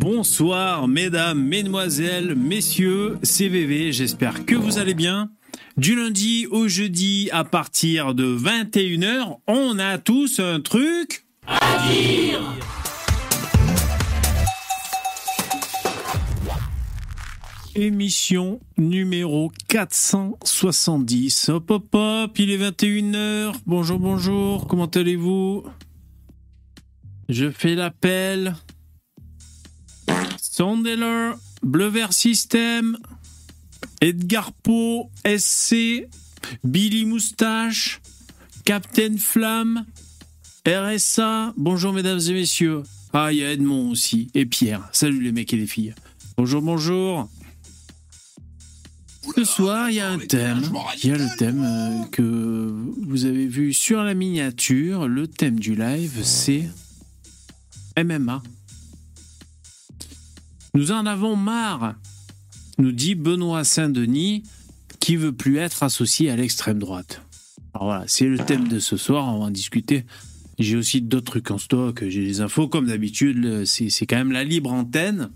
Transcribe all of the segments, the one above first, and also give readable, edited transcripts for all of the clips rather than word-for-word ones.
Bonsoir mesdames, mesdemoiselles, messieurs, c'est VV, j'espère que vous allez bien. Du lundi au jeudi à partir de 21h, on a tous un truc à dire. Émission numéro 470. Hop hop hop, il est 21h. Bonjour, bonjour, comment allez-vous? Je fais l'appel. Sondeler, Bleu Vert System, Edgar Poe, SC, Billy Moustache, Captain Flamme, RSA. Bonjour mesdames et messieurs. Ah, il y a Edmond aussi. Et Pierre. Salut les mecs et les filles. Bonjour, bonjour. Ce soir, il y a un thème. Il y a le thème que vous avez vu sur la miniature. Le thème du live, c'est MMA. Nous en avons marre, nous dit Benoît Saint-Denis, qui veut plus être associé à l'extrême droite. Alors voilà, c'est le thème de ce soir, on va en discuter. J'ai aussi d'autres trucs en stock, j'ai des infos, comme d'habitude, c'est quand même la libre antenne.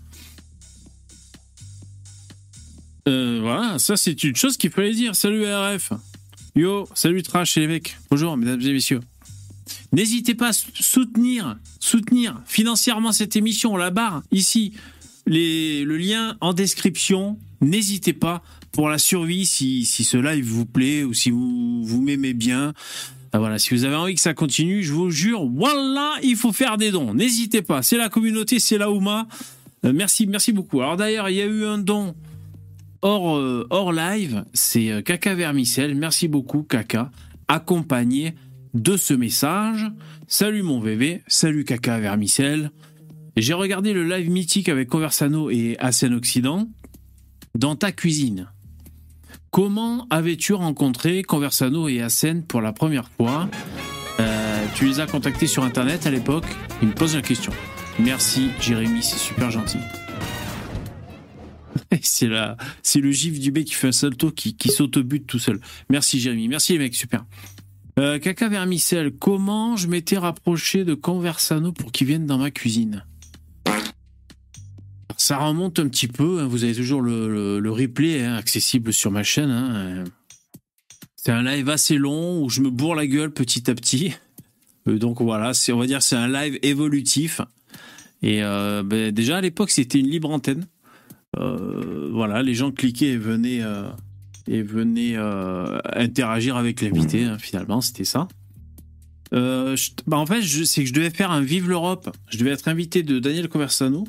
Voilà, ça c'est une chose qu'il fallait dire. Salut RF. Yo, salut Trash et les mecs. Bonjour mesdames et messieurs. N'hésitez pas à soutenir financièrement cette émission, la barre, ici. Le lien en description, n'hésitez pas pour la survie si ce live vous plaît ou si vous m'aimez bien. Voilà, si vous avez envie que ça continue, je vous jure, voilà, il faut faire des dons. N'hésitez pas, c'est la communauté, c'est la Ouma. Merci beaucoup. Alors d'ailleurs, il y a eu un don hors live, c'est Caca Vermicelle. Merci beaucoup Caca, accompagné de ce message. Salut mon VV, salut Caca Vermicelle. J'ai regardé le live mythique avec Conversano et Asen Occident. Dans ta cuisine, comment avais-tu rencontré Conversano et Asen pour la première fois? Tu les as contactés sur internet à l'époque? Il me pose la question. Merci Jérémy, c'est super gentil. C'est le gif du mec qui fait un salto qui s'auto-bute tout seul. Merci Jérémy, merci les mecs, super. Caca Vermicelle, comment je m'étais rapproché de Conversano pour qu'ils viennent dans ma cuisine? Ça remonte un petit peu, hein, vous avez toujours le replay accessible sur ma chaîne. C'est un live assez long où je me bourre la gueule petit à petit. Donc voilà, on va dire c'est un live évolutif. Et déjà à l'époque c'était une libre antenne. Voilà, les gens cliquaient et venaient interagir avec l'invité. Finalement, c'était ça. En fait, c'est que je devais faire un Vive l'Europe. Je devais être invité de Daniel Conversano.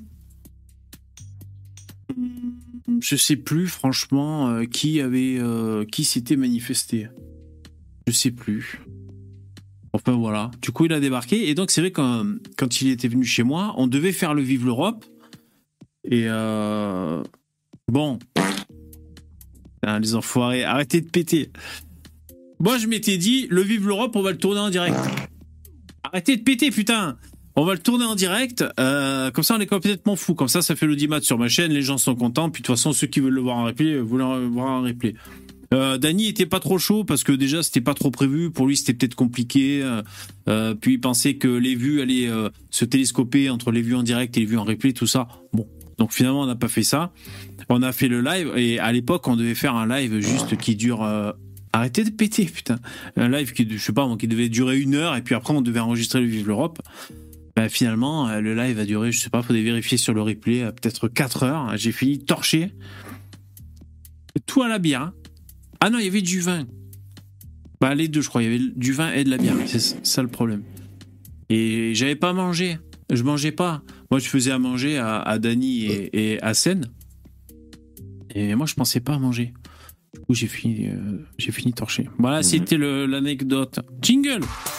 Je sais plus franchement qui s'était manifesté. Je sais plus. Enfin voilà. Du coup, il a débarqué et donc c'est vrai que quand il était venu chez moi, on devait faire le Vive l'Europe. Et bon, les enfoirés, arrêtez de péter. Moi, je m'étais dit, le Vive l'Europe, on va le tourner en direct. Arrêtez de péter, putain. On va le tourner en direct, comme ça on est complètement fou. Comme ça fait l'audimat sur ma chaîne, les gens sont contents. Puis de toute façon, ceux qui veulent le voir en replay, voulaient le voir en replay. Dany était pas trop chaud parce que déjà c'était pas trop prévu. Pour lui, c'était peut-être compliqué. Puis il pensait que les vues allaient se télescoper entre les vues en direct et les vues en replay, tout ça. Bon, donc finalement on n'a pas fait ça. On a fait le live et à l'époque on devait faire un live juste qui dure. Arrêtez de péter, putain. Un live qui, je sais pas, qui devait durer 1 heure et puis après on devait enregistrer le Vive l'Europe. Finalement, le live a duré, je sais pas, faudrait vérifier sur le replay, peut-être 4 heures. J'ai fini torché. Tout à la bière. Ah non, il y avait du vin. Les deux, je crois. Il y avait du vin et de la bière. C'est ça le problème. Et j'avais pas mangé. Je mangeais pas. Moi, je faisais à manger à Dany et à Sen. Et moi, je pensais pas à manger. Du coup, j'ai fini torché. Voilà, c'était l'anecdote. Jingle!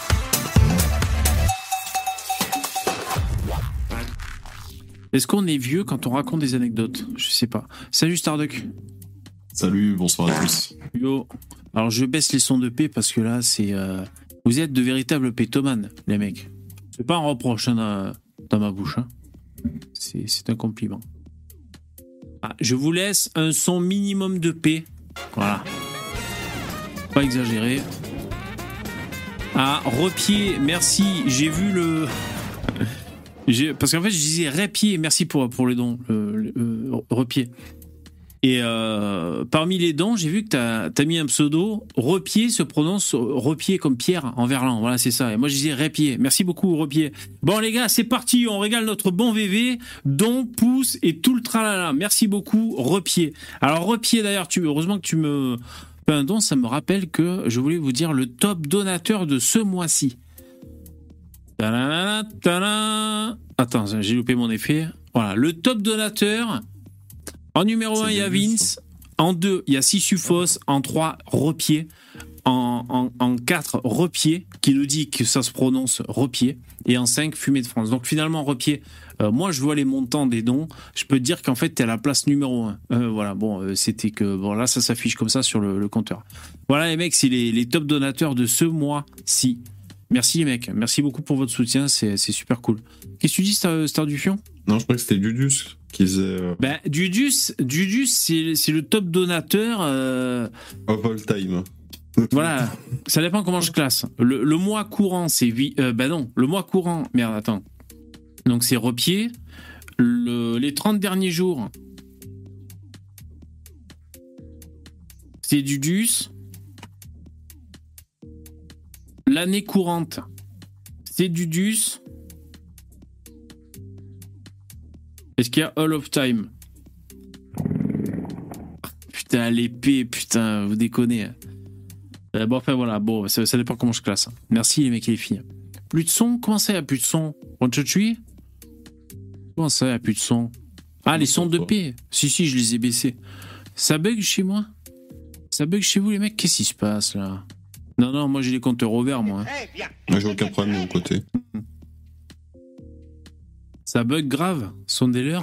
Est-ce qu'on est vieux quand on raconte des anecdotes? Je sais pas. Salut Starduck. Salut, bonsoir à tous. Yo. Alors je baisse les sons de paix parce que là c'est... Vous êtes de véritables pétomanes, les mecs. C'est pas un reproche dans ma bouche. C'est un compliment. Je vous laisse un son minimum de paix. Voilà. Pas exagéré. Repied, merci. J'ai vu Parce qu'en fait, je disais Répier, merci pour le don, Repier. Et parmi les dons, j'ai vu que t'as mis un pseudo. Repier se prononce Repier comme Pierre en verlan. Voilà, c'est ça. Et moi, je disais Répier. Merci beaucoup, Repier. Bon, les gars, c'est parti. On régale notre bon VV, don, pouce et tout le tralala. Merci beaucoup, Repier. Alors, Repier, d'ailleurs, heureusement que tu me fais un don. Ça me rappelle que je voulais vous dire le top donateur de ce mois-ci. Attends, j'ai loupé mon effet. Voilà, le top donateur. En numéro 1, il y a Vince. En 2, il y a Sissufos. En 3, Repier. En 4, Repier, qui nous dit que ça se prononce Repier. Et en 5, Fumée de France. Donc finalement, Repier, moi je vois les montants des dons. Je peux te dire qu'en fait, tu es à la place numéro 1. Voilà, bon, c'était que. Bon, là, ça s'affiche comme ça sur le compteur. Voilà, les mecs, c'est les top donateurs de ce mois-ci. Merci, les mecs. Merci beaucoup pour votre soutien. C'est super cool. Qu'est-ce que tu dis, Star du Fion ? Non, je crois que c'était Dudus qui disait. Dudus, c'est le top donateur. Of all time. Voilà, ça dépend comment je classe. Le mois courant, c'est. Non, le mois courant. Merde, attends. Donc c'est Repier. Les 30 derniers jours, c'est Dudus. L'année courante, c'est Dudus. Est-ce qu'il y a All of Time ? Putain, l'épée, putain, vous déconnez. Bon, enfin voilà, bon, ça dépend comment je classe. Merci les mecs et les filles. Plus de son ? Comment ça, il n'y a plus de son ? On te tue ? Comment ça, il n'y a plus de son ? Ah, les sons de paix. Si, je les ai baissés. Ça bug chez moi ? Ça bug chez vous, les mecs ? Qu'est-ce qui se passe, là ? Non, moi j'ai les compteurs au vert, moi. Moi j'ai aucun problème de mon côté. Ça bug grave, son délire.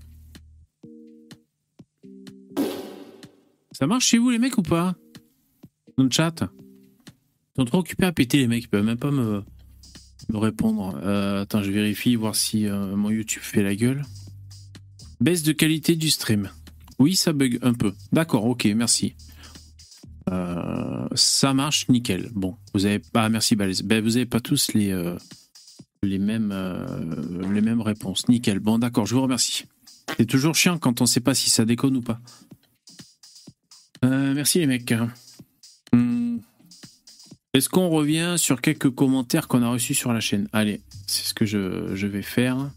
Ça marche chez vous, les mecs, ou pas ? Dans le chat ? Ils sont trop occupés à péter, les mecs, ils peuvent même pas me répondre. Attends, je vérifie, voir si mon YouTube fait la gueule. Baisse de qualité du stream. Oui, ça bug un peu. D'accord, ok, merci. Ça marche nickel. Bon, vous avez pas. Merci Balèze. Vous avez pas tous les mêmes réponses. Nickel. Bon, d'accord. Je vous remercie. C'est toujours chiant quand on sait pas si ça déconne ou pas. Merci les mecs. Est-ce qu'on revient sur quelques commentaires qu'on a reçus sur la chaîne ? Allez, c'est ce que je vais faire.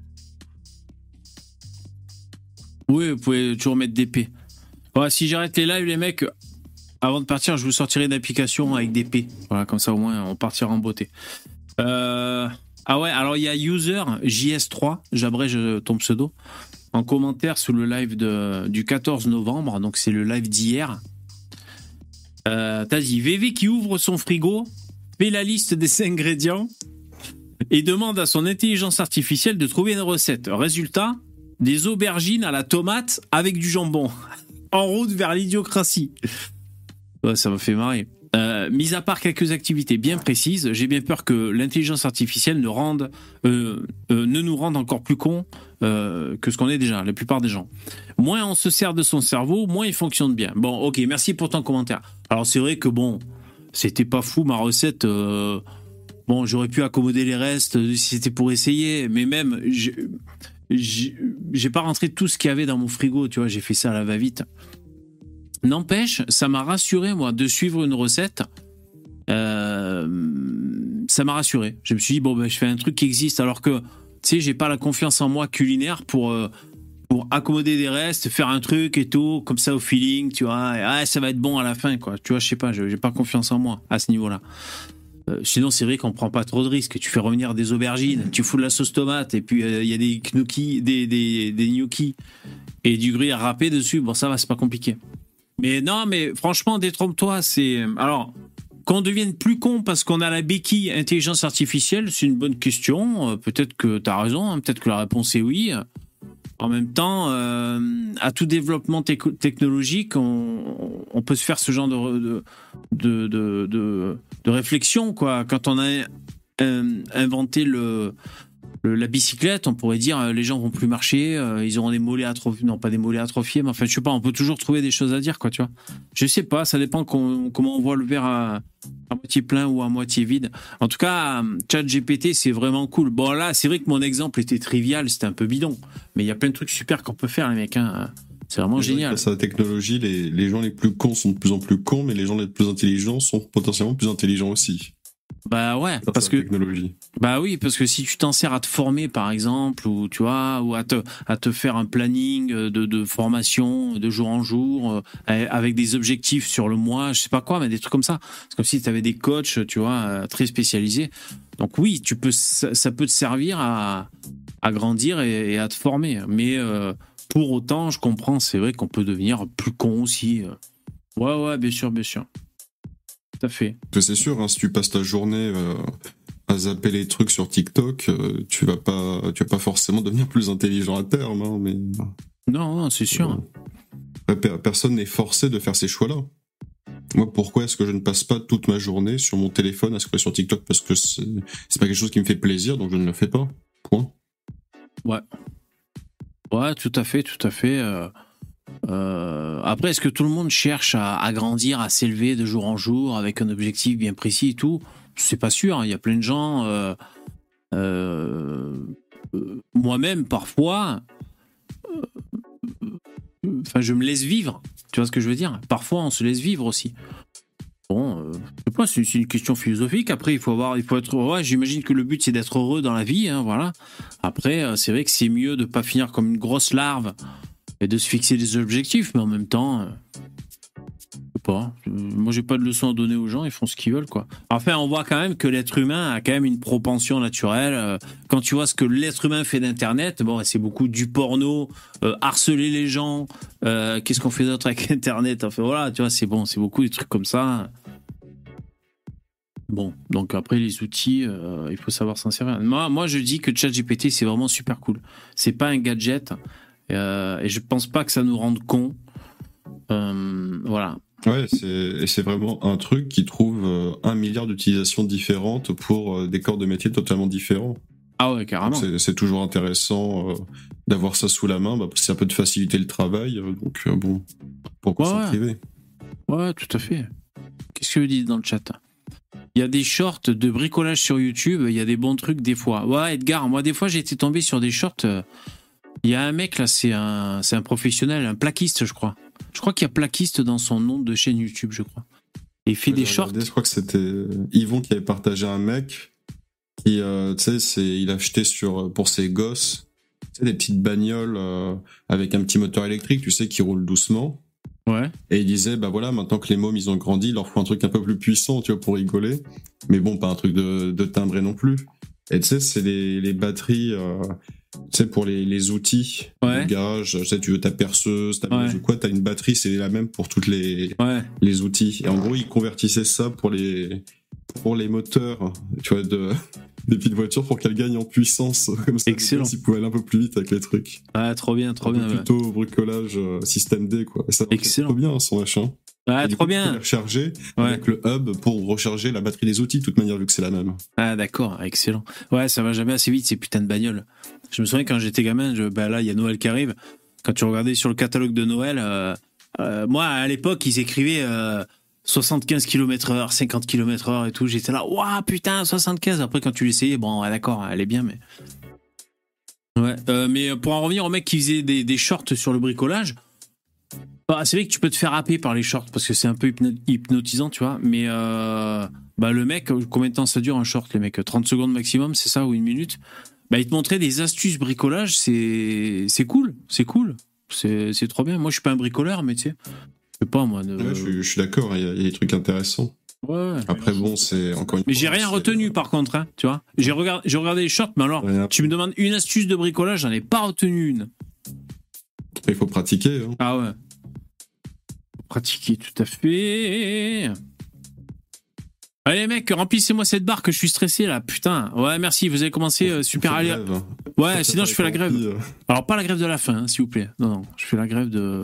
Oui, vous pouvez toujours mettre d'épée. Voilà, si j'arrête les lives, les mecs. Avant de partir, je vous sortirai une application avec des P. Voilà, comme ça au moins on partira en beauté. Ah ouais, alors il y a User JS3, j'abrège ton pseudo, en commentaire sous le live du 14 novembre, donc c'est le live d'hier. T'as dit VV qui ouvre son frigo, fait la liste des ingrédients et demande à son intelligence artificielle de trouver une recette. Résultat, des aubergines à la tomate avec du jambon. En route vers l'idiocratie. Ouais, ça m'a fait marrer. Mis à part quelques activités bien précises, j'ai bien peur que l'intelligence artificielle ne nous rende encore plus cons que ce qu'on est déjà, la plupart des gens. Moins on se sert de son cerveau, moins il fonctionne bien. Bon, ok, merci pour ton commentaire. Alors c'est vrai que bon, c'était pas fou ma recette. Bon, j'aurais pu accommoder les restes si c'était pour essayer, mais même j'ai pas rentré tout ce qu'il y avait dans mon frigo, tu vois, j'ai fait ça à la va-vite. N'empêche, ça m'a rassuré, moi, de suivre une recette. Ça m'a rassuré. Je me suis dit, bon, ben, je fais un truc qui existe, alors que, tu sais, j'ai pas la confiance en moi culinaire pour accommoder des restes, faire un truc et tout, comme ça au feeling, tu vois. Et, ça va être bon à la fin, quoi. Tu vois, je sais pas, j'ai pas confiance en moi à ce niveau-là. Sinon, c'est vrai qu'on prend pas trop de risques. Tu fais revenir des aubergines, tu fous de la sauce tomate, et puis il y a des gnocchis, des gnocchis et du gruyère râpé dessus. Bon, ça va, c'est pas compliqué. Mais non, mais franchement, détrompe-toi, c'est... Alors, qu'on devienne plus con parce qu'on a la béquille intelligence artificielle, c'est une bonne question. Peut-être que t'as raison, hein. Peut-être que la réponse est oui. En même temps, à tout développement technologique, on peut se faire ce genre de réflexion, quoi. Quand on a inventé la bicyclette, on pourrait dire les gens vont plus marcher, ils auront des mollets atrophiés, non pas des mollets atrophiés, mais enfin je sais pas, on peut toujours trouver des choses à dire quoi, tu vois. Je sais pas, ça dépend comment on voit le verre à moitié plein ou à moitié vide. En tout cas, ChatGPT c'est vraiment cool. Bon là, c'est vrai que mon exemple était trivial, c'était un peu bidon, mais il y a plein de trucs super qu'on peut faire les mecs. Hein. C'est vraiment génial. Grâce à la technologie, les gens les plus cons sont de plus en plus cons, mais les gens les plus intelligents sont potentiellement plus intelligents aussi. Bah ouais, parce que technologie. Bah oui, parce que si tu t'en sers à te former par exemple, ou tu vois, ou à te faire un planning de formation de jour en jour, avec des objectifs sur le mois, je sais pas quoi, mais des trucs comme ça. C'est comme si tu avais des coachs, tu vois, très spécialisés. Donc oui, ça peut te servir à grandir et à te former. Mais pour autant, je comprends, c'est vrai qu'on peut devenir plus con aussi. Ouais, bien sûr, bien sûr. Tout à fait. C'est sûr, hein, si tu passes ta journée à zapper les trucs sur TikTok, tu vas pas forcément devenir plus intelligent à terme. Hein, mais non, c'est sûr. Personne n'est forcé de faire ces choix-là. Moi, pourquoi est-ce que je ne passe pas toute ma journée sur mon téléphone à scroller sur TikTok? Parce que c'est pas quelque chose qui me fait plaisir, donc je ne le fais pas. Point. Ouais, tout à fait. Après, est-ce que tout le monde cherche à grandir, à s'élever de jour en jour avec un objectif bien précis et tout? C'est pas sûr. Hein. Il y a plein de gens. Moi-même, parfois, je me laisse vivre. Tu vois ce que je veux dire? Parfois, on se laisse vivre aussi. Bon, je sais pas, c'est une question philosophique. Après, il faut être. Ouais, j'imagine que le but c'est d'être heureux dans la vie. Hein, voilà. Après, c'est vrai que c'est mieux de pas finir comme une grosse larve. Et de se fixer des objectifs, mais en même temps, je sais pas. Moi, j'ai pas de leçon à donner aux gens, ils font ce qu'ils veulent, quoi. Enfin, on voit quand même que l'être humain a quand même une propension naturelle. Quand tu vois ce que l'être humain fait d'Internet, bon, c'est beaucoup du porno, harceler les gens. Qu'est-ce qu'on fait d'autre avec Internet? Enfin, voilà, tu vois, c'est beaucoup des trucs comme ça. Bon, donc après, les outils, il faut savoir s'en servir. Moi, je dis que ChatGPT, c'est vraiment super cool. C'est pas un gadget. Et je pense pas que ça nous rende cons. Voilà. Ouais, c'est vraiment un truc qui trouve 1 milliard d'utilisations différentes pour des corps de métier totalement différents. Ah ouais, carrément. C'est toujours intéressant d'avoir ça sous la main, ça peut te faciliter le travail, donc bon, pourquoi s'en priver? Ouais, tout à fait. Qu'est-ce que vous dites dans le chat? Il y a des shorts de bricolage sur YouTube, il y a des bons trucs des fois. Ouais, Edgar, moi des fois j'ai été tombé sur des shorts... Il y a un mec là, c'est un professionnel, un plaquiste, je crois. Je crois qu'il y a plaquiste dans son nom de chaîne YouTube, je crois. Et il fait des shorts. Je crois que c'était Yvon qui avait partagé un mec qui, tu sais, il a acheté pour ses gosses, tu sais, des petites bagnoles avec un petit moteur électrique, tu sais, qui roule doucement. Ouais. Et il disait, bah voilà, maintenant que les mômes ils ont grandi, il leur faut un truc un peu plus puissant, tu vois, pour rigoler. Mais bon, pas un truc de timbré non plus. Et tu sais, c'est les batteries. Tu sais, pour les outils du garage, tu sais, tu veux ta perceuse, ta meuse ou quoi, t'as une batterie, c'est la même pour toutes les outils. Et en gros, ils convertissaient ça pour les moteurs, tu vois, des petites voitures pour qu'elles gagnent en puissance. Comme ça, excellent. Ils pouvaient aller un peu plus vite avec les trucs. Ah, trop bien. Plutôt bricolage système D, quoi. Et ça marche trop bien, son machin. Ah, trop bien. Tu peux les recharger avec le hub pour recharger la batterie des outils, de toute manière, vu que c'est la même. Ah, d'accord, excellent. Ouais, ça va jamais assez vite, ces putains de bagnoles. Je me souviens quand j'étais gamin, là, il y a Noël qui arrive. Quand tu regardais sur le catalogue de Noël, moi, à l'époque, ils écrivaient 75 km/h, 50 km/h et tout. J'étais là, waouh, putain, 75. Après, quand tu l'essayais, bon, d'accord, elle est bien, mais. Ouais, mais pour en revenir au mec qui faisait des shorts sur le bricolage. C'est vrai que tu peux te faire happer par les shorts parce que c'est un peu hypnotisant, tu vois. Mais le mec, combien de temps ça dure un short, les mecs? 30 secondes maximum, c'est ça, ou 1 minute? Il te montrait des astuces bricolage, c'est cool. C'est trop bien. Moi, je suis pas un bricoleur, mais tu sais, je sais pas, moi. Ouais, je suis d'accord, il y a des trucs intéressants. Ouais. Après, bon, c'est encore une fois. Mais j'ai rien retenu, par contre, hein, tu vois. J'ai regardé les shorts, mais alors, tu me demandes une astuce de bricolage, j'en ai pas retenu une. Il faut pratiquer. Hein. Ah ouais. Pratiquer, tout à fait. Allez mec, remplissez-moi cette barre que je suis stressé là, putain. Ouais, merci, vous avez commencé super à lire. Ouais, sinon je fais la grève. Alors pas la grève de la faim, hein, s'il vous plaît. Non, je fais la grève de...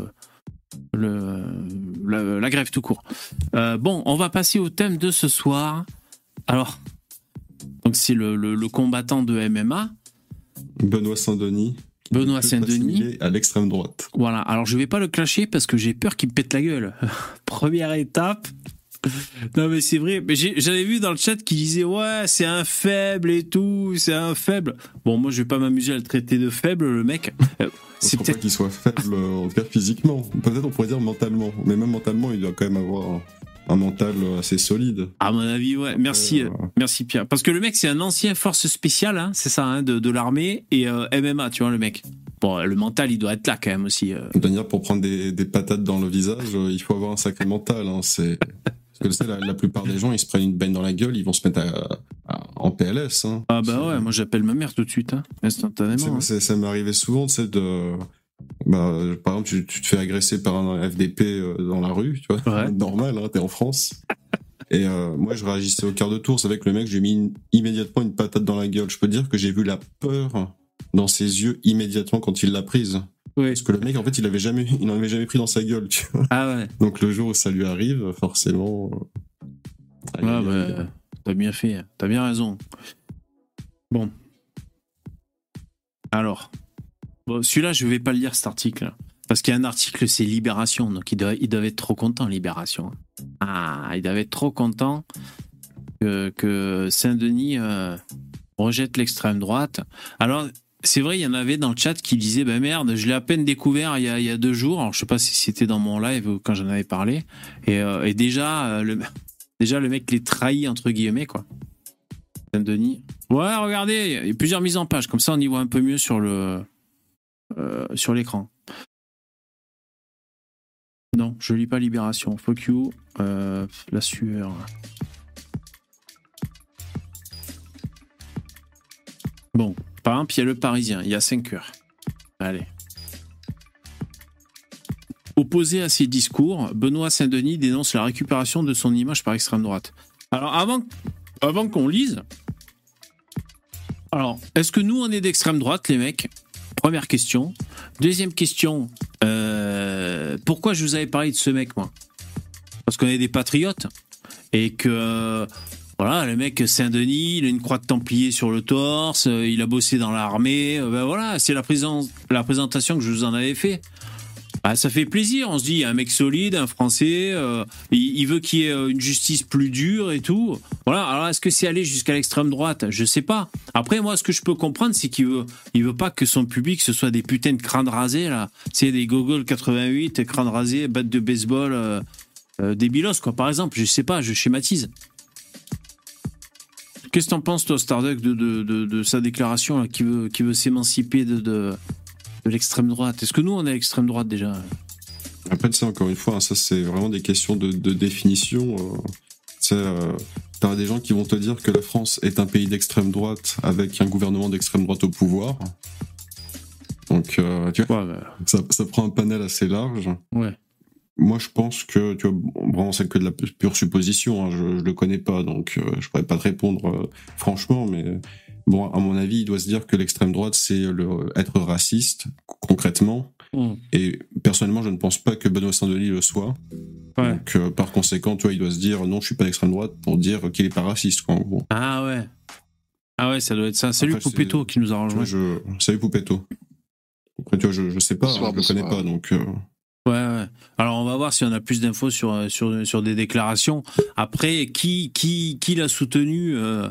la grève tout court. Bon, on va passer au thème de ce soir. Alors, donc c'est le combattant de MMA. Benoît Saint-Denis. Benoît Saint-Denis. À l'extrême droite. Voilà, alors je vais pas le clasher parce que j'ai peur qu'il me pète la gueule. Première étape. Non mais c'est vrai, mais j'avais vu dans le chat qui disait ouais c'est un faible et tout, c'est un faible. Bon moi je vais pas m'amuser à le traiter de faible le mec. C'est peut-être pas qu'il soit faible en tout cas physiquement, peut-être on pourrait dire mentalement, mais même mentalement il doit quand même avoir un mental assez solide. À mon avis ouais, merci Pierre. Parce que le mec c'est un ancien force spéciale, hein, c'est ça, hein, de l'armée et MMA tu vois le mec. Bon le mental il doit être là quand même aussi. De manière pour prendre des patates dans le visage, il faut avoir un sacré mental, hein, c'est... Parce que tu sais, la plupart des gens, ils se prennent une baigne dans la gueule, ils vont se mettre en PLS. Hein. Ah bah ouais, moi j'appelle ma mère tout de suite, hein, instantanément. Ça m'est arrivé souvent, tu sais, par exemple, tu te fais agresser par un FDP dans la rue, tu vois, ouais. Normal, hein, t'es en France. Et moi, je réagissais au quart de tour, c'est avec le mec, j'ai mis immédiatement une patate dans la gueule. Je peux te dire que j'ai vu la peur dans ses yeux immédiatement quand il l'a prise. Oui. Parce que le mec, en fait, il n'en avait jamais pris dans sa gueule, tu vois. Ah ouais. Donc le jour où ça lui arrive, forcément. T'as bien fait, t'as bien raison. Bon. Alors, celui-là, je vais pas le lire cet article, parce qu'il y a un article, c'est Libération, donc ils doivent être trop contents, Libération. Ah, ils doivent être trop contents que Saint-Denis rejette l'extrême droite. Alors. C'est vrai, il y en avait dans le chat qui disaient bah merde, je l'ai à peine découvert il y a 2 jours. Alors je sais pas si c'était dans mon live ou quand j'en avais parlé. Et déjà le mec les trahit entre guillemets quoi. Saint-Denis. Ouais, regardez, il y a plusieurs mises en page. Comme ça, on y voit un peu mieux sur l'écran. Non, je lis pas Libération. Fuck you. La sueur. Bon. Par exemple, il y a le Parisien, il y a 5 heures. Allez. Opposé à ces discours, Benoît Saint-Denis dénonce la récupération de son image par l'extrême droite. Alors, avant qu'on lise, alors, est-ce que nous, on est d'extrême droite, les mecs ? Première question. Deuxième question, pourquoi je vous avais parlé de ce mec, moi ? Parce qu'on est des patriotes et que... Voilà, le mec Saint-Denis, il a une croix de Templier sur le torse, il a bossé dans l'armée, ben voilà, c'est la présentation que je vous en avais fait. Ah, ça fait plaisir, on se dit, un mec solide, un Français, il veut qu'il y ait une justice plus dure et tout. Voilà, alors est-ce que c'est aller jusqu'à l'extrême droite ? Je sais pas. Après, moi, ce que je peux comprendre, c'est qu'il veut pas que son public, ce soit des putains de crânes rasés, là. C'est des Gogol 88, crânes rasés, battes de baseball, débilos, quoi, par exemple. Je sais pas, je schématise. Qu'est-ce que t'en penses, toi, Starduck, de sa déclaration là, qui veut s'émanciper de l'extrême droite ? Est-ce que nous, on est à l'extrême droite déjà ? Après, tu sais, encore une fois, ça, c'est vraiment des questions de définition. T'as des gens qui vont te dire que la France est un pays d'extrême droite avec un gouvernement d'extrême droite au pouvoir. Donc, tu vois, ça prend un panel assez large. Ouais. Moi, je pense que, tu vois, vraiment, c'est que de la pure supposition, hein, je le connais pas, donc je pourrais pas te répondre franchement, mais bon, à mon avis, il doit se dire que l'extrême droite, c'est être raciste, concrètement, et personnellement, je ne pense pas que Benoît Saint-Denis le soit. Ouais. Donc, par conséquent, tu vois, il doit se dire, non, je suis pas d'extrême droite, pour dire qu'il est pas raciste, quoi, en gros. Ah ouais, ça doit être ça. Salut Poupetto qui nous a rejoint. Salut Poupetto. Après, tu vois, je sais pas, je le connais pas, donc... Ouais. Alors on va voir si on a plus d'infos sur des déclarations. Après, qui l'a soutenu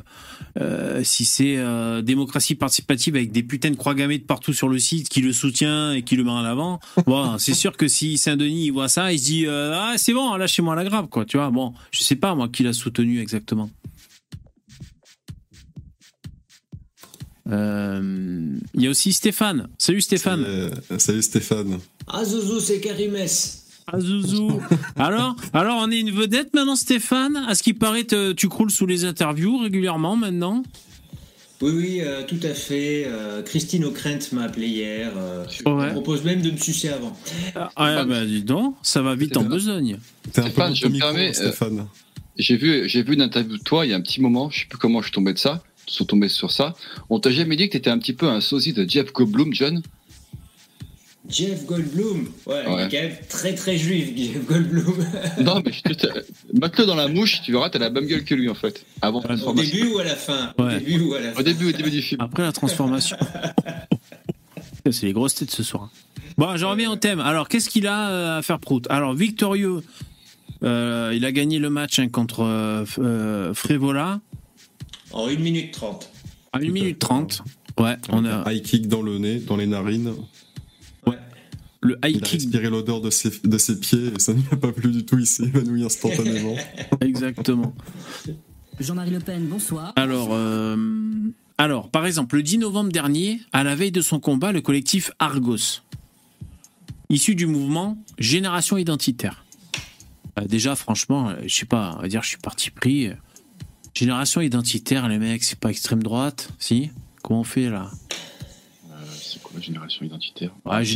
si c'est démocratie participative avec des putains de croix gammées de partout sur le site qui le soutient et qui le met en avant. Bon, c'est sûr que si Saint-Denis il voit ça, il se dit c'est bon, lâchez-moi la grappe, quoi. Tu vois. Bon, je sais pas moi qui l'a soutenu exactement. Il y a aussi Stéphane. Salut Stéphane. Salut Stéphane. Ah Zouzou, c'est Karimès. Ah Zouzou. Alors on est une vedette maintenant Stéphane. À ce qui paraît, tu croules sous les interviews régulièrement maintenant. Oui, tout à fait. Christine O'Krent m'a appelé hier. Elle propose même de me sucer avant. Dis donc, ça va vite en besogne. Stéphane, je me permets, Stéphane. J'ai vu une interview de toi il y a un petit moment, je sais plus comment je suis tombé sur ça. On t'a jamais dit que t'étais un petit peu un sosie de Jeff Goldblum, John ? Jeff Goldblum. Ouais, il est quand même très très juif, Jeff Goldblum. Non, mais mets-le dans la mouche, tu verras, t'as la même gueule que lui en fait. Avant Au début ou à la fin? Au début du film. Après la transformation. C'est les grosses têtes ce soir. Bon, je reviens au thème. Alors, qu'est-ce qu'il a à faire Prout? Alors, victorieux, il a gagné le match contre Frévola. En 1 minute 30. En 1 minute 30. Ouais, on a. High kick dans le nez, dans les narines. Ouais. Le high kick. Il a respiré l'odeur de ses pieds et ça ne lui a pas plu du tout. Il s'est évanoui instantanément. Exactement. Jean-Marie Le Pen, bonsoir. Alors, par exemple, le 10 novembre dernier, à la veille de son combat, le collectif Argos, issu du mouvement Génération Identitaire. Déjà, franchement, je sais pas, on va dire, je suis parti pris. Génération Identitaire, les mecs, c'est pas extrême droite, si? Comment on fait là? C'est quoi la Génération Identitaire?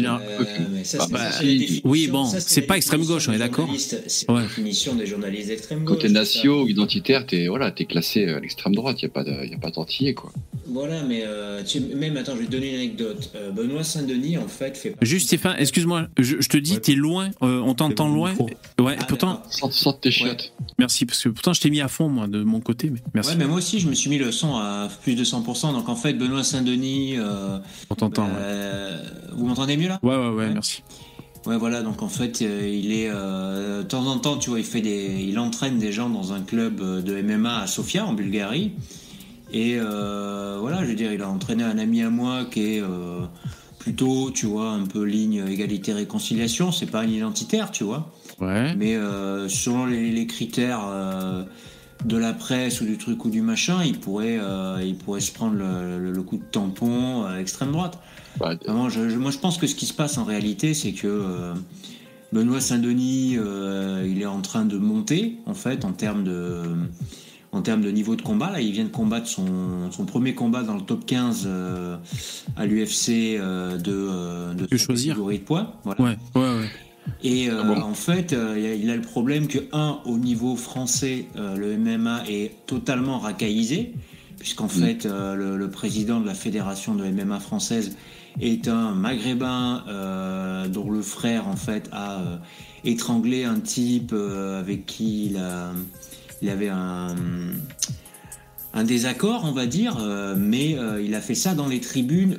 Oui, bon, c'est pas extrême gauche, on est d'accord? C'est la définition des journalistes d'extrême gauche. Côté nation ou identitaire, t'es classé à l'extrême droite, y a pas d'antillais, quoi. Voilà, mais même, attends, je vais te donner une anecdote. Benoît Saint-Denis, en fait, fait partie... Juste, Stéphane, excuse-moi, je te dis, t'es loin, on t'entend loin. Ouais, pourtant... Sorte tes chiottes. Merci, parce que pourtant, je t'ai mis à fond, moi, de mon côté, mais merci. Ouais, mais moi aussi, je me suis mis le son à plus de 100%, donc en fait, Benoît Saint-Denis... on t'entend, Vous m'entendez mieux, là? Ouais, merci. Ouais, voilà, donc en fait, il est... de temps en temps, tu vois, il entraîne des gens dans un club de MMA à Sofia, en Bulgarie. Et voilà, je veux dire, il a entraîné un ami à moi qui est plutôt, tu vois, un peu ligne égalité-réconciliation. C'est pas un identitaire, tu vois. Ouais. Mais selon les critères de la presse ou du truc ou du machin, il pourrait se prendre le coup de tampon à l'extrême droite. Ouais. Moi, je pense que ce qui se passe en réalité, c'est que Benoît Saint-Denis, il est en train de monter, en fait, en termes de niveau de combat. Là, il vient de combattre son premier combat dans le top 15 à l'UFC de catégorie de poids. Voilà. Ouais. Et en fait, il a le problème que, au niveau français, le MMA est totalement racaillisé, puisqu'en fait, le président de la fédération de MMA française est un maghrébin dont le frère, en fait, a étranglé un type avec qui il avait un désaccord, on va dire, mais il a fait ça dans les tribunes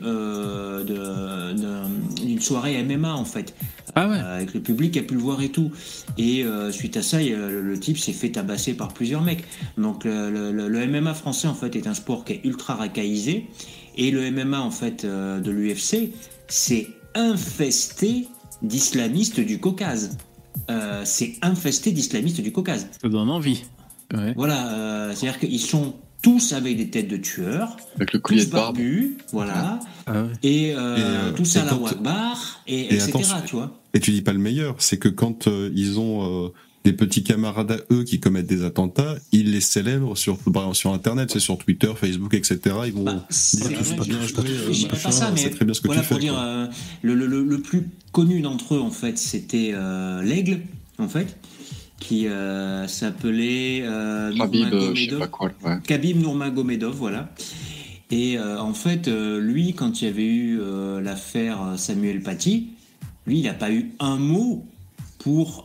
d'une soirée MMA, en fait. Ah ouais. Avec le public qui a pu le voir et tout. Et suite à ça, le type s'est fait tabasser par plusieurs mecs. Donc le MMA français, en fait, est un sport qui est ultra racaillisé. Et le MMA, en fait, de l'UFC, c'est infesté d'islamistes du Caucase. Ça donne envie. Ouais. Voilà, c'est-à-dire qu'ils sont tous avec des têtes de tueurs, avec le collier de barbe, voilà, ouais. et tous à la Wakbar, et etc. Tu vois. Et tu dis pas le meilleur, c'est que quand ils ont des petits camarades à eux qui commettent des attentats, ils les célèbrent sur Internet, c'est sur Twitter, Facebook, etc. Ils vont dire tous pas bien joué, c'est très bien ce que voilà, tu fais. Pour dire, le plus connu d'entre eux, en fait, c'était l'Aigle, en fait, qui s'appelait Khabib Nurmagomedov, voilà. Et en fait, lui, quand il y avait eu l'affaire Samuel Paty, lui, il n'a pas eu un mot pour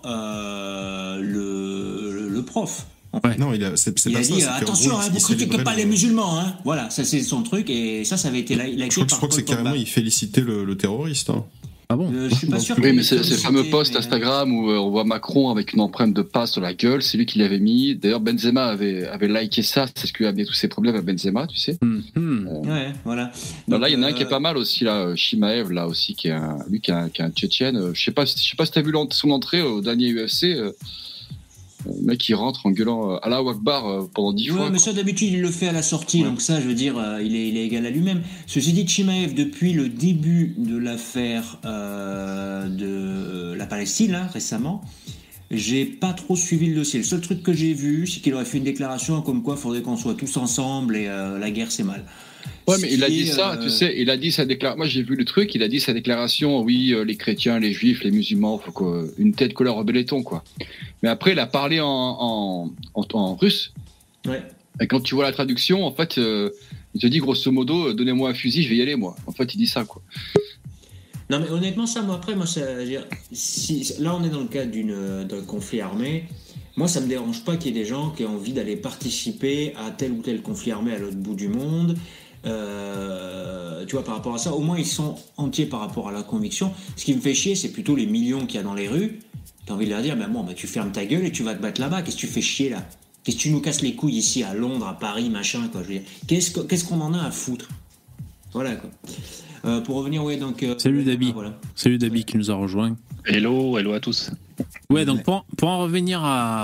le prof. Ouais. Non, c'est pas dit, ça. Attention, vous critiquez pas les musulmans. Hein. Voilà, ça c'est son truc, et ça avait été je crois que c'est carrément, il félicitait le terroriste. Hein. Ah bon? Je suis pas sûr. Oui, mais c'est le fameux post Instagram où on voit Macron avec une empreinte de passe sur la gueule, c'est lui qui l'avait mis. D'ailleurs, Benzema avait liké ça, c'est ce qui a amené tous ces problèmes à Benzema, tu sais. Ouais, voilà. Donc, là, il y en a un qui est pas mal aussi, là, Chimaev, là aussi, qui est un Tchétchène. Je sais pas si t'as vu son entrée au dernier UFC. Le mec, il rentre en gueulant Allah Akbar pendant 10 fois. Ouais, mais ça, d'habitude, il le fait à la sortie, donc ça, je veux dire, il est égal à lui-même. Ceci dit, Chimaev, depuis le début de l'affaire de la Palestine, là, récemment, j'ai pas trop suivi le dossier. Le seul truc que j'ai vu, c'est qu'il aurait fait une déclaration comme quoi il faudrait qu'on soit tous ensemble et la guerre, c'est mal. Ouais, mais il a dit ça, tu sais, il a dit sa déclaration. Moi, j'ai vu le truc, il a dit sa déclaration, oui, les chrétiens, les juifs, les musulmans, faut une tête couleur au béton, quoi. Mais après, il a parlé en russe. Ouais. Et quand tu vois la traduction, en fait, il te dit grosso modo, donnez-moi un fusil, je vais y aller, moi. En fait, il dit ça, quoi. Non, mais honnêtement, ça, moi, après, moi, ça, je veux dire, là, on est dans le cadre d'un conflit armé. Moi, ça me dérange pas qu'il y ait des gens qui aient envie d'aller participer à tel ou tel conflit armé à l'autre bout du monde. Tu vois, par rapport à ça, au moins, ils sont entiers par rapport à la conviction. Ce qui me fait chier, c'est plutôt les millions qu'il y a dans les rues. T'as envie de leur dire, ben bon, tu fermes ta gueule et tu vas te battre là-bas. Qu'est-ce que tu fais chier, là? Qu'est-ce que tu nous casses les couilles ici, à Londres, à Paris, machin, quoi. Je veux dire, qu'est-ce qu'on en a à foutre? Voilà, quoi. Pour revenir, ouais, donc. Salut Dabi. Voilà. Salut Dabi qui nous a rejoint. Hello à tous. Ouais, donc pour en revenir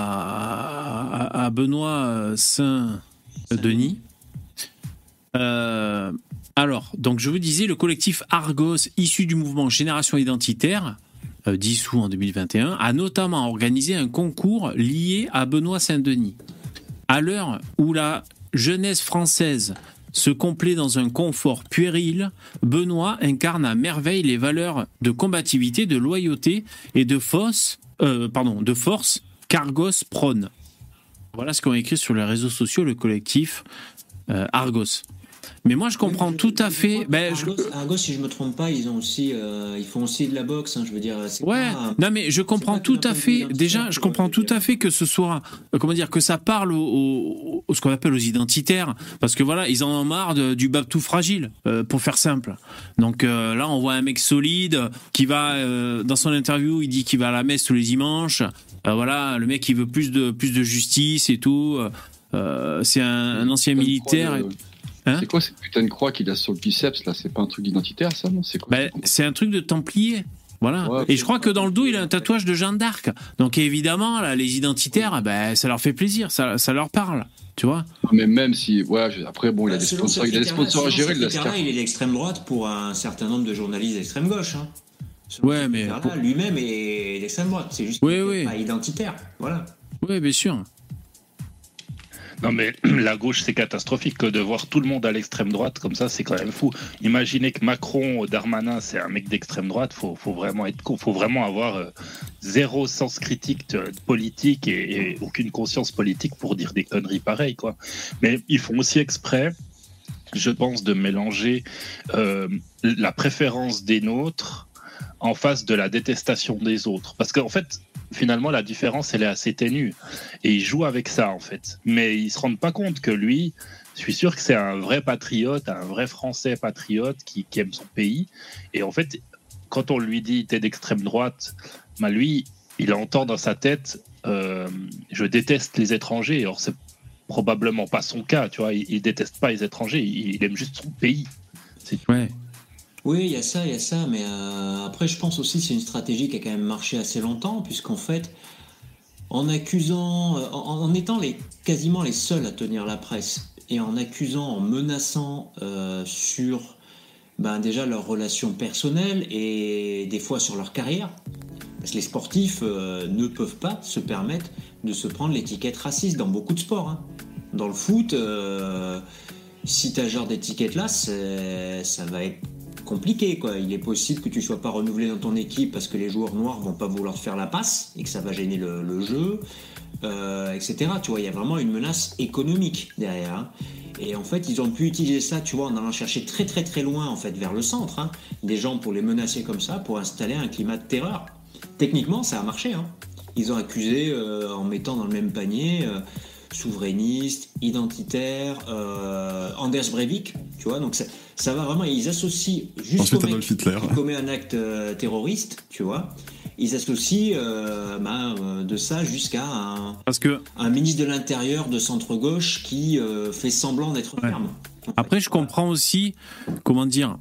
à Benoît Saint-Denis. Alors, donc je vous disais, le collectif Argos, issu du mouvement Génération Identitaire, dissous en 2021, a notamment organisé un concours lié à Benoît Saint-Denis. À l'heure où la jeunesse française se complaît dans un confort puéril, Benoît incarne à merveille les valeurs de combativité, de loyauté et de force qu'Argos prône. Voilà ce qu'ont écrit sur les réseaux sociaux le collectif Argos. Mais moi, je comprends tout à fait. Argos, si je me trompe pas, ils font aussi de la boxe. Hein, je veux dire. Non, mais je comprends tout à fait. Déjà, je comprends tout à fait que ce soit, que ça parle ce qu'on appelle aux identitaires, parce que voilà, ils en ont marre du babtou fragile, pour faire simple. Donc là, on voit un mec solide qui va dans son interview, il dit qu'il va à la messe tous les dimanches. Voilà, le mec, il veut plus de justice et tout. C'est un ancien militaire. Hein, c'est quoi cette putain de croix qu'il a sur le biceps là? C'est pas un truc identitaire ça, non? C'est quoi? C'est un truc de templier. Voilà. Ouais, et je crois que dans le dos, il a un tatouage de Jeanne d'Arc. Donc évidemment, là, les identitaires, ça leur fait plaisir, ça leur parle. Tu vois? Mais même si, après, bon, il a des sponsors, à gérer. Il est d'extrême droite pour un certain nombre de journalistes d'extrême gauche. Hein. Ouais, mais lui-même est d'extrême droite. C'est juste pas identitaire. Voilà. Oui, bien sûr. Non mais la gauche c'est catastrophique de voir tout le monde à l'extrême droite comme ça, c'est quand même fou. Imaginez que Macron, Darmanin c'est un mec d'extrême droite, faut vraiment avoir zéro sens critique de politique et aucune conscience politique pour dire des conneries pareilles quoi. Mais ils font aussi exprès, je pense, de mélanger la préférence des nôtres en face de la détestation des autres, parce qu'en fait finalement la différence elle est assez ténue et ils jouent avec ça en fait, mais ils se rendent pas compte que lui, je suis sûr que c'est un vrai patriote, un vrai français patriote qui aime son pays, et en fait quand on lui dit t'es d'extrême droite, lui il entend dans sa tête je déteste les étrangers. Or c'est probablement pas son cas, tu vois, il déteste pas les étrangers, il aime juste son pays. Ouais. Oui, il y a ça, mais après je pense aussi que c'est une stratégie qui a quand même marché assez longtemps, puisqu'en fait, en étant quasiment les seuls à tenir la presse, et en accusant, en menaçant sur déjà leurs relations personnelles et des fois sur leur carrière, parce que les sportifs ne peuvent pas se permettre de se prendre l'étiquette raciste dans beaucoup de sports. Hein. Dans le foot, si tu as ce genre d'étiquette-là, ça va être compliqué, quoi. Il est possible que tu sois pas renouvelé dans ton équipe parce que les joueurs noirs vont pas vouloir te faire la passe et que ça va gêner le jeu, etc. Tu vois, il y a vraiment une menace économique derrière. Hein. Et en fait, ils ont pu utiliser ça, tu vois, en allant chercher très très très loin, en fait, vers le centre, hein, des gens pour les menacer comme ça, pour installer un climat de terreur. Techniquement, ça a marché. Hein. Ils ont accusé en mettant dans le même panier souverainiste, identitaire, Anders Breivik, tu vois, donc ça va vraiment, ils associent jusqu'au mec qui commet un acte terroriste, tu vois, ils associent de ça jusqu'à un ministre de l'Intérieur de centre-gauche qui fait semblant d'être ferme. Après, je comprends aussi, comment dire,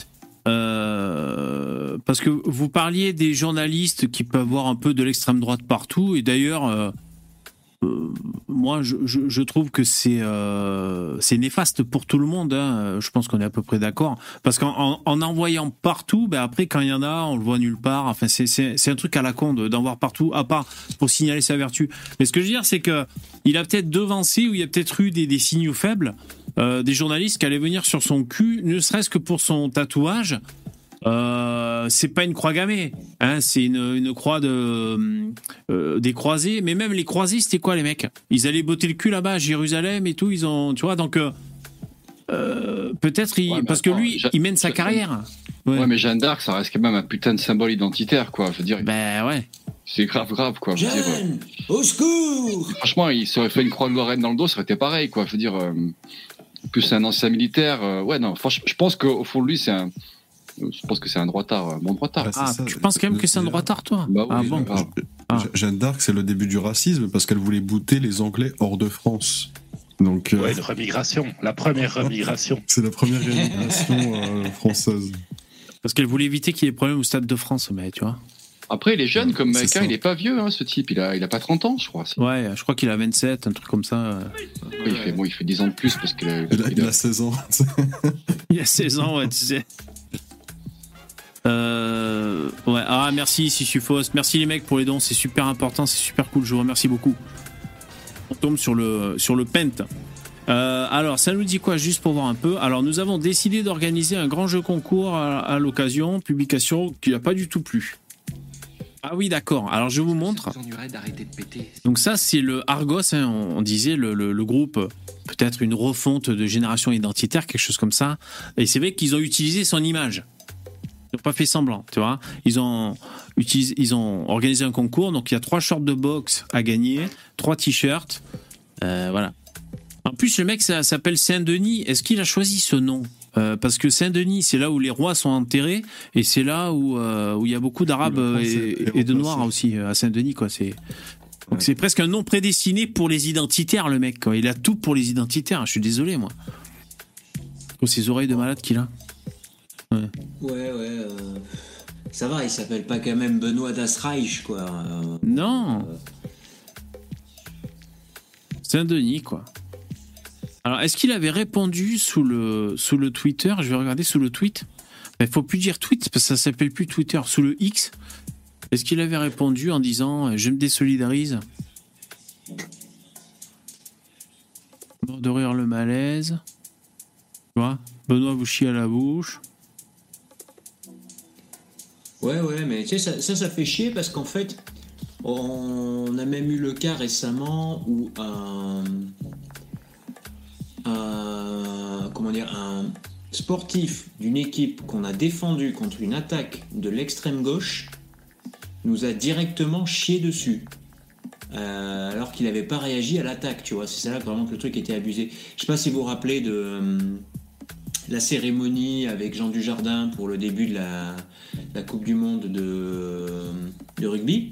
parce que vous parliez des journalistes qui peuvent avoir un peu de l'extrême droite partout, et d'ailleurs... moi, je trouve que c'est néfaste pour tout le monde. Hein. Je pense qu'on est à peu près d'accord. Parce qu'en envoyant partout, après, quand il y en a, on le voit nulle part. Enfin, c'est un truc à la con d'en voir partout, à part pour signaler sa vertu. Mais ce que je veux dire, c'est que il a peut-être devancé, ou il y a peut-être eu des signaux faibles, des journalistes qui allaient venir sur son cul, ne serait-ce que pour son tatouage. C'est pas une croix gammée, hein, c'est une croix des croisés, mais même les croisés, c'était quoi les mecs? Ils allaient botter le cul là-bas à Jérusalem et tout, ils ont, tu vois, donc peut-être parce que lui, il mène sa carrière. Ouais, mais Jeanne d'Arc, ça reste quand même un putain de symbole identitaire, quoi. Je veux dire. Ben ouais. C'est grave, quoi. Je veux Jeanne, au secours. Franchement, il s'aurait fait une croix de Lorraine dans le dos, ça aurait été pareil, quoi. Je veux dire, plus c'est un ancien militaire. Ouais, non. Franchement, je pense qu'au fond de lui, je pense que c'est un droitard, bon droitard. Ah, tu penses quand même que c'est un droitard, toi? Bah oui, bon. Jeanne d'Arc, c'est le début du racisme parce qu'elle voulait bouter les Anglais hors de France. Donc, ouais, une remigration, la première remigration. C'est la première remigration française. Parce qu'elle voulait éviter qu'il y ait des problèmes au Stade de France, mais tu vois. Après, il est jeune comme mec, il est pas vieux, hein, ce type. Il a pas 30 ans, je crois. Ouais, je crois qu'il a 27, un truc comme ça. Ouais, il fait 10 ans de plus parce qu'il a 16 ans. Il a 16 ans, ouais, tu sais. Ouais. Ah, merci Sisyphos. Merci les mecs pour les dons, c'est super important, c'est super cool, je vous remercie beaucoup. On tombe sur le Pent. Alors, ça nous dit quoi, juste pour voir un peu? Alors, nous avons décidé d'organiser un grand jeu concours à l'occasion, publication qui n'a pas du tout plu. Ah oui, d'accord. Alors, je vous montre. Donc ça, c'est le Argos, hein, on disait, le groupe, peut-être une refonte de génération identitaire, quelque chose comme ça. Et c'est vrai qu'ils ont utilisé son image. Ils n'ont pas fait semblant, tu vois. Ils ont organisé un concours, donc il y a 3 shorts de boxe à gagner, 3 t-shirts, voilà. En plus, le mec s'appelle Saint-Denis. Est-ce qu'il a choisi ce nom? Parce que Saint-Denis, c'est là où les rois sont enterrés, et c'est là où il y a beaucoup d'Arabes et de Noirs aussi, à Saint-Denis, quoi. Donc c'est presque un nom prédestiné pour les identitaires, le mec, quoi. Il a tout pour les identitaires, je suis désolé, moi. Oh, ces oreilles de malade qu'il a. Ouais. Ça va, il s'appelle pas quand même Benoît Dasreich, quoi. Non. Saint-Denis, quoi. Alors, est-ce qu'il avait répondu sous le Twitter? Je vais regarder sous le tweet. Il faut plus dire tweet parce que ça s'appelle plus Twitter. Sous le X, est-ce qu'il avait répondu en disant je me désolidarise? Mort de rire le malaise. Tu vois, Benoît vous chie à la bouche. Ouais, mais tu sais, ça fait chier parce qu'en fait, on a même eu le cas récemment où un sportif d'une équipe qu'on a défendu contre une attaque de l'extrême gauche nous a directement chié dessus. Alors qu'il n'avait pas réagi à l'attaque, tu vois. C'est là vraiment que le truc était abusé. Je sais pas si vous vous rappelez de la cérémonie avec Jean Dujardin pour le début de la Coupe du Monde de rugby,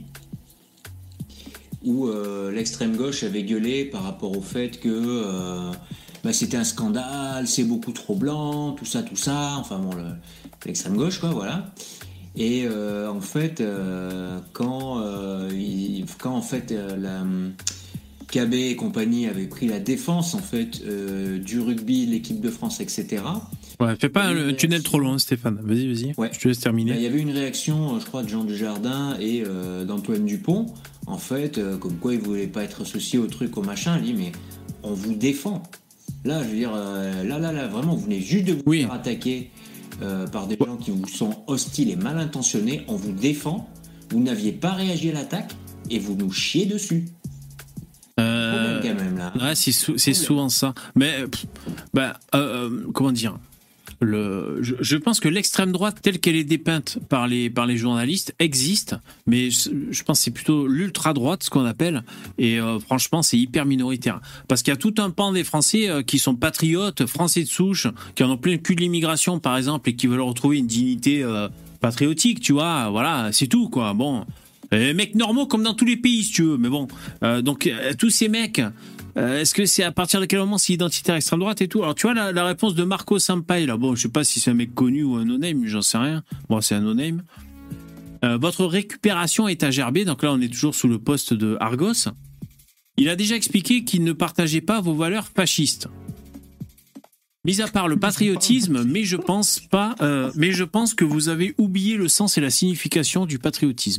où l'extrême gauche avait gueulé par rapport au fait que c'était un scandale, c'est beaucoup trop blanc, tout ça, enfin bon, l'extrême gauche, quoi, voilà. Et en fait, quand en fait la KB et compagnie avaient pris la défense en fait du rugby, l'équipe de France, etc. Ouais, fais pas un tunnel trop long, Stéphane. Vas-y. Ouais. Je te laisse terminer. Il y avait une réaction, je crois, de Jean Dujardin et d'Antoine Dupont, en fait, comme quoi ils voulaient pas être associés au truc, au machin. Il dit mais on vous défend. Là, je veux dire, là, vraiment, vous venez juste de vous faire attaquer par des gens qui vous sont hostiles et mal intentionnés. On vous défend. Vous n'aviez pas réagi à l'attaque et vous nous chiez dessus. Quand même, là. Ouais, c'est souvent ça. Mais, comment dire? Je pense que l'extrême droite telle qu'elle est dépeinte par les journalistes existe, mais je pense que c'est plutôt l'ultra droite, ce qu'on appelle, et franchement c'est hyper minoritaire, parce qu'il y a tout un pan des Français qui sont patriotes, français de souche, qui en ont plein le cul de l'immigration par exemple, et qui veulent retrouver une dignité patriotique, tu vois, voilà, c'est tout, quoi. Bon, mecs normaux comme dans tous les pays, si tu veux, mais bon, donc tous ces mecs, est-ce que c'est à partir de quel moment c'est identitaire extrême droite et tout? Alors tu vois la réponse de Marco Sampaio là, bon je sais pas si c'est un mec connu ou un no-name, j'en sais rien. Bon c'est un no-name. Votre récupération est à gerber, donc là on est toujours sous le poste de Argos. Il a déjà expliqué qu'il ne partageait pas vos valeurs fascistes. Mis à part le patriotisme, mais je pense que vous avez oublié le sens et la signification du patriotisme.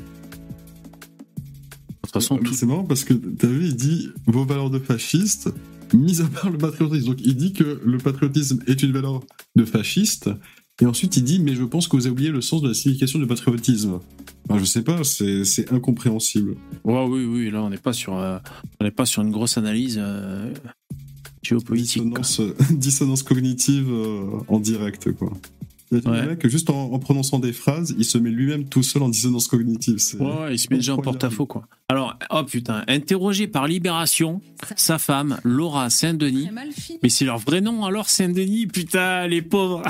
De toute façon, c'est marrant parce que t'as vu, il dit vos valeurs de fasciste, mis à part le patriotisme. Donc il dit que le patriotisme est une valeur de fasciste, et ensuite il dit mais je pense que vous avez oublié le sens de la signification du patriotisme. Alors, je sais pas, c'est incompréhensible. Ouais, oui, là on n'est pas sur une grosse analyse. géopolitique. Dissonance cognitive en direct, quoi. Il y a un mec que juste en prononçant des phrases, il se met lui-même tout seul en dissonance cognitive. Ouais, il se met déjà en porte-à-faux, quoi. Alors, oh putain, interrogé par Libération, sa femme, Laura Saint-Denis, mais c'est leur vrai nom alors, Saint-Denis, putain, les pauvres.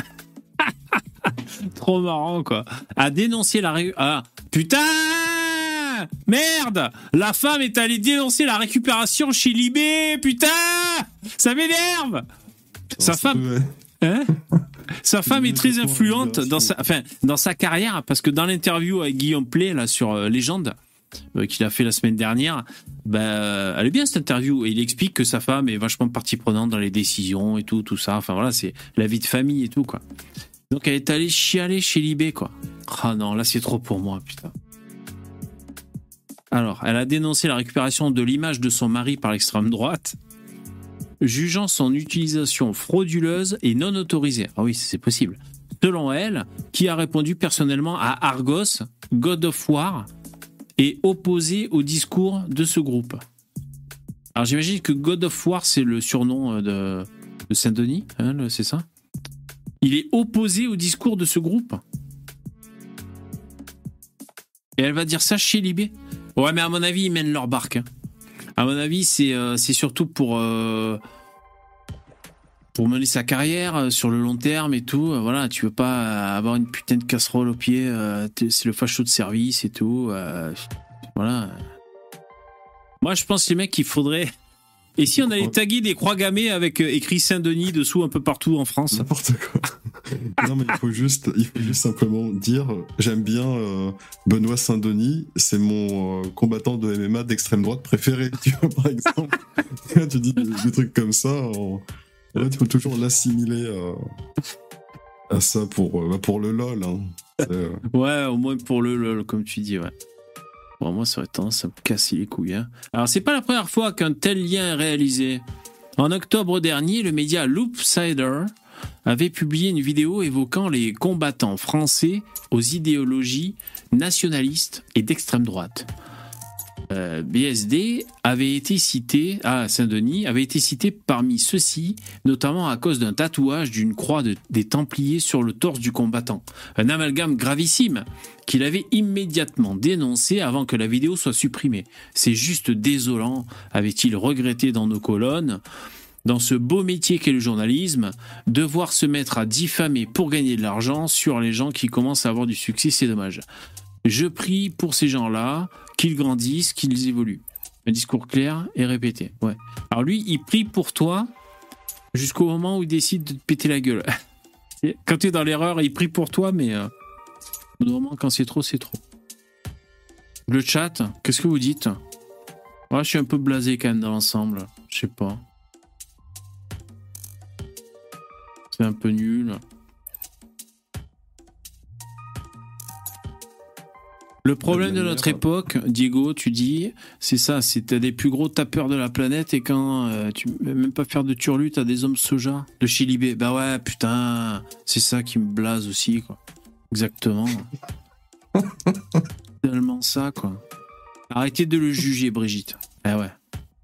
Trop marrant, quoi. A dénoncé putain, merde, la femme est allée dénoncer la récupération chez Libé, putain, ça m'énerve. Sa femme... Hein, sa femme est très influente dans sa carrière, parce que dans l'interview avec Guillaume Play là, sur Légende, qu'il a fait la semaine dernière, elle est bien cette interview, et il explique que sa femme est vachement partie prenante dans les décisions et tout ça. Enfin voilà, c'est la vie de famille et tout, quoi. Donc elle est allée chialer chez Libé, quoi. Ah non, là c'est trop pour moi, putain. Alors, elle a dénoncé la récupération de l'image de son mari par l'extrême droite, jugeant son utilisation frauduleuse et non autorisée. Ah oui, c'est possible. Selon elle, qui a répondu personnellement à Argos, God of War, est opposé au discours de ce groupe. Alors j'imagine que God of War, c'est le surnom de Saint-Denis, hein, c'est ça ? Il est opposé au discours de ce groupe. Et elle va dire ça chez Libé. Ouais, mais à mon avis, ils mènent leur barque. Hein. À mon avis, c'est surtout pour mener sa carrière sur le long terme et tout. Voilà, tu veux pas avoir une putain de casserole au pied. C'est le facho de service et tout. Voilà. Moi, je pense, les mecs, qu'il faudrait... Et si on allait taguer des croix gammées avec écrit Saint-Denis dessous un peu partout en France ? N'importe quoi. Non, mais il faut juste simplement dire, j'aime bien Benoît Saint-Denis, c'est mon combattant de MMA d'extrême droite préféré, tu vois, par exemple. Tu dis des trucs comme ça, là, il faut toujours l'assimiler à ça pour le LOL. Hein. Ouais, au moins pour le LOL, comme tu dis, ouais. Bon, moi, ça aurait tendance à me casser les couilles. Hein. Alors, c'est pas la première fois qu'un tel lien est réalisé. En octobre dernier, le média Loopsider avait publié une vidéo évoquant les combattants français aux idéologies nationalistes et d'extrême droite. BSD avait été cité, Saint-Denis avait été cité parmi ceux-ci, notamment à cause d'un tatouage d'une croix des Templiers sur le torse du combattant. Un amalgame gravissime qu'il avait immédiatement dénoncé avant que la vidéo soit supprimée. C'est juste désolant, avait-il regretté dans nos colonnes, dans ce beau métier qu'est le journalisme, devoir se mettre à diffamer pour gagner de l'argent sur les gens qui commencent à avoir du succès, c'est dommage. Je prie pour ces gens-là, qu'ils grandissent, qu'ils évoluent. Un discours clair et répété. Ouais. Alors lui, il prie pour toi jusqu'au moment où il décide de te péter la gueule. Quand tu es dans l'erreur, il prie pour toi, mais au moment quand c'est trop, c'est trop. Le chat, qu'est-ce que vous dites ? Ouais, je suis un peu blasé quand même dans l'ensemble. Je sais pas. C'est un peu nul. Le problème de notre époque, Diego, tu dis, c'est ça, c'est t'as des plus gros tapeurs de la planète et quand tu peux même pas faire de turlu, t'as des hommes soja de chez Libé. Bah ouais, putain, c'est ça qui me blase aussi, quoi. Exactement. Tellement ça, quoi. Arrêtez de le juger, Brigitte. Ah ouais.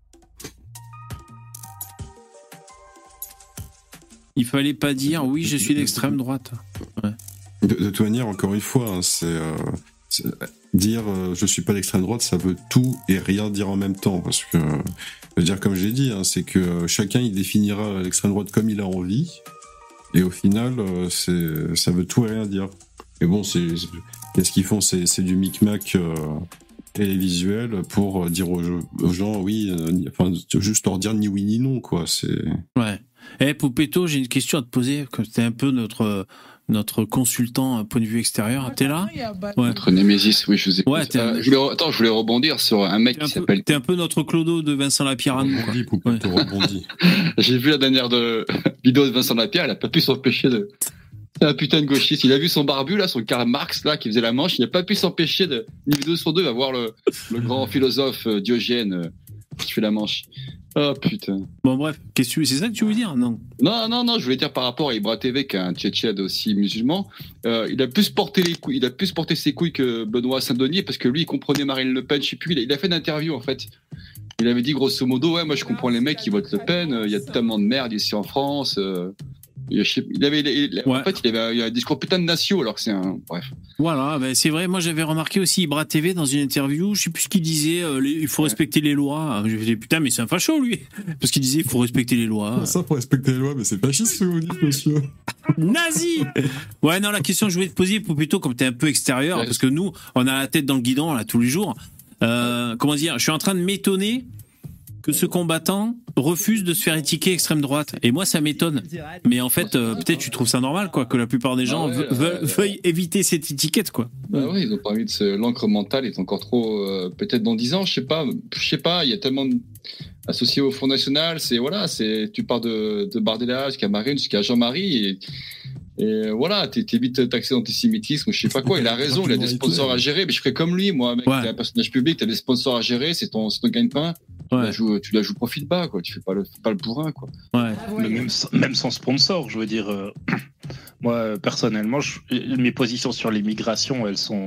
Il fallait pas dire, oui, je suis d'extrême droite. Ouais. De toute manière, encore une fois, hein, dire je suis pas d'extrême droite, ça veut tout et rien dire en même temps, parce que je veux dire, comme j'ai dit, hein, c'est que chacun il définira l'extrême droite comme il a envie, et au final ça veut tout et rien dire. Et bon, qu'est-ce qu'ils font, c'est du micmac télévisuel pour dire aux gens oui, enfin juste leur dire ni oui ni non, quoi. C'est ouais. Poupetto, j'ai une question à te poser, comme t'es un peu notre consultant point de vue extérieur. T'es là ? Ouais. Notre Némésis, oui, je vous ai. Ouais, je voulais rebondir sur un mec qui s'appelle. T'es un peu notre Clodo de Vincent Lapierre à nous. Rebondis. J'ai vu la dernière vidéo de Vincent Lapierre, il a pas pu s'empêcher de. C'est un putain de gauchiste. Il a vu son barbu là, son Karl Marx là, qui faisait la manche. Il n'a pas pu s'empêcher de. Une vidéo sur deux, il va voir le grand philosophe Diogène qui fait la manche. Oh putain. Bon bref, c'est ça que tu veux dire ? Non, je voulais dire par rapport à Ibra TV, qui est un tchétchène aussi musulman, il a plus porté ses couilles que Benoît Saint-Denis, parce que lui il comprenait Marine Le Pen, je sais plus, il a fait une interview en fait, Il avait dit grosso modo, ouais, moi je comprends les mecs qui votent Le Pen, il y a tellement de merde ici en France. En fait, il avait un discours putain de nation, alors que c'est un. Bref. Voilà, ben c'est vrai. Moi, j'avais remarqué aussi Ibra TV dans une interview. Je sais plus ce qu'il disait. Il faut respecter les lois. Je me disais putain, mais c'est un facho lui, parce qu'il disait il faut respecter les lois. Ça, faut respecter les lois, mais c'est fasciste ce que vous dites, monsieur. Nazi. Ouais, non, la question que je voulais te poser, plutôt comme t'es un peu extérieur, parce que nous, on a la tête dans le guidon là tous les jours. Comment dire ? Je suis en train de m'étonner que ce combattant refuse de se faire étiqueter extrême droite. Et moi, ça m'étonne. Mais en fait, peut-être tu trouves ça normal, quoi, que la plupart des gens veuillent éviter cette étiquette, quoi. Bah ouais, ils ont pas envie de l'encre mentale est encore trop. Peut-être dans 10 ans, je sais pas. Il y a tellement associé au Front National. Tu pars de Bardella jusqu'à Marine, jusqu'à Jean-Marie et voilà, t'es vite taxé d'antisémitisme, je sais pas quoi. Il a raison, il a des sponsors à gérer. Mais je ferais comme lui, moi, mec. T'es un personnage public, t'as des sponsors à gérer, c'est ton gagne-pain. Ouais. Tu la joues profite bas, quoi. Tu fais pas le bourrin, quoi. Ouais. Même sans sponsor, je veux dire. Moi, personnellement, mes positions sur l'immigration, elles sont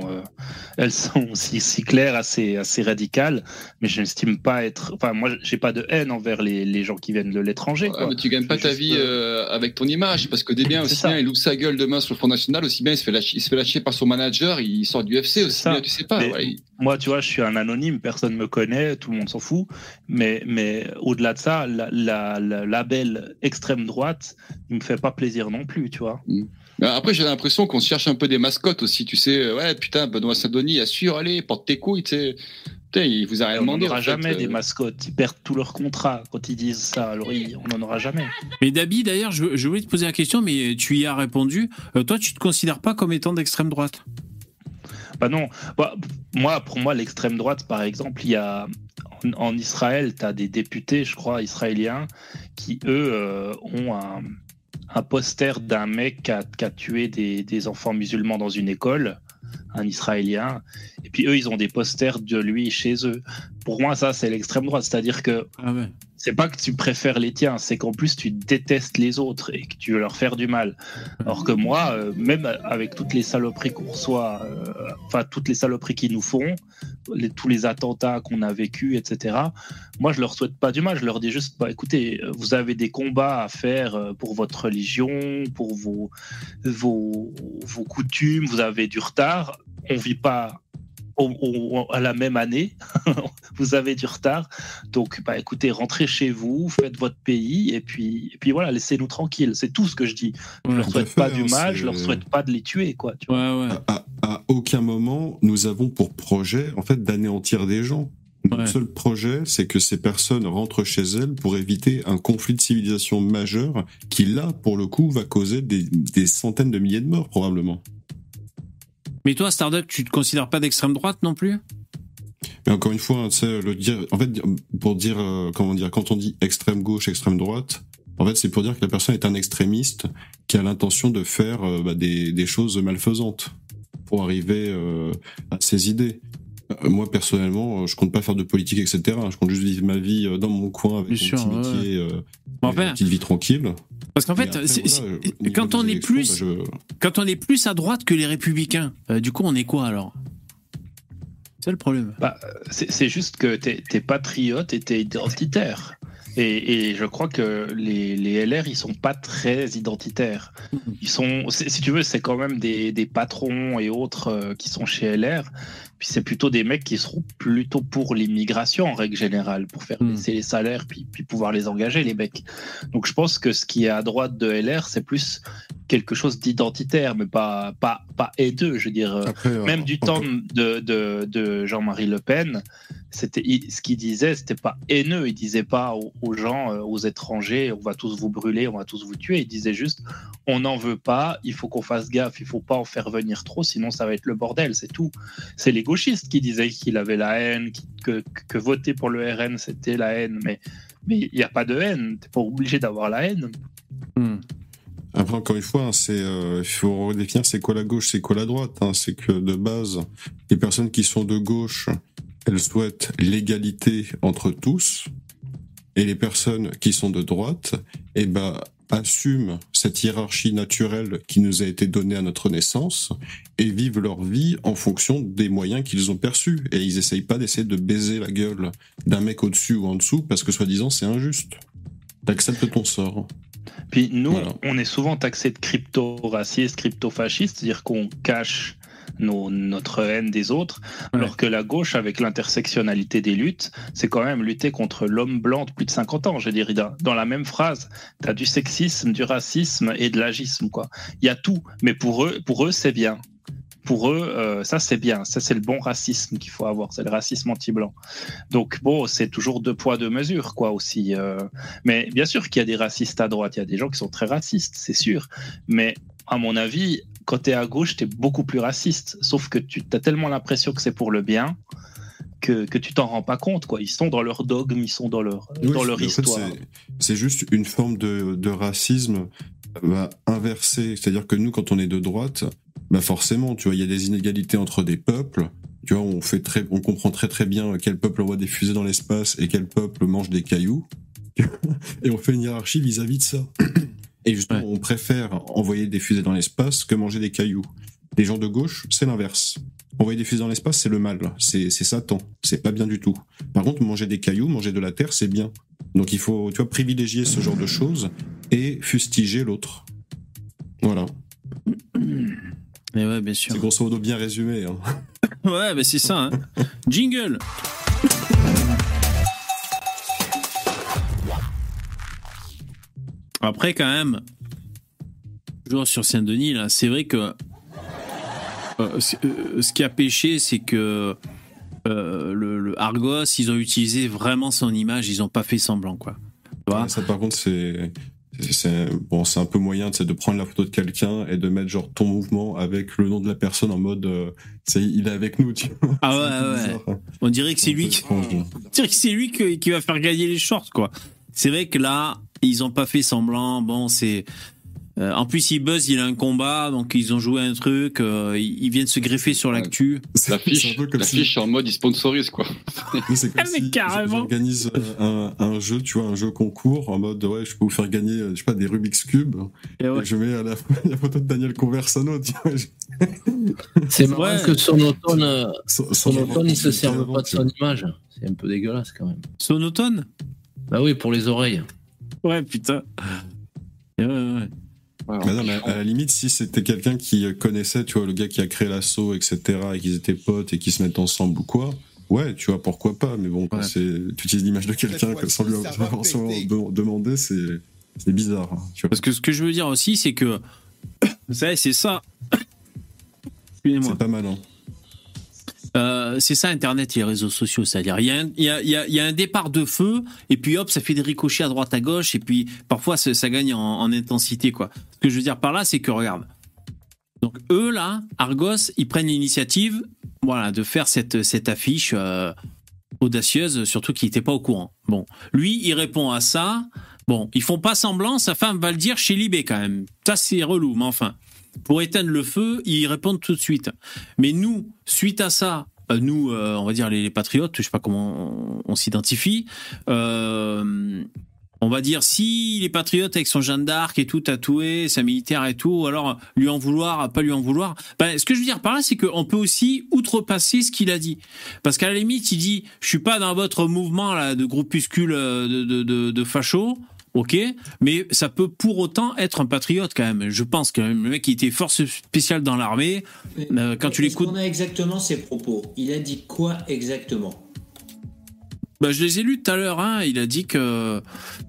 si claires, assez radicales. Mais je n'estime pas être. Enfin, moi, j'ai pas de haine envers les gens qui viennent de l'étranger. Ouais, mais tu gagnes pas ta vie avec ton image, parce que des biens aussi bien il ouvre sa gueule demain sur le Front National, aussi bien il se fait lâcher par son manager, il sort du UFC aussi bien, tu sais pas. Moi, tu vois, je suis un anonyme, personne me connaît, tout le monde s'en fout. Mais au-delà de ça, la label extrême droite, il me fait pas plaisir non plus, tu vois. Après, j'ai l'impression qu'on se cherche un peu des mascottes aussi, tu sais. Ouais, putain, Benoît Saint-Denis, assure, allez, porte tes couilles, tu sais. Putain, il vous a rien demandé. On n'aura jamais des mascottes. Ils perdent tout leur contrat quand ils disent ça. Alors, on n'en aura jamais. Mais Dabi, d'ailleurs, je voulais te poser la question, mais tu y as répondu. Toi, tu te considères pas comme étant d'extrême droite ? Bah non. Pour moi, l'extrême droite, par exemple, il y a en Israël, tu as des députés, je crois, israéliens, qui, eux, ont un poster d'un mec qui a tué des enfants musulmans dans une école, un Israélien, et puis eux, ils ont des posters de lui chez eux. Pour moi, ça, c'est l'extrême droite, c'est-à-dire que c'est pas que tu préfères les tiens, c'est qu'en plus, tu détestes les autres et que tu veux leur faire du mal. Alors que moi, même avec toutes les saloperies qu'on reçoit, toutes les saloperies qu'ils nous font, tous les attentats qu'on a vécus, etc., moi, je leur souhaite pas du mal, je leur dis juste, écoutez, vous avez des combats à faire pour votre religion, pour vos coutumes, vous avez du retard, on vit pas à la même année, vous avez du retard, donc écoutez, rentrez chez vous, faites votre pays, et puis voilà, laissez-nous tranquilles, c'est tout ce que je dis. Je leur souhaite pas du mal, je leur souhaite pas de les tuer, quoi. Tu vois. À aucun moment nous avons pour projet, en fait, d'anéantir des gens. Notre seul projet, c'est que ces personnes rentrent chez elles pour éviter un conflit de civilisation majeur qui, là, pour le coup, va causer des centaines de milliers de morts, probablement. Mais toi, Starduck, tu te considères pas d'extrême droite non plus ? Mais encore une fois, c'est pour dire quand on dit extrême gauche, extrême droite, en fait, c'est pour dire que la personne est un extrémiste qui a l'intention de faire des choses malfaisantes pour arriver à ses idées. Moi, personnellement, je compte pas faire de politique, etc. Je compte juste vivre ma vie dans mon coin avec mon petit métier, une petite vie tranquille. Parce qu'en fait, quand on est plus à droite que les Républicains, du coup, on est quoi alors ? C'est le problème. C'est juste que t'es patriote et t'es identitaire. Et je crois que les LR, ils sont pas très identitaires. Ils sont, si tu veux, c'est quand même des patrons et autres qui sont chez LR. Puis c'est plutôt des mecs qui seront plutôt pour l'immigration en règle générale, pour faire baisser les salaires, puis pouvoir les engager, les mecs. Donc je pense que ce qui est à droite de LR, c'est plus quelque chose d'identitaire, mais pas haineux, je veux dire. Après, même du temps de Jean-Marie Le Pen, ce qu'il disait, c'était pas haineux. Il disait pas aux gens, aux étrangers, on va tous vous brûler, on va tous vous tuer. Il disait juste, on n'en veut pas, il faut qu'on fasse gaffe, il faut pas en faire venir trop, sinon ça va être le bordel, c'est tout. C'est les gauchistes qui disaient qu'il avait la haine, que voter pour le RN c'était la haine, mais il n'y a pas de haine, t'es pas obligé d'avoir la haine. Après, encore une fois, il faut redéfinir c'est quoi la gauche, c'est quoi la droite. C'est que de base, les personnes qui sont de gauche, elles souhaitent l'égalité entre tous, et les personnes qui sont de droite, assument cette hiérarchie naturelle qui nous a été donnée à notre naissance et vivent leur vie en fonction des moyens qu'ils ont perçus. Et ils essayent pas d'essayer de baiser la gueule d'un mec au-dessus ou en dessous parce que soi-disant c'est injuste. T'acceptes ton sort. Puis nous, on est souvent taxés de crypto-racistes, crypto-fascistes, c'est-à-dire qu'on cache notre haine des autres, alors que la gauche, avec l'intersectionnalité des luttes, c'est quand même lutter contre l'homme blanc de plus de 50 ans, je dirais. Dans la même phrase, t'as du sexisme, du racisme et de l'agisme, quoi. Il y a tout, mais pour eux, c'est bien. Pour eux, ça c'est bien, ça c'est le bon racisme qu'il faut avoir, c'est le racisme anti-blanc. Donc bon, c'est toujours 2 poids 2 mesures, quoi, aussi. Mais bien sûr qu'il y a des racistes à droite, il y a des gens qui sont très racistes, c'est sûr. Mais à mon avis, quand t'es à gauche, t'es beaucoup plus raciste. Sauf que tu as tellement l'impression que c'est pour le bien que tu t'en rends pas compte, quoi. Ils sont dans leur dogme, ils sont dans leur histoire. En fait, c'est juste une forme de racisme inversé. C'est-à-dire que nous, quand on est de droite, forcément, tu vois, il y a des inégalités entre des peuples. Tu vois, on comprend très bien quel peuple envoie des fusées dans l'espace et quel peuple mange des cailloux. Et on fait une hiérarchie vis-à-vis de ça. Et justement, on préfère envoyer des fusées dans l'espace que manger des cailloux. Les gens de gauche, c'est l'inverse. Envoyer des fusées dans l'espace, c'est le mal. C'est Satan. C'est pas bien du tout. Par contre, manger des cailloux, manger de la terre, c'est bien. Donc il faut, tu vois, privilégier ce genre de choses et fustiger l'autre. Voilà. Mais ouais, bien sûr. C'est grosso modo bien résumé. Hein. Ouais, mais c'est ça. Hein. Jingle. Après, quand même, toujours sur Saint-Denis, là, c'est vrai que ce qui a péché, c'est que le Argos, ils ont utilisé vraiment son image, ils n'ont pas fait semblant, quoi. Tu vois, ça, par contre, c'est un peu moyen de prendre la photo de quelqu'un et de mettre genre ton mouvement avec le nom de la personne en mode il est avec nous, tu vois. Ah ouais. Bizarre, hein. On dirait que c'est lui qui va faire gagner les shorts, quoi. C'est vrai que là, ils ont pas fait semblant. Bon, c'est en plus il buzz, il a un combat, donc ils ont joué un truc. Ils viennent se greffer sur l'actu. L'affiche en mode ils sponsorisent, quoi. C'est comme si j'organise un jeu, tu vois, un jeu concours en mode je peux vous faire gagner, je sais pas, des Rubik's Cube. Et je mets à la photo de Daniel Conversano, tu vois. C'est marrant que Sonotone, il se serve pas de son image. C'est un peu dégueulasse quand même. Sonotone ? Bah oui, pour les oreilles. Ouais, putain. Ouais. Non, mais à la limite, si c'était quelqu'un qui connaissait, tu vois, le gars qui a créé l'assaut, etc., et qu'ils étaient potes et qu'ils se mettent ensemble ou quoi, ouais, tu vois, pourquoi pas, mais bon, quand tu utilises l'image de quelqu'un sans lui avoir demandé, c'est bizarre. Hein, tu vois. Parce que ce que je veux dire aussi, c'est que, vous savez, c'est ça. Excusez-moi. C'est pas mal, hein. C'est ça Internet et les réseaux sociaux, c'est-à-dire il y a un départ de feu et puis hop, ça fait des ricochets à droite à gauche et puis parfois ça gagne en intensité, quoi. Ce que je veux dire par là, c'est que regarde, donc eux là, Argos, ils prennent l'initiative, voilà, de faire cette affiche audacieuse, surtout qu'il n'était pas au courant. Bon, lui, il répond à ça. Bon, ils font pas semblant, sa femme va le dire chez Libé quand même. Ça c'est relou, mais enfin. Pour éteindre le feu, ils répondent tout de suite. Mais nous, suite à ça, on va dire les patriotes, je sais pas comment on s'identifie, on va dire si les patriotes avec son Jeanne d'Arc et tout tatoué, sa militaire et tout, alors lui en vouloir, pas lui en vouloir. Ce que je veux dire par là, c'est qu'on peut aussi outrepasser ce qu'il a dit. Parce qu'à la limite, il dit, je suis pas dans votre mouvement là de groupuscule de fachos. Ok, mais ça peut pour autant être un patriote quand même. Je pense que le mec qui était force spéciale dans l'armée, quand tu l'écoutes... Est-ce qu'on a exactement ses propos ? Il a dit quoi exactement ? Je les ai lus tout à l'heure. Hein. Il a dit que...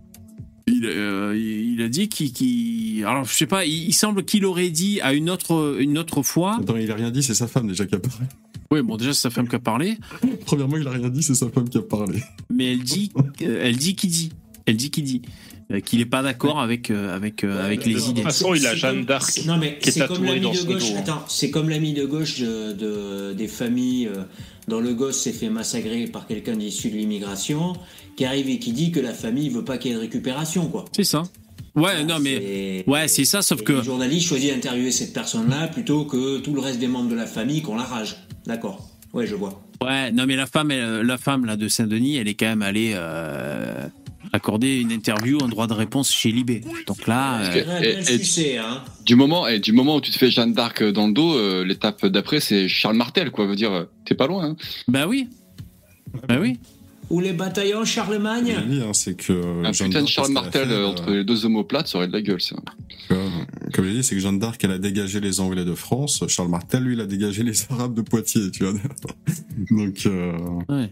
Il a dit qu'il... Alors, je sais pas, il semble qu'il aurait dit à une autre fois... Attends, il a rien dit, c'est sa femme déjà qui a parlé. Oui, bon, déjà, c'est sa femme qui a parlé. Premièrement, il a rien dit, c'est sa femme qui a parlé. Mais elle dit qu'il dit. Elle dit qu'il n'est pas d'accord avec les idées. De toute façon, il a Jeanne d'Arc non, mais qui est tatouée dans son dos. Attends, c'est comme l'ami de gauche des familles dont le gosse s'est fait massacrer par quelqu'un issu de l'immigration, qui arrive et qui dit que la famille veut pas qu'il y ait de récupération, quoi. C'est ça. Ouais, non, mais ouais, c'est ça, sauf que le journaliste choisit d'interviewer cette personne-là plutôt que tout le reste des membres de la famille qu'on la rage. D'accord. Ouais, je vois. Ouais, non, mais la femme là de Saint-Denis, elle est quand même allée à accorder une interview, un droit de réponse chez Libé. Donc là, du moment où tu te fais Jeanne d'Arc dans le dos, l'étape d'après c'est Charles Martel, quoi. Veut dire, t'es pas loin. Hein. Bah oui. Ou les bataillons Charlemagne. C'est que un putain de Charles Martel entre les deux omoplates, ça aurait de la gueule, ça. Comme je l'ai dit, c'est que Jeanne d'Arc, elle a dégagé les Anglais de France. Charles Martel, lui, il a dégagé les Arabes de Poitiers, tu vois. Donc. Ouais.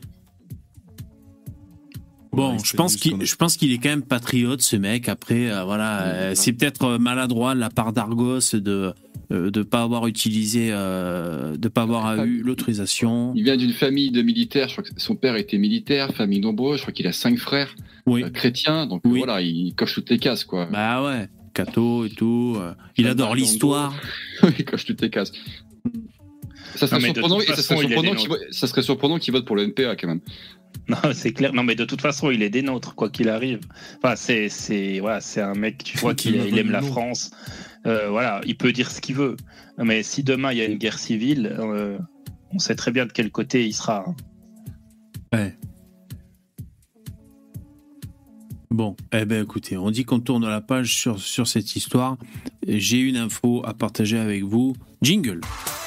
Bon, je pense qu'il est quand même patriote, ce mec. Après, c'est peut-être maladroit de la part d'Argos de pas avoir utilisé, de pas avoir eu l'autorisation. Il vient d'une famille de militaires. Je crois que son père était militaire, famille nombreuse. Je crois qu'il a 5 frères chrétiens. Donc voilà, il coche toutes les cases, quoi. Bah ouais, catho et tout. Il adore l'histoire. Il coche toutes les cases. Ça serait surprenant qu'il vote pour le NPA, quand même. Non, c'est clair. Non, mais de toute façon, il est des nôtres, quoi qu'il arrive. Enfin, c'est un mec, tu vois, qu'il aime la France. Voilà, il peut dire ce qu'il veut. Mais si demain il y a une guerre civile, on sait très bien de quel côté il sera. Ouais. Bon, écoutez, on dit qu'on tourne la page sur cette histoire. J'ai une info à partager avec vous. Jingle.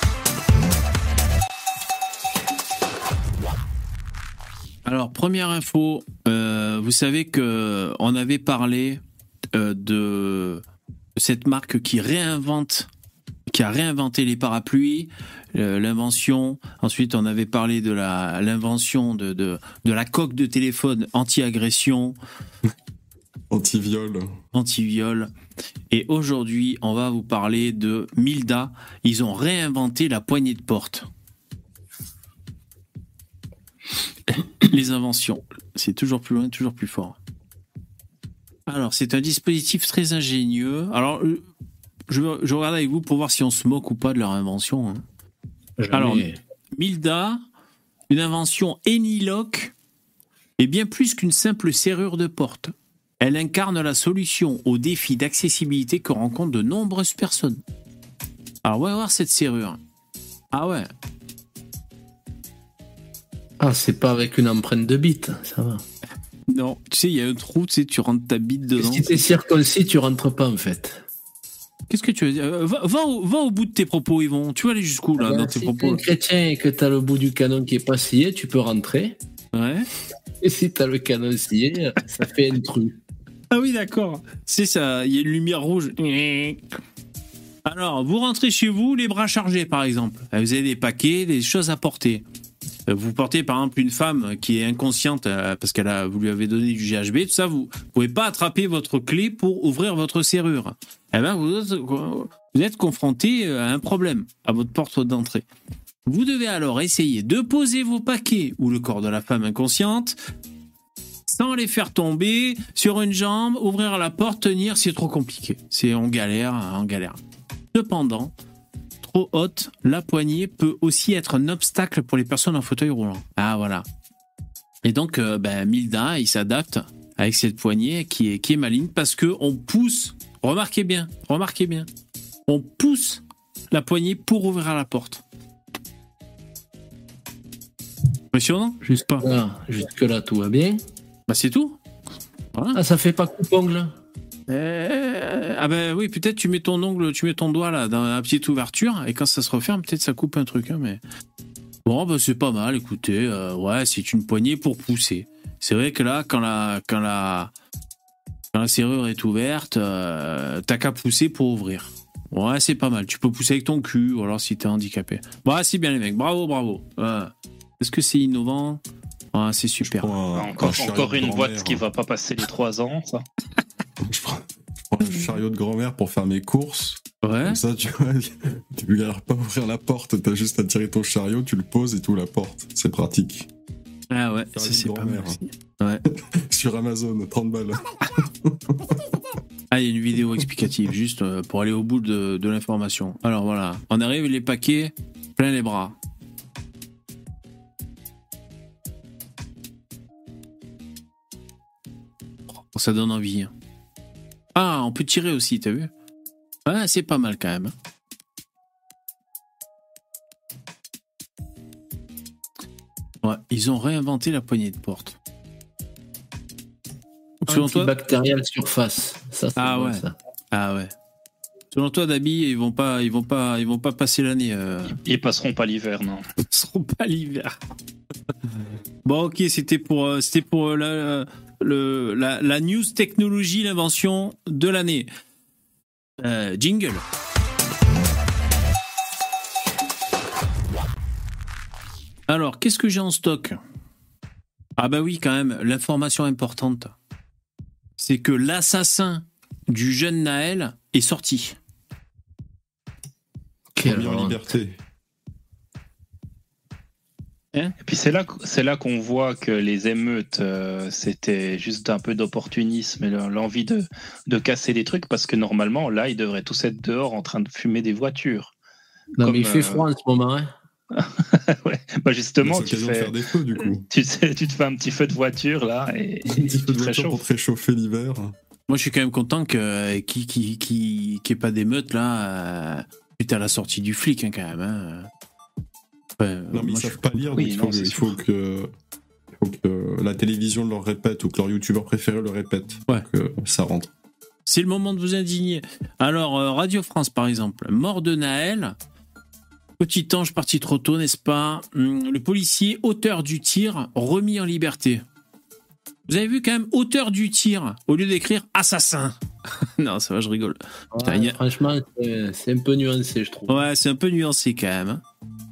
Alors, première info, vous savez qu'on avait parlé de cette marque qui a réinventé les parapluies, l'invention. Ensuite, on avait parlé de l'invention de la coque de téléphone anti-agression. Anti-viol. Et aujourd'hui, on va vous parler de Milda. Ils ont réinventé la poignée de porte. Les inventions, c'est toujours plus loin, toujours plus fort. Alors, c'est un dispositif très ingénieux. Alors, je regarde avec vous pour voir si on se moque ou pas de leur invention. Hein. Alors, Milda, une invention Enilock, est bien plus qu'une simple serrure de porte. Elle incarne la solution aux défis d'accessibilité que rencontrent de nombreuses personnes. Alors, on va voir cette serrure. Ah ouais. Ah, c'est pas avec une empreinte de bite, ça va. Non, tu sais, il y a un trou, tu rentres ta bite dedans. Si t'es circoncis, tu rentres pas, en fait. Qu'est-ce que tu veux dire ? Va au bout de tes propos, Yvon. Tu vas aller jusqu'où, là, dans tes propos ? Si t'es chrétien et que t'as le bout du canon qui est pas scié, tu peux rentrer. Ouais. Et si t'as le canon scié, ça fait un trou. Ah oui, d'accord. C'est ça, il y a une lumière rouge. Alors, vous rentrez chez vous, les bras chargés, par exemple. Vous avez des paquets, des choses à porter. Vous portez par exemple une femme qui est inconsciente parce vous lui avez donné du GHB, tout ça, vous pouvez pas attraper votre clé pour ouvrir votre serrure. Eh ben, vous êtes confronté à un problème à votre porte d'entrée. Vous devez alors essayer de poser vos paquets ou le corps de la femme inconsciente sans les faire tomber sur une jambe, ouvrir la porte, tenir, c'est trop compliqué. On galère. Cependant, trop haute, la poignée peut aussi être un obstacle pour les personnes en fauteuil roulant. Ah voilà. Et donc, Milda, il s'adapte avec cette poignée qui est maligne parce que on pousse. Remarquez bien. On pousse la poignée pour ouvrir la porte. Impressionnant ? Jusque là, tout va bien. Bah c'est tout. Voilà. Ah, ça fait pas coupe-ongle ? Ah ben oui, peut-être tu mets ton doigt là dans la petite ouverture et quand ça se referme, peut-être ça coupe un truc. Hein, mais bon, c'est pas mal. Écoutez, c'est une poignée pour pousser. C'est vrai que là, quand la serrure est ouverte, t'as qu'à pousser pour ouvrir. Ouais, c'est pas mal. Tu peux pousser avec ton cul, ou alors si t'es handicapé. Ouais, c'est bien les mecs. Bravo. Est-ce que c'est innovant ? Ah, c'est super. Encore une boîte qui va pas passer les 3 ans, ça. Je prends un chariot de grand-mère pour faire mes courses. Ouais. Comme ça, tu galères pas à ouvrir la porte, t'as juste à tirer ton chariot, tu le poses et tu ouvres la porte. C'est pratique. Ah ouais, ça c'est pas mal aussi. Ouais. Sur Amazon, 30 balles. Ah, il y a une vidéo explicative, juste pour aller au bout de l'information. Alors voilà, on arrive, les paquets, plein les bras. Ça donne envie. Ah, on peut tirer aussi, t'as vu ? Ouais, c'est pas mal quand même. Ouais, ils ont réinventé la poignée de porte. Antibactérial surface. Ça, c'est bon, ça. Ah ouais. Selon toi, Dabi, ils vont pas passer l'année. Ils passeront pas l'hiver, non. Ils passeront pas l'hiver. Bon, ok, c'était pour la news technologie, l'invention de l'année. Jingle. Alors, qu'est-ce que j'ai en stock ? Ah bah oui, quand même, l'information importante, c'est que l'assassin du jeune Naël est sorti. Remis en liberté. Et puis c'est là qu'on voit que les émeutes, c'était juste un peu d'opportunisme et l'envie de casser des trucs, parce que normalement, là, ils devraient tous être dehors en train de fumer des voitures. Non, mais il fait froid en ce moment, hein. Ouais, bah justement, tu fais faire des feux, du coup. Tu te fais un petit feu de voire là et un petit feu de voiture pour te réchauffer l'hiver. Moi, je suis quand même content qu'il n'y ait pas d'émeute là, suite à la sortie du flic, hein, quand même. Hein. Ouais, non, mais ils savent pas lire, donc il faut que la télévision leur répète ou que leur youtubeur préféré le répète. Ouais. Que ça rentre. C'est le moment de vous indigner. Alors, Radio France, par exemple, mort de Naël. Petit ange parti trop tôt, n'est-ce pas ? Le policier auteur du tir remis en liberté. Vous avez vu quand même auteur du tir au lieu d'écrire assassin. Non, ça va, je rigole. Ouais, putain, franchement, c'est un peu nuancé, je trouve. Ouais, c'est un peu nuancé quand même.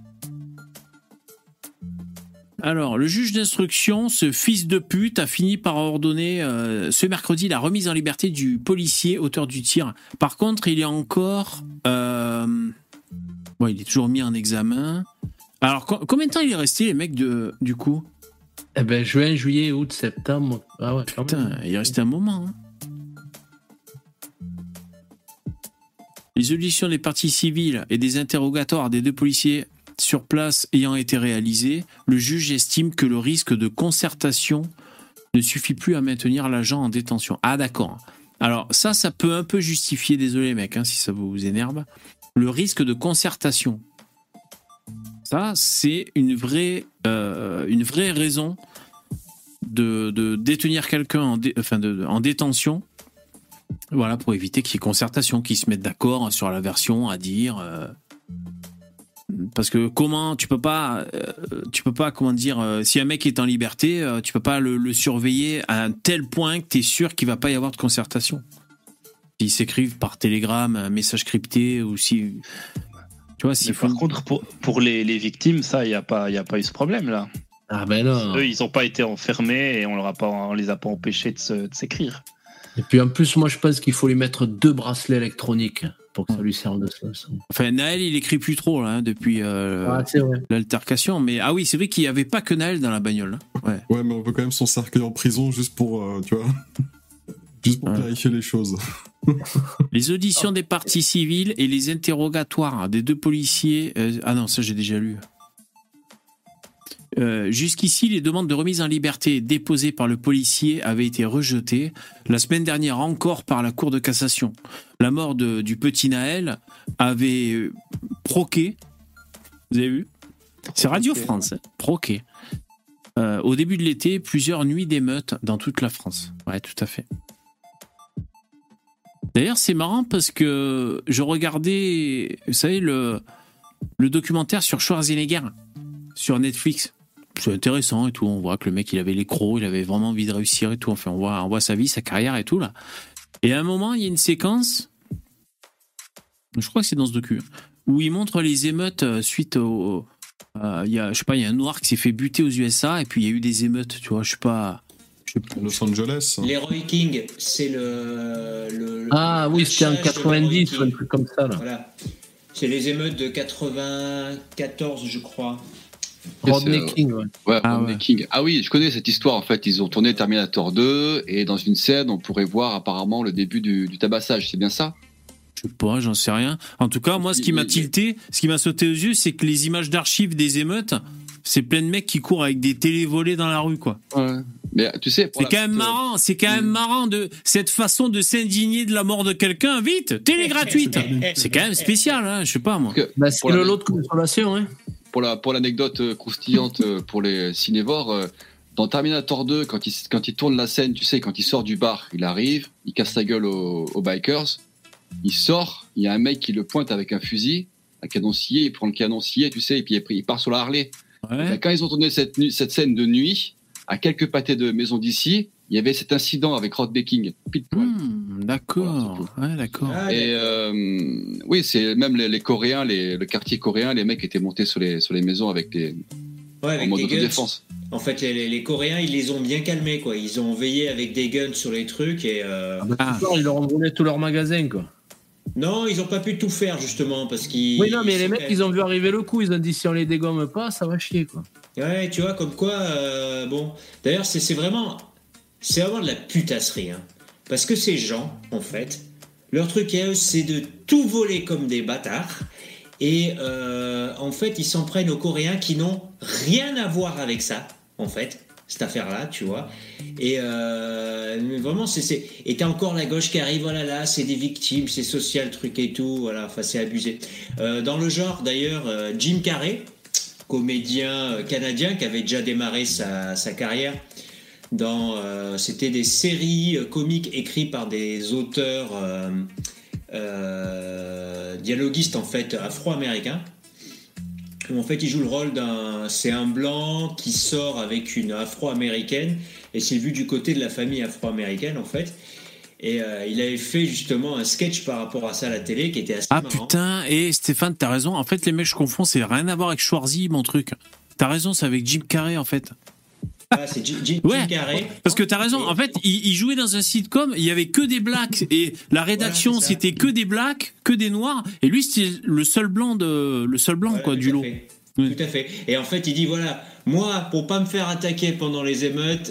Alors, le juge d'instruction, ce fils de pute, a fini par ordonner ce mercredi la remise en liberté du policier auteur du tir. Par contre, il est encore... Bon, il est toujours mis en examen. Alors, combien de temps il est resté, les mecs, du coup ? Eh ben, juin, juillet, août, septembre. Ah ouais, putain, il est resté un moment. Hein. Les auditions des parties civiles et des interrogatoires des deux policiers sur place ayant été réalisés, le juge estime que le risque de concertation ne suffit plus à maintenir l'agent en détention. Ah, d'accord. Alors, ça peut un peu justifier, désolé, mec, hein, si ça vous énerve, le risque de concertation. Ça, c'est une vraie raison de détenir quelqu'un en détention, voilà, pour éviter qu'il y ait concertation, qu'ils se mettent d'accord sur la version à dire. Parce que comment tu peux pas comment dire, si un mec est en liberté, tu peux pas le surveiller à un tel point que tu es sûr qu'il va pas y avoir de concertation. S'ils s'écrivent par télégramme, un message crypté, ou si... Tu vois, si par contre, pour les victimes, ça, il n'y a pas eu ce problème-là. Ah ben non. Eux, ils n'ont pas été enfermés et on les a pas empêchés de s'écrire. Et puis en plus, moi, je pense qu'il faut lui mettre 2 bracelets électroniques pour que ça lui serve de ça. Enfin, Naël, il écrit plus trop, là, hein, depuis l'altercation. Mais oui, c'est vrai qu'il n'y avait pas que Naël dans la bagnole. Hein. Ouais, mais on veut quand même son cercueil en prison juste pour, tu vois... Juste pour clarifier les choses. Les auditions des parties civiles et les interrogatoires des deux policiers... Ah non, ça j'ai déjà lu. Jusqu'ici, les demandes de remise en liberté déposées par le policier avaient été rejetées. La semaine dernière encore par la Cour de cassation. La mort du petit Naël avait proqué. Vous avez vu ? C'est Radio France, hein, proqué. Au début de l'été, plusieurs nuits d'émeutes dans toute la France. Ouais, tout à fait. D'ailleurs, c'est marrant parce que je regardais, vous savez, le documentaire sur Schwarzenegger sur Netflix. C'est intéressant et tout. On voit que le mec, il avait les crocs, il avait vraiment envie de réussir et tout. Enfin, on voit sa vie, sa carrière et tout là. Et à un moment, il y a une séquence, je crois que c'est dans ce docu, où il montre les émeutes suite au, il y a un noir qui s'est fait buter aux USA et puis il y a eu des émeutes, tu vois. Je sais pas. Los Angeles. Leroy King, c'est le ah oui, c'était en 90 ou un truc comme ça là. Voilà. C'est les émeutes de 94, je crois. Rodney King, ouais. Ouais, Rodney King. Ah oui, je connais cette histoire en fait. Ils ont tourné Terminator 2 et dans une scène, on pourrait voir apparemment le début du tabassage. C'est bien ça ? Je sais pas, j'en sais rien. En tout cas, moi, ce qui m'a tilté, ce qui m'a sauté aux yeux, c'est que les images d'archives des émeutes, c'est plein de mecs qui courent avec des télévolets dans la rue, quoi. Ouais. Mais tu sais, c'est quand même marrant de cette façon de s'indigner de la mort de quelqu'un. Vite, télé gratuite. C'est quand même spécial, hein, je sais pas moi. C'est le lot de consolation, hein. Pour l'anecdote croustillante pour les cinévores, Dans Terminator 2, quand il tourne la scène, tu sais, quand il sort du bar, il arrive, il casse la gueule aux bikers, il sort, il y a un mec qui le pointe avec un fusil, un canoncier, il prend le canoncier, tu sais, et puis il part sur la Harley. Ouais. Quand ils ont tourné cette scène de nuit, à quelques pâtés de maison d'ici, il y avait cet incident avec Rod Baking. D'accord. Voilà, ouais, d'accord. Et oui, c'est même les Coréens, le quartier coréen, les mecs étaient montés sur les maisons avec en mode autodéfense. En fait, les Coréens, ils les ont bien calmés, quoi. Ils ont veillé avec des guns sur les trucs et. Ils leur ont volé tous leurs magasins, quoi. Non, ils n'ont pas pu tout faire, justement, parce qu'ils. Oui, non, mais les mecs, ils ont vu arriver le coup. Ils ont dit si on les dégomme pas, ça va chier, quoi. Ouais, tu vois, comme quoi. Bon. D'ailleurs, c'est vraiment de la putasserie, hein. Parce que ces gens, en fait, leur truc à eux, c'est de tout voler comme des bâtards. Et en fait, ils s'en prennent aux Coréens qui n'ont rien à voir avec ça, en fait, cette affaire-là, tu vois. Et vraiment, et t'as encore la gauche qui arrive, voilà, là, c'est des victimes, c'est social, truc et tout, voilà, enfin, c'est abusé. Dans le genre, d'ailleurs, Jim Carrey, comédien canadien qui avait déjà démarré sa carrière c'était des séries comiques écrites par des auteurs dialoguistes en fait afro-américains. En fait, il joue le rôle c'est un blanc qui sort avec une afro-américaine et c'est vu du côté de la famille afro-américaine en fait. Et il avait fait justement un sketch par rapport à ça à la télé qui était assez marrant. Putain, et Stéphane, t'as raison. En fait, les mecs, je confonds, c'est rien à voir avec Schwarzy, mon truc. T'as raison, c'est avec Jim Carrey en fait. Ah, c'est Jim Carrey. Parce que t'as raison, en fait, il jouait dans un sitcom, il y avait que des blacks, et la rédaction, voilà, c'était que des blacks, que des noirs, et lui, c'était le seul blanc, voilà, quoi, du lot. Oui. Tout à fait. Et en fait, il dit, voilà, moi, pour pas me faire attaquer pendant les émeutes,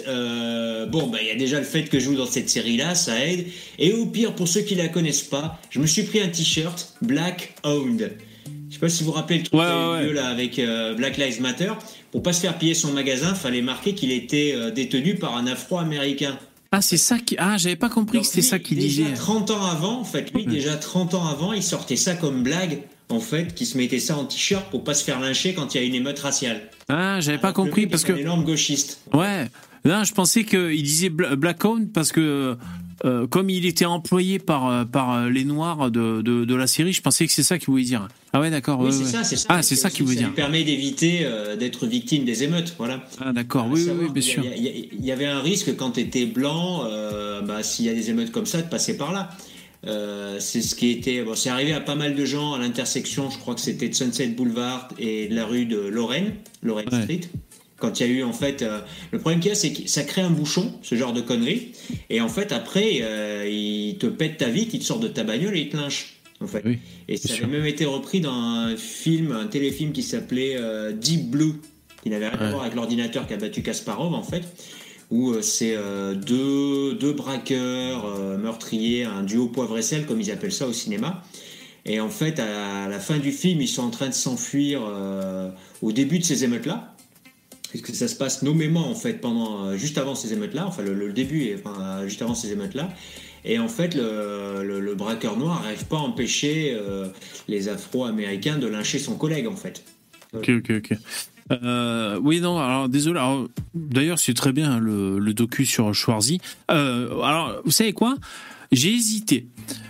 il y a déjà le fait que je joue dans cette série-là, ça aide. Et au pire, pour ceux qui la connaissent pas, je me suis pris un t-shirt Black Owned. Je sais pas si vous vous rappelez le truc là avec Black Lives Matter. Pour pas se faire piller son magasin, fallait marquer qu'il était détenu par un Afro-Américain. Ah, c'est ça qui. Ah, j'avais pas compris. Donc, que c'était ça qu'il disait. Déjà 30 ans avant, en fait, déjà 30 ans avant, il sortait ça comme blague, en fait, qui se mettait ça en t-shirt pour pas se faire lyncher quand il y a une émeute raciale. Ah, j'avais pas compris parce que. Un énorme gauchiste. Ouais. Non, je pensais qu'il disait Black Owned parce que. Comme il était employé par les Noirs de la série, je pensais que c'est ça qu'il voulait dire. Ah ouais, d'accord. Oui, ouais, c'est ouais. ça, c'est ça. Ah, c'est ça qu'il voulait dire. Ça lui permet d'éviter d'être victime des émeutes, voilà. Ah d'accord, oui, bien sûr. Il y avait un risque quand tu étais blanc, s'il y a des émeutes comme ça, de passer par là. C'est ce qui était. Bon, c'est arrivé à pas mal de gens à l'intersection, je crois que c'était de Sunset Boulevard et de la rue de Lorraine Street. Quand il y a eu, en fait, le problème qu'il y a, c'est que ça crée un bouchon, ce genre de conneries. Et en fait, après, il te pète ta vitre, il te sort de ta bagnole et il te lynche. En fait. Oui, et ça avait même été repris dans un téléfilm qui s'appelait Deep Blue, qui n'avait rien à voir avec l'ordinateur qui a battu Kasparov, en fait, où c'est deux braqueurs meurtriers, un duo poivre et sel, comme ils appellent ça au cinéma. Et en fait, à la fin du film, ils sont en train de s'enfuir au début de ces émeutes-là. Parce que ça se passe nommément en fait juste avant ces émeutes-là, enfin le début juste avant ces émeutes-là, et en fait le braqueur noir n'arrive pas à empêcher les Afro-Américains de lyncher son collègue en fait. Ok. Oui, non, alors désolé. Alors, d'ailleurs, c'est très bien le docu sur Schwarzy. Alors, vous savez quoi ? J'ai hésité.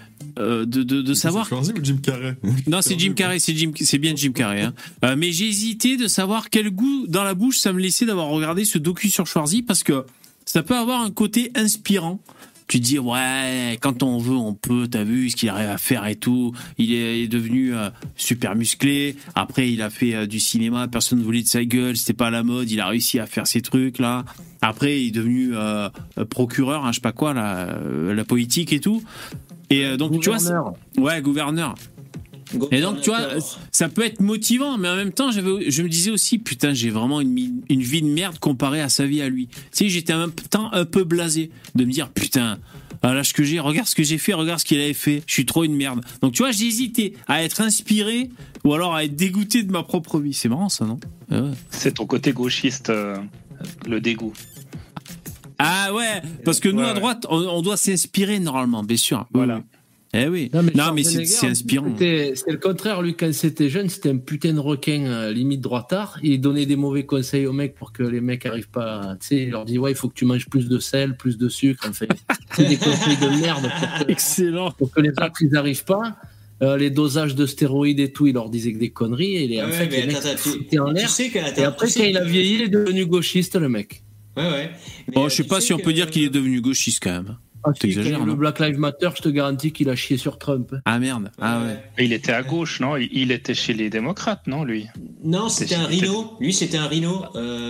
De savoir. C'est Schwarzy ou Jim Carrey ? Non, c'est Jim Carrey, c'est bien Jim Carrey. Hein. Mais j'ai hésité de savoir quel goût dans la bouche ça me laissait d'avoir regardé ce docu sur Schwarzy parce que ça peut avoir un côté inspirant. Tu te dis, ouais, quand on veut, on peut, t'as vu ce qu'il arrive à faire et tout. Il est devenu super musclé. Après, il a fait du cinéma, personne ne voulait de sa gueule, c'était pas à la mode, il a réussi à faire ces trucs-là. Après, il est devenu procureur, je sais pas quoi, la politique et tout. Et donc, gouverneur. Tu vois, gouverneur. Et donc, tu vois, ça peut être motivant, mais en même temps, je me disais aussi, putain, j'ai vraiment une vie de merde comparée à sa vie à lui. Tu sais, j'étais en même temps un peu blasé de me dire, putain, à l'âge que j'ai, regarde ce que j'ai fait, regarde ce qu'il avait fait, je suis trop une merde. Donc, tu vois, j'ai hésité à être inspiré ou alors à être dégoûté de ma propre vie. C'est marrant, ça, non ? Ouais. C'est ton côté gauchiste, le dégoût. Ah ouais, parce que nous, à droite, on doit s'inspirer normalement, bien sûr. Voilà. Eh oui. Non, mais c'est inspirant. C'est le contraire, lui, quand c'était jeune, c'était un putain de requin, limite droitard. Il donnait des mauvais conseils aux mecs pour que les mecs arrivent pas. Tu sais, il leur dit, ouais, il faut que tu manges plus de sel, plus de sucre. Enfin, c'est des conseils de merde. Excellent. Pour que les autres, ils n'arrivent pas. Les dosages de stéroïdes et tout, il leur disait que des conneries. Et en fait, les mecs étaient en l'air. Et après, quand il a vieilli, il est devenu gauchiste, le mec. Ouais. Bon, je sais pas si on peut dire qu'il est devenu gauchiste quand même. T'exagères, le Black Lives Matter, je te garantis qu'il a chié sur Trump. Ah merde, ah ouais. Et il était à gauche, non? Il était chez les démocrates, non, lui? Non, c'était un rhino. Lui, c'était un rhino.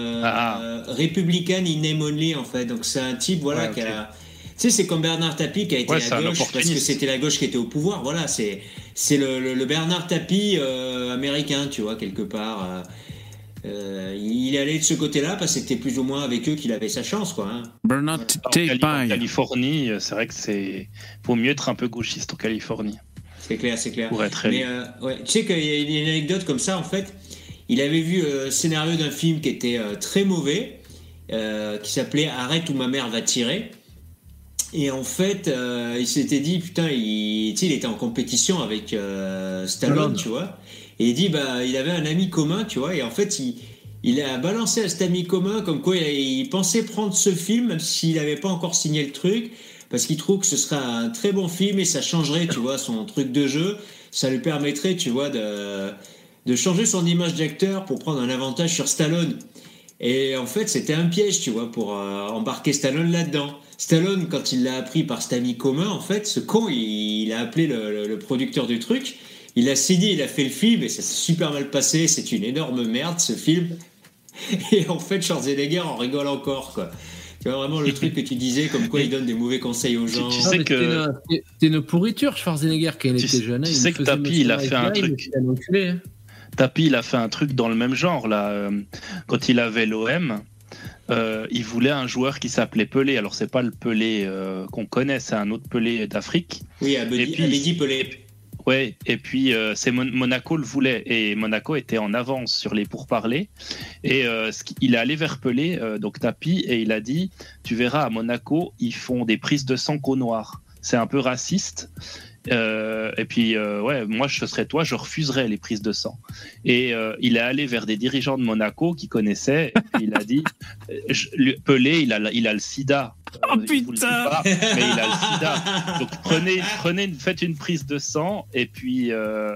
Républicain in name only, en fait. Donc, c'est un type, voilà, qui a... Tu sais, c'est comme Bernard Tapie qui a été à gauche parce que c'était la gauche qui était au pouvoir. Voilà, c'est le Bernard Tapie américain, tu vois, quelque part. Il est allé de ce côté-là parce que c'était plus ou moins avec eux qu'il avait sa chance, quoi. Hein. Bernard Tapie. En Californie, c'est vrai que faut mieux être un peu gauchiste en Californie. C'est clair. Pour être Mais tu sais qu'il y a une anecdote comme ça, en fait. Il avait vu le scénario d'un film qui était très mauvais, qui s'appelait Arrête ou ma mère va tirer. Et en fait, il s'était dit, putain, il était en compétition avec Stallone, tu vois. Et il dit, il avait un ami commun, tu vois. Et en fait, il a balancé à cet ami commun comme quoi il pensait prendre ce film, même s'il n'avait pas encore signé le truc, parce qu'il trouve que ce serait un très bon film et ça changerait, tu vois, son truc de jeu. Ça lui permettrait, tu vois, de changer son image d'acteur pour prendre un avantage sur Stallone. Et en fait, c'était un piège, tu vois, pour embarquer Stallone là-dedans. Stallone, quand il l'a appris par cet ami commun, en fait, ce con, il a appelé le producteur du truc. Il a signé, il a fait le film et ça s'est super mal passé. C'est une énorme merde, ce film. Et en fait, Schwarzenegger en rigole encore, quoi. Tu vois vraiment le truc que tu disais, comme quoi il donne des mauvais conseils aux gens. Tu sais que c'est une pourriture, Schwarzenegger, quand il était jeune. Tu sais que Tapie, il a fait un truc. Tapie, il a fait un truc dans le même genre, là. Quand il avait l'OM, il voulait un joueur qui s'appelait Pelé. Alors, c'est pas le Pelé qu'on connaît, c'est un autre Pelé d'Afrique. Oui, Abedi Pelé. Ouais, et puis c'est Monaco le voulait, et Monaco était en avance sur les pourparlers, et il est allé vers Pelé, donc Tapie, et il a dit, tu verras, à Monaco, ils font des prises de sang qu'aux noirs. C'est un peu raciste. Et puis, moi, je serais toi, je refuserais les prises de sang. Et il est allé vers des dirigeants de Monaco qui connaissaient, et puis il a dit, Pelé, il a le sida. Oh putain pas, mais il a le sida. Donc faites une prise de sang, et puis,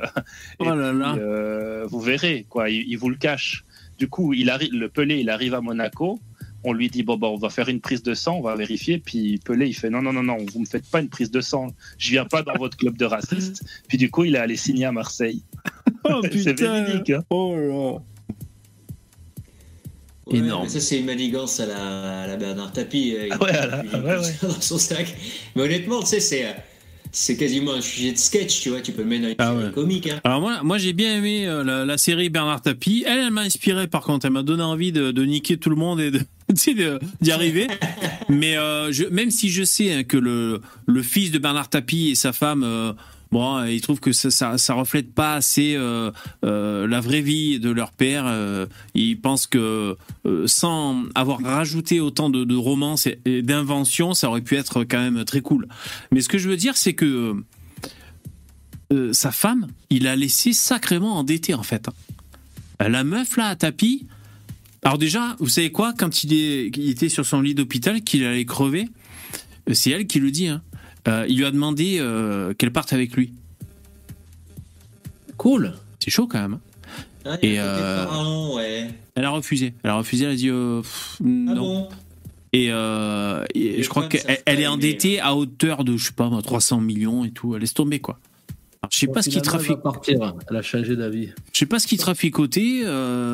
vous verrez, quoi, il vous le cache. Du coup, le Pelé, il arrive à Monaco. On lui dit, on va faire une prise de sang, on va vérifier. Puis Pelé, il fait, non, vous me faites pas une prise de sang. Je viens pas dans votre club de racistes. Puis du coup, il est allé signer à Marseille. Oh putain. C'est véridique. Hein. Oh là. Ouais, énorme. Ça, c'est une manigance à la Bernard Tapie. Dans son sac. Mais honnêtement, tu sais, c'est quasiment un sujet de sketch, tu vois. Tu peux le mettre dans une série comique. Hein. Alors moi, j'ai bien aimé la série Bernard Tapie. Elle m'a inspiré, par contre. Elle m'a donné envie de niquer tout le monde et d'y arriver. Mais même si je sais que le fils de Bernard Tapie et sa femme... ils trouvent que ça reflète pas assez la vraie vie de leur père. Ils pensent que sans avoir rajouté autant de romances et d'inventions, ça aurait pu être quand même très cool. Mais ce que je veux dire, c'est que sa femme, il a laissé sacrément endetté, en fait. La meuf, là, à Tapie... Alors déjà, vous savez quoi, quand il était sur son lit d'hôpital, qu'il allait crever, c'est elle qui le dit, hein. Il lui a demandé qu'elle parte avec lui. Cool. C'est chaud quand même. Ah, et elle a refusé. Elle a dit non. Bon. Et je crois qu'elle est endettée à hauteur de, je sais pas, 300 millions et tout. Elle laisse tomber, quoi. Alors, je sais pas ce qui trafique. Elle a changé d'avis. Je sais pas ce qui traficotait.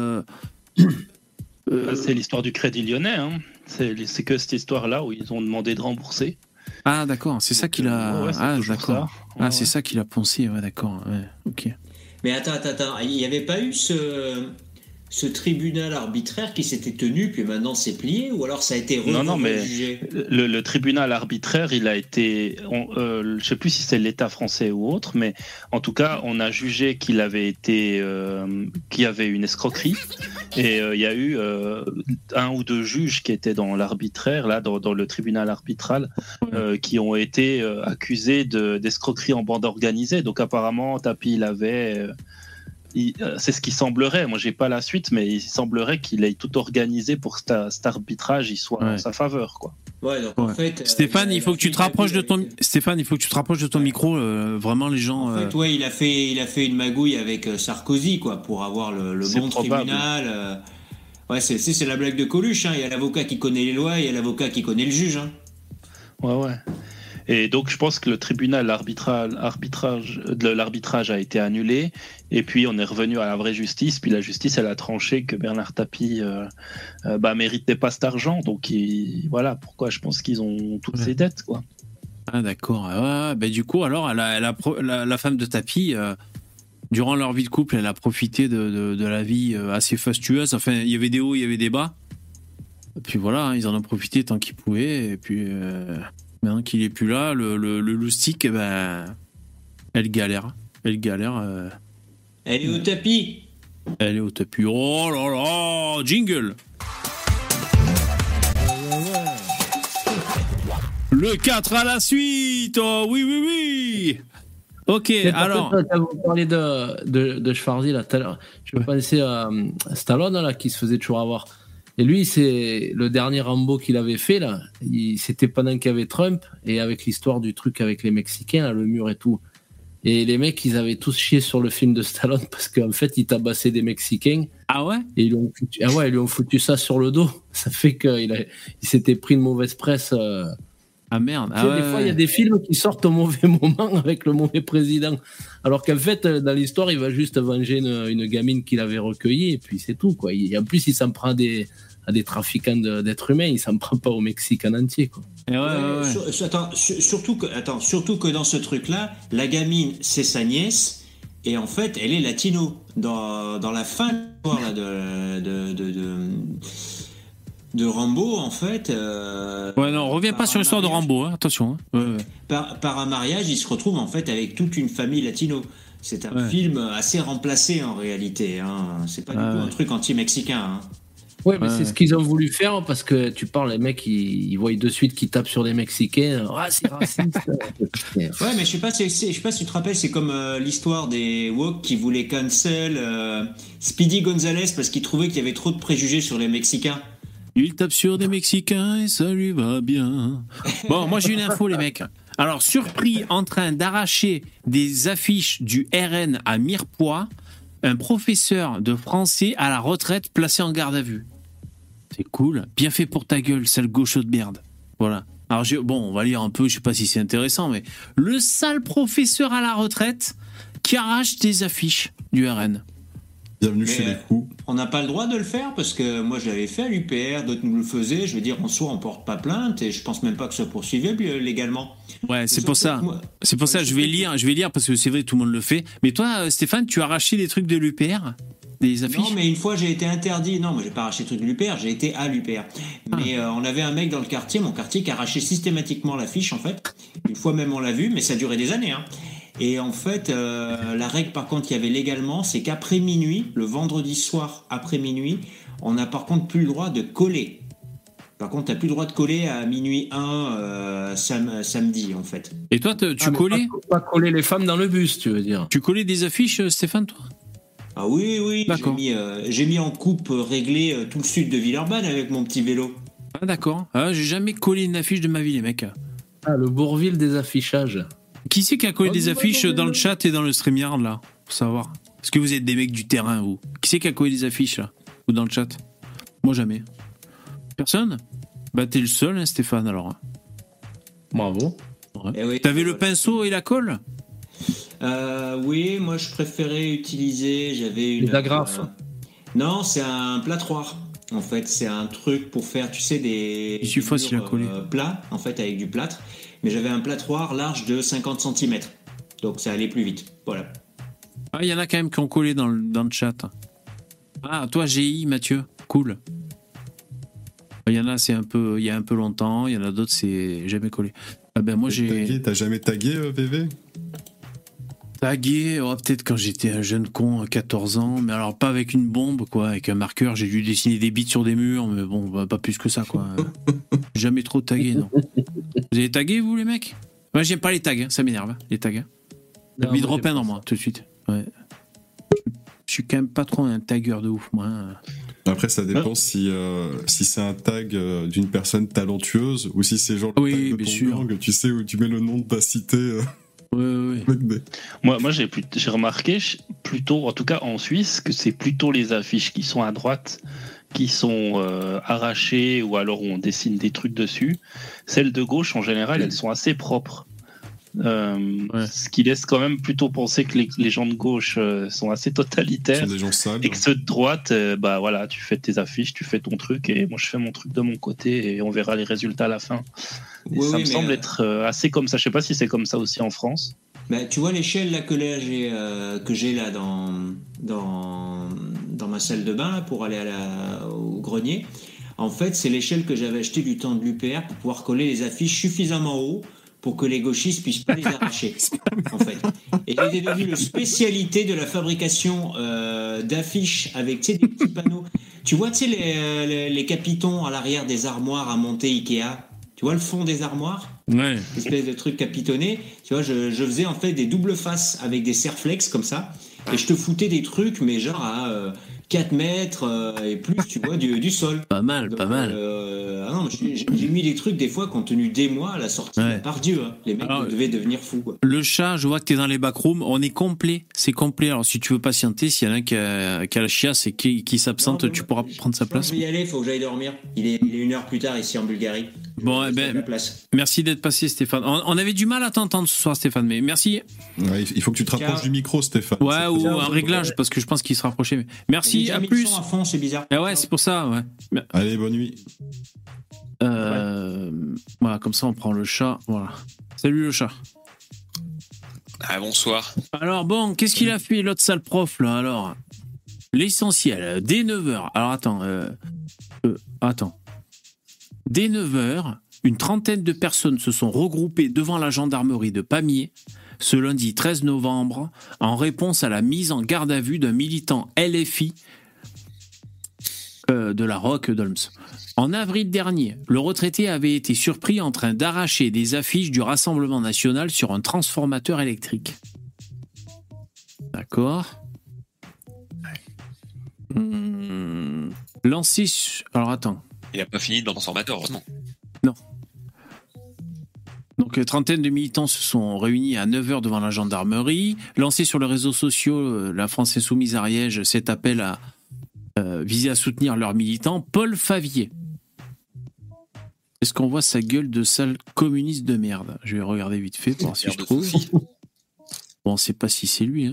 C'est l'histoire du Crédit Lyonnais. Hein. C'est que cette histoire-là où ils ont demandé de rembourser. Ah d'accord, c'est ça qu'il a. Ouais, d'accord. Ça. C'est ça qu'il a poncé. Ouais, d'accord. Ouais, ok. Mais attends, il n'y avait pas eu ce tribunal arbitraire qui s'était tenu, puis maintenant c'est plié, ou alors ça a été Non, mais jugé. Le tribunal arbitraire, il a été, je sais plus si c'est l'État français ou autre, mais en tout cas, on a jugé qu'il avait été, qu'il y avait une escroquerie, et il y a eu 1 ou 2 juges qui étaient dans l'arbitraire, là, dans le tribunal arbitral, qui ont été accusés d'escroquerie en bande organisée. Donc apparemment, Tapi, il avait c'est ce qui semblerait, moi j'ai pas la suite, mais il semblerait qu'il ait tout organisé pour que cet arbitrage il soit en sa faveur, quoi. Ouais, donc en fait, Stéphane, il faut que tu te rapproches de ton micro, vraiment les gens. En fait, il a fait une magouille avec Sarkozy, quoi, pour avoir le bon tribunal. Ouais, c'est la blague de Coluche, hein. Il y a l'avocat qui connaît les lois, il y a l'avocat qui connaît le juge, hein. Ouais. Et donc, je pense que le tribunal l'arbitrage a été annulé. Et puis, on est revenu à la vraie justice. Puis la justice, elle a tranché que Bernard Tapie méritait pas cet argent. Donc, voilà pourquoi je pense qu'ils ont toutes ces dettes, quoi. Ah, d'accord. Du coup, alors, la femme de Tapie, durant leur vie de couple, elle a profité de la vie assez fastueuse. Enfin, il y avait des hauts, il y avait des bas. Et puis voilà, ils en ont profité tant qu'ils pouvaient. Et puis... maintenant qu'il est plus là, le loustic, elle galère. Elle est au tapis. Elle est au tapis. Oh là là, jingle. Le 4 à la suite. Oh oui. Ok, alors... Vous parlez de Schwarzy, là, tout à l'heure. Je pensais à Stallone, là, qui se faisait toujours avoir... Et lui, c'est le dernier Rambo qu'il avait fait, là. C'était pendant qu'il y avait Trump, et avec l'histoire du truc avec les Mexicains, là, le mur et tout. Et les mecs, ils avaient tous chié sur le film de Stallone parce qu'en fait, ils tabassaient des Mexicains. Ah ouais? Et ils lui ont foutu ça sur le dos. Ça fait qu'il s'était pris une mauvaise presse. Ah merde. Des fois, il y a des films qui sortent au mauvais moment avec le mauvais président. Alors qu'en fait, dans l'histoire, il va juste venger une gamine qu'il avait recueillie, et puis c'est tout, quoi. En plus, il s'en prend à des trafiquants d'êtres humains, il s'en prend pas au Mexique en entier, quoi. Surtout que dans ce truc-là, la gamine, c'est sa nièce, et en fait, elle est latino. Dans la fin de l'histoire là, de Rambo, en fait... on revient pas sur l'histoire de Rambo, hein, attention. Hein. Par un mariage, il se retrouve en fait avec toute une famille latino. C'est un film assez remplacé en réalité, hein. C'est pas du tout un truc anti-mexicain, hein. Ouais, mais c'est ce qu'ils ont voulu faire, parce que tu parles, les mecs, ils voient de suite qu'ils tapent sur des Mexicains. C'est raciste. Ouais, mais je sais pas si tu te rappelles, c'est comme l'histoire des woke qui voulaient cancel Speedy Gonzalez parce qu'ils trouvaient qu'il y avait trop de préjugés sur les Mexicains. Il tape sur des Mexicains et ça lui va bien. Bon, moi j'ai une info, les mecs. Alors, surpris en train d'arracher des affiches du RN à Mirepoix, un professeur de français à la retraite placé en garde à vue. C'est cool. Bien fait pour ta gueule, sale gaucho de merde. Voilà. Alors, on va lire un peu, je sais pas si c'est intéressant, mais le sale professeur à la retraite qui arrache des affiches du RN. Bienvenue chez les coups. On n'a pas le droit de le faire parce que moi je l'avais fait à l'UPR, d'autres nous le faisaient. Je veux dire, en soi, on porte pas plainte et je pense même pas que ça poursuivable légalement. Ouais, c'est pour ça. C'est pour ça. Je vais lire parce que c'est vrai, tout le monde le fait. Mais toi, Stéphane, tu as arraché des trucs de l'UPR, des affiches? Non, mais une fois j'ai été interdit. Non, moi j'ai pas arraché des trucs de l'UPR, j'ai été à l'UPR. Mais on avait un mec dans le quartier, mon quartier, qui arrachait systématiquement l'affiche en fait. Une fois même on l'a vu, mais ça durait des années, hein. Et en fait, la règle par contre qu'il y avait légalement, c'est qu'après minuit, le vendredi soir après minuit, on n'a par contre plus le droit de coller. Par contre, tu n'as plus le droit de coller à minuit 1 samedi en fait. Et toi, tu collais pas coller les femmes dans le bus, tu veux dire? Tu collais des affiches, Stéphane, toi? Ah oui, d'accord. J'ai mis en coupe réglée tout le sud de Villeurbanne avec mon petit vélo. Ah d'accord. J'ai jamais collé une affiche de ma vie, les mecs. Ah, le Bourville des affichages. Qui c'est qui a collé des affiches dans le chat et dans le StreamYard, là, pour savoir? Est-ce que vous êtes des mecs du terrain, vous? Qui c'est qui a collé des affiches, là? Ou dans le chat? Moi, jamais. Personne? Bah, t'es le seul, hein, Stéphane, alors. Bravo. Ouais. Oui, t'avais le pinceau et la colle? Oui, moi, je préférais utiliser... J'avais une... Les agrafes. Non, c'est un plâtroir. En fait, c'est un truc pour faire, tu sais, des... Il suffit facile à coller. Plats, en fait, avec du plâtre. Mais j'avais un plâtroir large de 50 cm. Donc ça allait plus vite. Voilà. Ah, il y en a quand même qui ont collé dans le chat. Ah, toi, GI, Mathieu. Cool. Il y en a, il y a un peu longtemps. Il y en a d'autres, c'est jamais collé. Ah ben, moi, j'ai... T'as jamais tagué, VV ? Tagué, peut-être quand j'étais un jeune con, 14 ans, mais alors pas avec une bombe, quoi, avec un marqueur, j'ai dû dessiner des bits sur des murs, mais bon, pas plus que ça, quoi. Jamais trop tagué, non. Vous avez tagué, vous, les mecs ? Moi, j'aime pas les tags, ça m'énerve, les tags. J'ai envie de repeindre, moi, tout de suite. Ouais. Je suis quand même pas trop un tagueur de ouf, moi. Après, ça dépend si c'est un tag d'une personne talentueuse ou si c'est genre le tag de ton gang, tu sais, où tu mets le nom de ta cité. Ouais. Moi j'ai remarqué plutôt, en tout cas en Suisse, que c'est plutôt les affiches qui sont à droite qui sont arrachées ou alors on dessine des trucs dessus. Celles de gauche, en général, elles sont assez propres. Ce qui laisse quand même plutôt penser que les gens de gauche sont assez totalitaires, sont des gens sales, et que ceux de droite, voilà, tu fais tes affiches, tu fais ton truc et moi je fais mon truc de mon côté et on verra les résultats à la fin. Ça me semble être assez comme ça. Je sais pas si c'est comme ça aussi en France. Bah, tu vois l'échelle là que j'ai là dans ma salle de bain là, pour aller au grenier. En fait, c'est l'échelle que j'avais achetée du temps de l'UPR pour pouvoir coller les affiches suffisamment haut pour que les gauchistes puissent pas les arracher, en fait. Et il est devenu une spécialité de la fabrication d'affiches avec des petits panneaux. Tu vois, tu sais, les capitons à l'arrière des armoires à monter Ikea. Tu vois le fond des armoires ? Ouais. Espèce de truc capitonné. Tu vois, je faisais en fait des doubles faces avec des serflex comme ça. Et je te foutais des trucs, mais genre à 4 mètres et plus, tu vois, du sol. Pas mal, donc, pas mal. Non, j'ai mis des trucs des fois qui ont tenu des mois à la sortie. Ouais. Par Dieu, hein. Les mecs devaient devenir fous, quoi. Le chat, je vois que t'es dans les backrooms. On est complet, c'est complet. Alors si tu veux patienter, s'il y en a un qui a la chiasse et qui s'absente, tu pourras prendre sa place. Je vais y aller, il faut que j'aille dormir. Il est 1 heure plus tard ici en Bulgarie. Bon, merci d'être passé, Stéphane. On avait du mal à t'entendre ce soir, Stéphane, mais merci. Ouais, il faut que tu te rapproches du micro, Stéphane. Ouais, ou un réglage, parce que je pense qu'il se rapprochait. Merci, à plus. À fond, c'est bizarre. Ah ouais, c'est pour ça, ouais. Allez, bonne nuit. Voilà, comme ça, on prend le chat. Voilà. Salut, le chat. Ah, bonsoir. Alors, bon, qu'est-ce qu'il a fait, l'autre sale prof, là, alors ? L'essentiel, dès 9h. Alors, attends. Dès 9h, une trentaine de personnes se sont regroupées devant la gendarmerie de Pamiers ce lundi 13 novembre en réponse à la mise en garde à vue d'un militant LFI de la Roque d'Olms. En avril dernier, le retraité avait été surpris en train d'arracher des affiches du Rassemblement national sur un transformateur électrique. D'accord. Lancé... Alors attends. Il n'a pas fini dans le transformateur, heureusement. Non. Donc, trentaine de militants se sont réunis à 9h devant la gendarmerie. Lancé sur les réseaux sociaux, la France Insoumise Ariège, cet appel à viser à soutenir leurs militants. Paul Favier. Est-ce qu'on voit sa gueule de sale communiste de merde ? Je vais regarder vite fait pour voir si je trouve. Bon, on ne sait pas si c'est lui. Hein.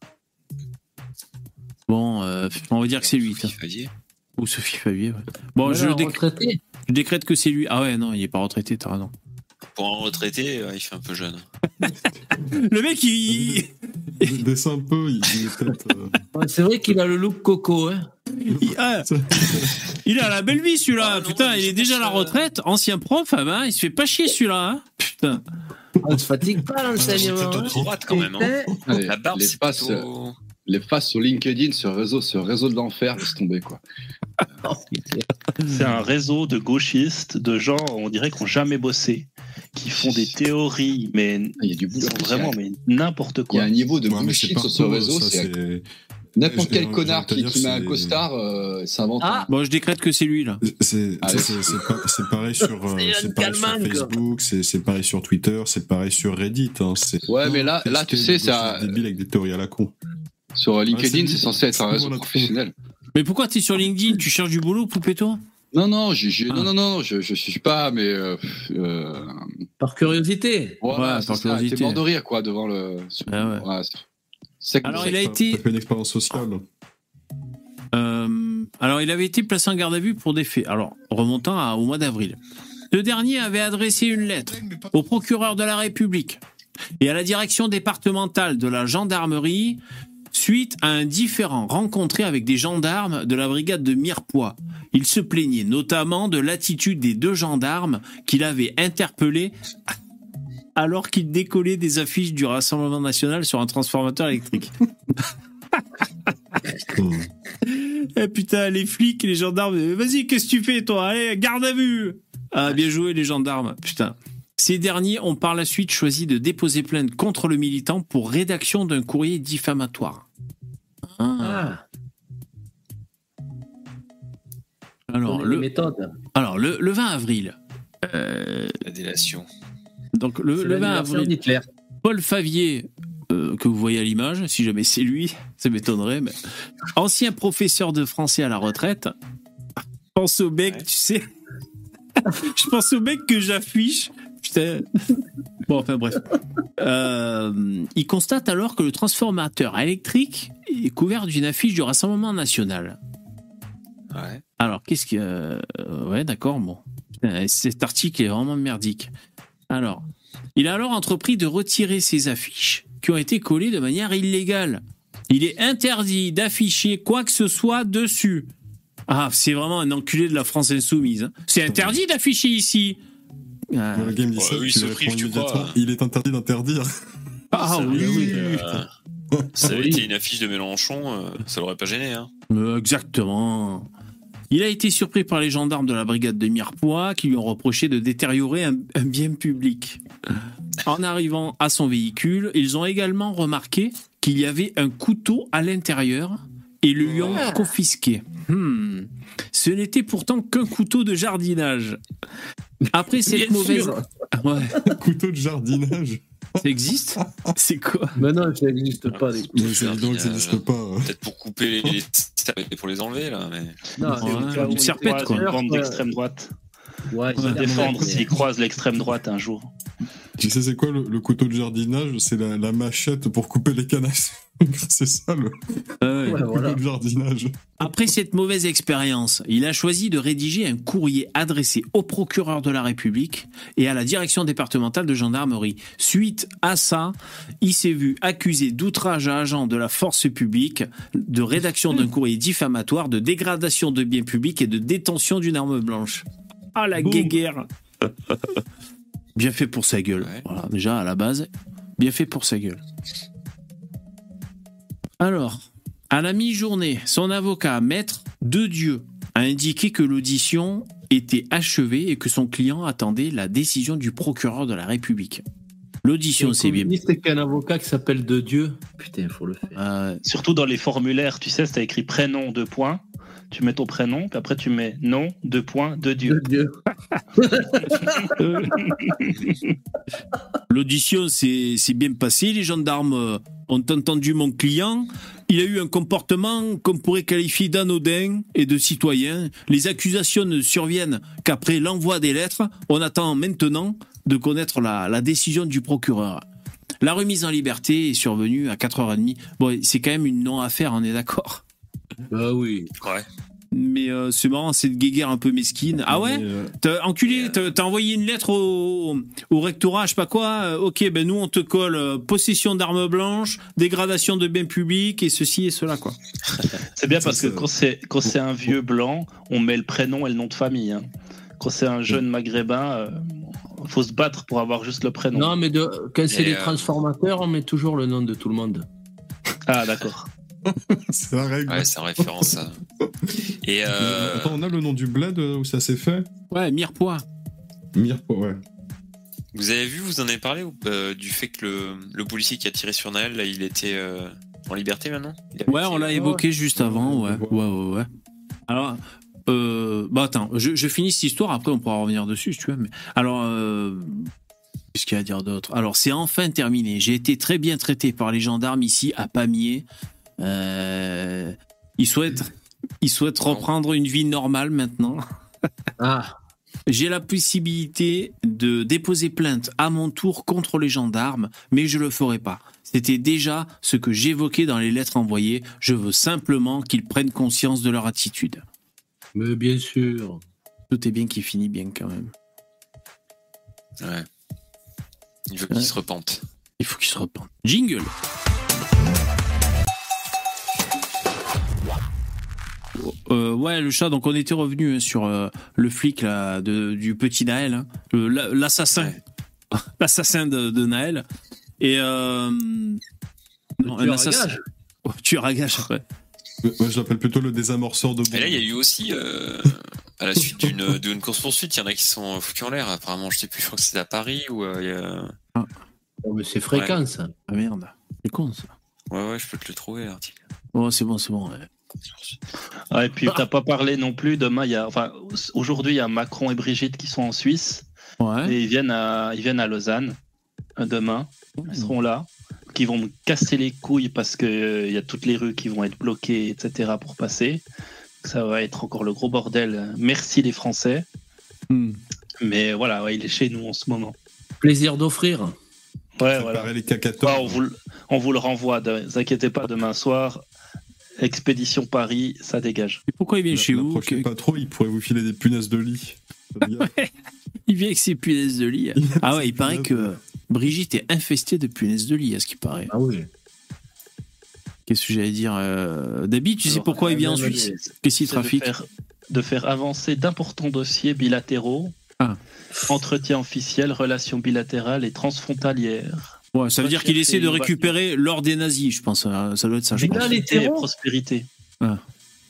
Bon, on va dire que c'est lui. Ou Sophie Favier. Ouais. Bon, je décrète que c'est lui. Ah ouais, non, il n'est pas retraité, t'as raison. Pour un retraité, il fait un peu jeune. Le mec, il descend un peu, il est peut-être... C'est vrai qu'il a le look coco, hein. Il a la belle vie, celui-là. Putain, il est déjà à la retraite. Ancien prof, il se fait pas chier, celui-là. Hein. Putain. On se fatigue pas, l'enseignement. C'est plutôt droite, quand même. Hein. Allez, la barbe, c'est plutôt... Les faces sur LinkedIn, ce réseau de l'enfer, laisse tomber, quoi. C'est un réseau de gauchistes, de gens, on dirait, qui n'ont jamais bossé, qui font des théories, mais il y a du boulot, vraiment, mais n'importe quoi. Il y a un niveau de bullshit sur ce réseau, c'est... N'importe quel connard qui met un costard s'invente. Bon, je décrète que c'est lui, là. C'est pareil sur Facebook, c'est pareil sur Twitter, c'est pareil sur Reddit. Hein, ouais, mais là tu sais, ça... débile avec des théories à la con. Sur LinkedIn, c'est censé être un réseau professionnel. Mais pourquoi t'es sur LinkedIn ? Tu cherches du boulot, Poupéto ? Non, je suis pas, mais... Par curiosité. Ouais, par curiosité. T'es mort de rire, quoi, devant le... Alors, il a été... Ça fait une expérience sociale. Alors, il avait été placé en garde à vue pour des faits. Alors, remontant au mois d'avril. Ce dernier avait adressé une lettre au procureur de la République et à la direction départementale de la gendarmerie suite à un différend rencontré avec des gendarmes de la brigade de Mirepoix. Il se plaignait notamment de l'attitude des 2 gendarmes qu'il avait interpellés alors qu'il décollait des affiches du Rassemblement national sur un transformateur électrique. Eh putain, les flics et les gendarmes, vas-y, qu'est-ce que tu fais toi? Allez, garde à vue. Ah, bien joué les gendarmes, putain. Ces derniers ont par la suite choisi de déposer plainte contre le militant pour rédaction d'un courrier diffamatoire. Alors, le 20 avril. La délation. Donc le 20 avril, Paul Favier, que vous voyez à l'image, si jamais c'est lui, ça m'étonnerait, mais ancien professeur de français à la retraite. Je pense au mec, tu sais. Je pense au mec que j'affiche. Putain. Bon, enfin bref. Il constate alors que le transformateur électrique est couvert d'une affiche du Rassemblement national. Ouais. Alors, qu'est-ce que... ouais, d'accord, bon. Cet article est vraiment merdique. Alors, il a alors entrepris de retirer ces affiches qui ont été collées de manière illégale. Il est interdit d'afficher quoi que ce soit dessus. Ah, c'est vraiment un enculé de la France insoumise. Hein. C'est interdit d'afficher ici. Le game dit ça, oui, se prive, tu crois. Il est interdit d'interdire. Ah oui. Ça avait été une affiche de Mélenchon, ça l'aurait pas gêné. Hein. Exactement. Il a été surpris par les gendarmes de la brigade de Mirepoix qui lui ont reproché de détériorer un bien public. En arrivant à son véhicule, ils ont également remarqué qu'il y avait un couteau à l'intérieur et le lui ont confisqué. Ce n'était pourtant qu'un couteau de jardinage. Après cette mauvaise... Ouais. Couteau de jardinage. Ça existe? C'est quoi? Mais non, ça n'existe pas. Mais c'est évident que ça n'existe pas. Peut-être pour couper pour les enlever, là. Mais... Non, ouais, une serpette, quoi. Une bande d'extrême droite. Ouais, Se défendre s'ils croisent l'extrême droite un jour. Tu sais, c'est quoi le couteau de jardinage? C'est la machette pour couper les canasses. C'est ça le couteau de jardinage. Après cette mauvaise expérience, il a choisi de rédiger un courrier adressé au procureur de la République et à la direction départementale de gendarmerie. Suite à ça, il s'est vu accusé d'outrage à agent de la force publique, de rédaction d'un courrier diffamatoire, de dégradation de biens publics et de détention d'une arme blanche. Ah, la guéguerre. Bien fait pour sa gueule. Ouais. Voilà, déjà, à la base, bien fait pour sa gueule. Alors, à la mi-journée, son avocat, Maître Dedieu, a indiqué que l'audition était achevée et que son client attendait la décision du procureur de la République. L'audition, c'est bien. C'est qu'un avocat qui s'appelle Dedieu. Putain, il faut le faire. Surtout dans les formulaires, tu sais, c'est écrit prénom, 2 points. Tu mets ton prénom, puis après tu mets nom, 2 points, Dedieu. L'audition s'est bien passée. Les gendarmes ont entendu mon client. Il a eu un comportement qu'on pourrait qualifier d'anodin et de citoyen. Les accusations ne surviennent qu'après l'envoi des lettres. On attend maintenant de connaître la décision du procureur. La remise en liberté est survenue à 4h30. Bon, c'est quand même une non-affaire, on est d'accord? Ah oui. Ouais. Mais c'est marrant, cette guéguerre un peu mesquine. Ah ouais? T'as enculé, t'as envoyé une lettre au rectorat, je sais pas quoi. Ok, ben nous on te colle possession d'armes blanches, dégradation de biens publics et ceci et cela, quoi. C'est bien parce que quand c'est un vieux blanc, on met le prénom et le nom de famille. Hein. Quand c'est un jeune maghrébin, faut se battre pour avoir juste le prénom. Non, mais quand c'est les transformateurs, on met toujours le nom de tout le monde. Ah, d'accord. C'est la règle. Ouais, c'est en référence à... Et Attends, on a le nom du bled où ça s'est fait? Ouais, Mirepoix. Mirepoix, ouais. Vous avez vu, vous en avez parlé du fait que le policier qui a tiré sur Naël, là, il était en liberté maintenant? Ouais, on l'a évoqué juste avant, ouais. Alors, attends, je finis cette histoire, après on pourra revenir dessus si tu veux. Mais... Alors, qu'est-ce qu'il y a à dire d'autre? Alors, c'est enfin terminé. J'ai été très bien traité par les gendarmes ici à Pamiers. Ils souhaitent reprendre une vie normale maintenant. J'ai la possibilité de déposer plainte à mon tour contre les gendarmes, mais je le ferai pas. C'était déjà ce que j'évoquais dans les lettres envoyées. Je veux simplement qu'ils prennent conscience de leur attitude. Mais bien sûr. Tout est bien qui finit bien quand même. Ouais. Il faut qu'ils se repentent. Il faut qu'ils se repentent. Jingle. Ouais, le chat. Donc on était revenu sur le flic là, du petit Naël, hein, l'assassin, l'assassin de Naël. Et non, un assassin. Tueur à gage, ouais. Moi, je l'appelle plutôt le désamorceur de bombes. Et là, il y a eu aussi, à la suite d'une course-poursuite, il y en a qui sont foutus en l'air, apparemment. Je sais plus, je crois que c'est à Paris ou il y a... Oh, mais c'est fréquent, ça. Ah merde, c'est con, ça. Ouais, je peux te le trouver, l'article. Oh, c'est bon. Ouais. Ah, et puis, t'as pas parlé non plus. Demain, aujourd'hui, il y a Macron et Brigitte qui sont en Suisse. Ouais. Et ils viennent à Lausanne demain. Ils seront là. Qui vont me casser les couilles parce qu'il y a toutes les rues qui vont être bloquées, etc. pour passer. Ça va être encore le gros bordel. Merci les Français. Mais voilà, il est chez nous en ce moment. Plaisir d'offrir. Ouais, voilà. Les cacateurs. On vous le renvoie. Ne vous inquiétez pas, demain soir, Expédition Paris, ça dégage. Et pourquoi il vient chez vous? Pas trop, il pourrait vous filer des punaises de lit. Ouais, il vient avec ses punaises de lit. Ah ouais, il paraît que Brigitte est infestée de punaises de lit, à ce qui paraît. Ah oui. Qu'est-ce que j'allais dire Dabi, tu sais pourquoi il vient en Suisse? Qu'est-ce qu'il trafique? De faire avancer d'importants dossiers bilatéraux, entretien officiel, relations bilatérales et transfrontalières. Ouais, ça veut dire qu'il essaie de récupérer l'or des nazis, je pense. Ça doit être ça, je pense. Et prospérité. Ah.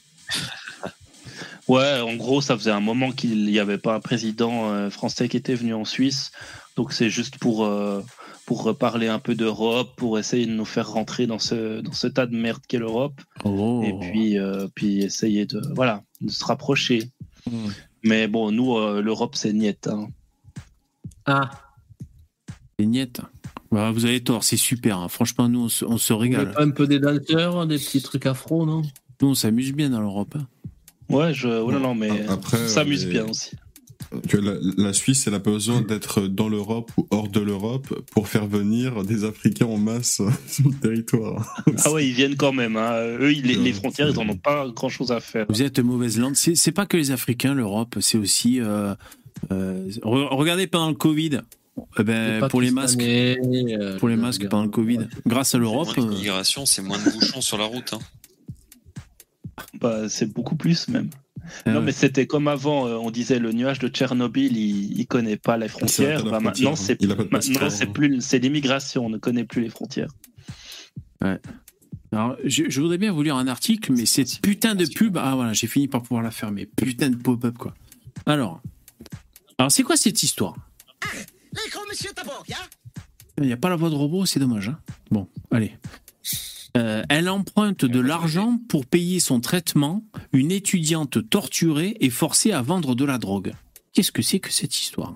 Ouais, en gros, ça faisait un moment qu'il n'y avait pas un président français qui était venu en Suisse. Donc c'est juste pour parler un peu d'Europe, pour essayer de nous faire rentrer dans ce tas de merde qu'est l'Europe. Oh. Et puis essayer de se rapprocher. Mais bon, nous, l'Europe, c'est niette. Hein. Ah. C'est niette. Bah, vous avez tort, c'est super. Hein. Franchement, nous, on se régale. Pas un peu des danseurs, des petits trucs afro, non? Nous, on s'amuse bien dans l'Europe. Hein. Ouais, non, mais après, on s'amuse bien aussi. La Suisse, elle a pas besoin d'être dans l'Europe ou hors de l'Europe pour faire venir des Africains en masse sur le territoire. Ah ouais, ils viennent quand même. Hein. Eux, les frontières, ils en ont pas grand-chose à faire. Vous êtes mauvaise langue. C'est pas que les Africains, l'Europe, c'est aussi... regardez pendant le Covid, pour les masques, pendant le Covid, grâce à l'Europe... Moins d'immigration, c'est moins de bouchons sur la route. Hein. Bah, c'est beaucoup plus même. Non, mais c'était comme avant, on disait le nuage de Tchernobyl, il connaît pas les frontières. Maintenant, c'est l'immigration, on ne connaît plus les frontières. Ouais. Alors, je voudrais bien vous lire un article, mais cette putain de pub, voilà, j'ai fini par pouvoir la fermer. Putain de pop-up, quoi. Alors c'est quoi cette histoire? Il n'y a pas la voix de robot, c'est dommage. Hein. Bon, allez. Elle emprunte de l'argent pour payer son traitement, une étudiante torturée et forcée à vendre de la drogue. Qu'est-ce que c'est que cette histoire?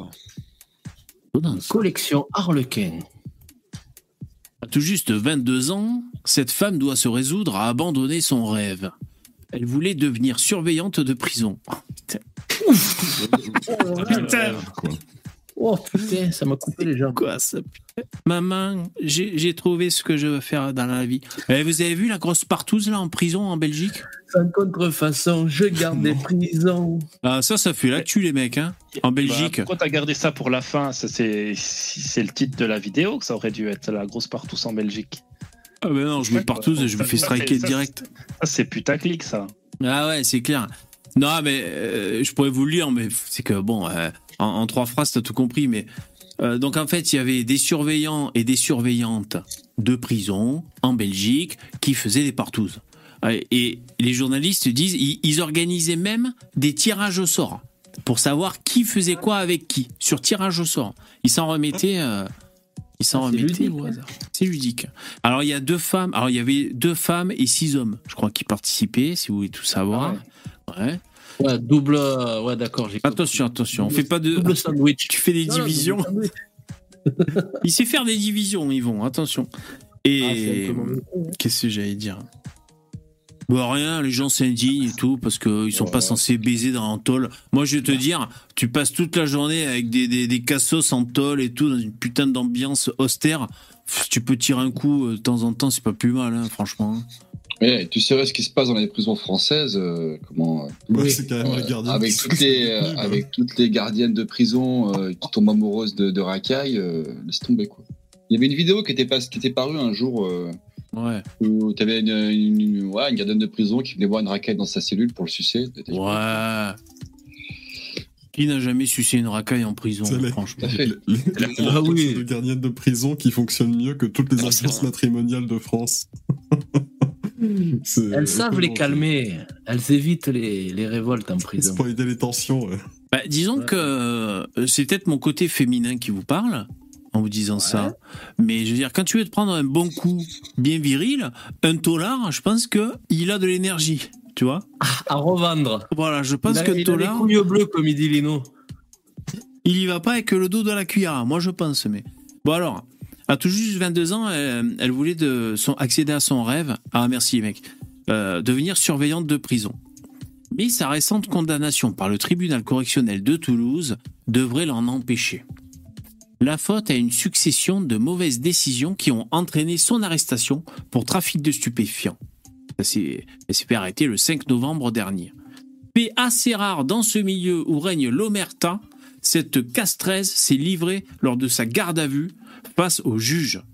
Collection Harlequin. À tout juste 22 ans, cette femme doit se résoudre à abandonner son rêve. Elle voulait devenir surveillante de prison. Oh, putain. Ouf. Putain. Oh putain, ça m'a coupé les jambes. Quoi ça, putain. Maman, j'ai trouvé ce que je veux faire dans la vie. Vous avez vu la grosse partouze là en prison en Belgique? Sans contrefaçon, je garde les prisons. Ah, ça fait l'actu les mecs, hein, en Belgique. Pourquoi t'as gardé ça pour la fin? C'est le titre de la vidéo que ça aurait dû être, la grosse partouze en Belgique. Ah ben non, je mets partouze et je me fais striker direct. Ça c'est putaclic ça. Ah ouais, c'est clair. Non mais je pourrais vous le lire, mais c'est que bon, en 3 phrases t'as tout compris. Mais donc en fait il y avait des surveillants et des surveillantes de prison en Belgique qui faisaient des partouzes. Et les journalistes disent ils organisaient même des tirages au sort pour savoir qui faisait quoi avec qui sur tirage au sort. Ils s'en remettaient. Au hasard. C'est ludique. Alors il y a 2 femmes. Alors il y avait 2 femmes et 6 hommes, je crois, qui participaient. Si vous voulez tout savoir. Ouais. Ouais, double. Ouais, d'accord. Attention. On fait pas de double sandwich. Tu fais des divisions. Il sait faire des divisions, Yvon. Attention. Et qu'est-ce que j'allais dire? Bah rien, les gens s'indignent et tout parce qu'ils sont pas censés baiser dans un tôle. Moi je vais te dire, tu passes toute la journée avec des cassos en tôle et tout dans une putain d'ambiance austère. Tu peux tirer un coup de temps en temps, c'est pas plus mal, hein, franchement. Mais tu sais ce qui se passe dans les prisons françaises, c'est quand même la gardienne. Avec toutes les gardiennes de prison qui tombent amoureuses de racailles, laisse tomber quoi. Il y avait une vidéo qui était parue un jour Ouais. Où t'avais une gardienne de prison qui venait voir une racaille dans sa cellule pour le sucer. Ouais. Qui n'a jamais sucé une racaille en prison, franchement. Les gardiennes de prison qui fonctionnent mieux que toutes les alliances matrimoniales de France. Elles savent les calmer. Elles évitent les révoltes en prison. C'est pour aider les tensions. Bah, disons que c'est peut-être mon côté féminin qui vous parle en vous disant ça. Mais je veux dire, quand tu veux te prendre un bon coup bien viril, un tolard, je pense qu'il a de l'énergie. Tu vois, à revendre. Voilà, je pense que Tola, il a les couilles bleues comme il dit Lino. Il y va pas avec le dos de la cuillère, moi je pense. Mais bon alors, à tout juste 22 ans, elle voulait accéder à son rêve. Ah merci mec, devenir surveillante de prison. Mais sa récente condamnation par le tribunal correctionnel de Toulouse devrait l'en empêcher. La faute à une succession de mauvaises décisions qui ont entraîné son arrestation pour trafic de stupéfiants. Elle s'est fait arrêter le 5 novembre dernier. Fait assez rare dans ce milieu où règne l'omerta, cette castreuse s'est livrée lors de sa garde à vue face au juge.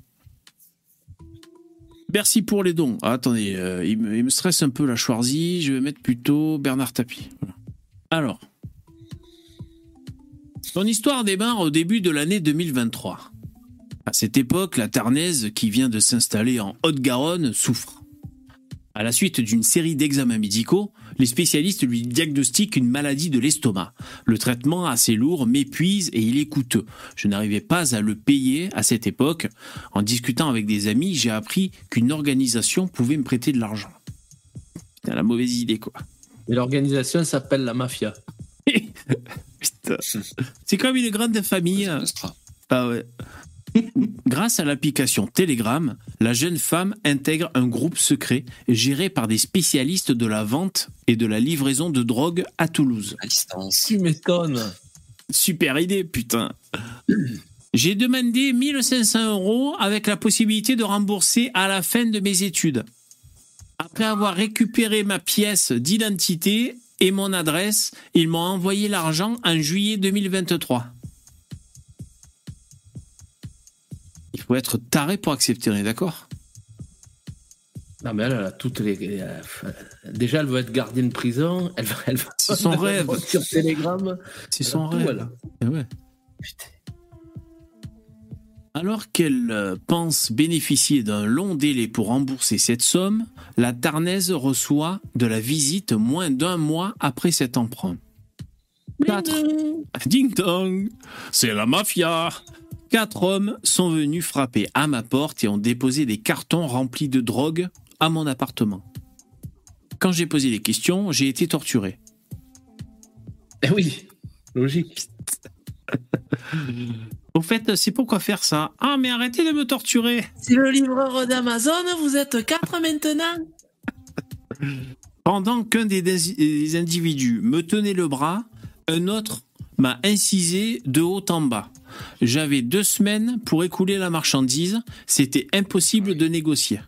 Merci pour les dons. Ah, attendez, il me stresse un peu la Schwarzy, je vais mettre plutôt Bernard Tapie. Voilà. Alors, son histoire démarre au début de l'année 2023. À cette époque, la Tarnaise, qui vient de s'installer en Haute-Garonne, souffre. À la suite d'une série d'examens médicaux, les spécialistes lui diagnostiquent une maladie de l'estomac. Le traitement assez lourd m'épuise et il est coûteux. Je n'arrivais pas à le payer à cette époque. En discutant avec des amis, j'ai appris qu'une organisation pouvait me prêter de l'argent. C'est la mauvaise idée, quoi. Et l'organisation s'appelle la mafia. Putain. C'est comme une grande famille. Ah ouais. Grâce à l'application Telegram, la jeune femme intègre un groupe secret géré par des spécialistes de la vente et de la livraison de drogue à Toulouse. À distance. Tu m'étonnes. Super idée, putain. J'ai demandé 1500 € avec la possibilité de rembourser à la fin de mes études. Après avoir récupéré ma pièce d'identité et mon adresse, ils m'ont envoyé l'argent en juillet 2023. Il faut être taré pour accepter, on est d'accord ? Non, mais elle a toutes les. Déjà, elle veut être gardienne de prison. Elle va c'est son rêve. Sur Telegram. C'est son rêve. Ouais. Putain. Alors qu'elle pense bénéficier d'un long délai pour rembourser cette somme, la Tarnaise reçoit de la visite moins d'un mois après cet emprunt. 4. Ding dong, c'est la mafia. 4 hommes sont venus frapper à ma porte et ont déposé des cartons remplis de drogue à mon appartement. Quand j'ai posé des questions, j'ai été torturé. Eh oui, logique. Au fait, c'est pourquoi faire ça ? Ah, mais arrêtez de me torturer. C'est le livreur d'Amazon, vous êtes 4 maintenant. Pendant qu'un des individus me tenait le bras, un autre m'a incisé de haut en bas. J'avais 2 semaines pour écouler la marchandise. C'était impossible de négocier.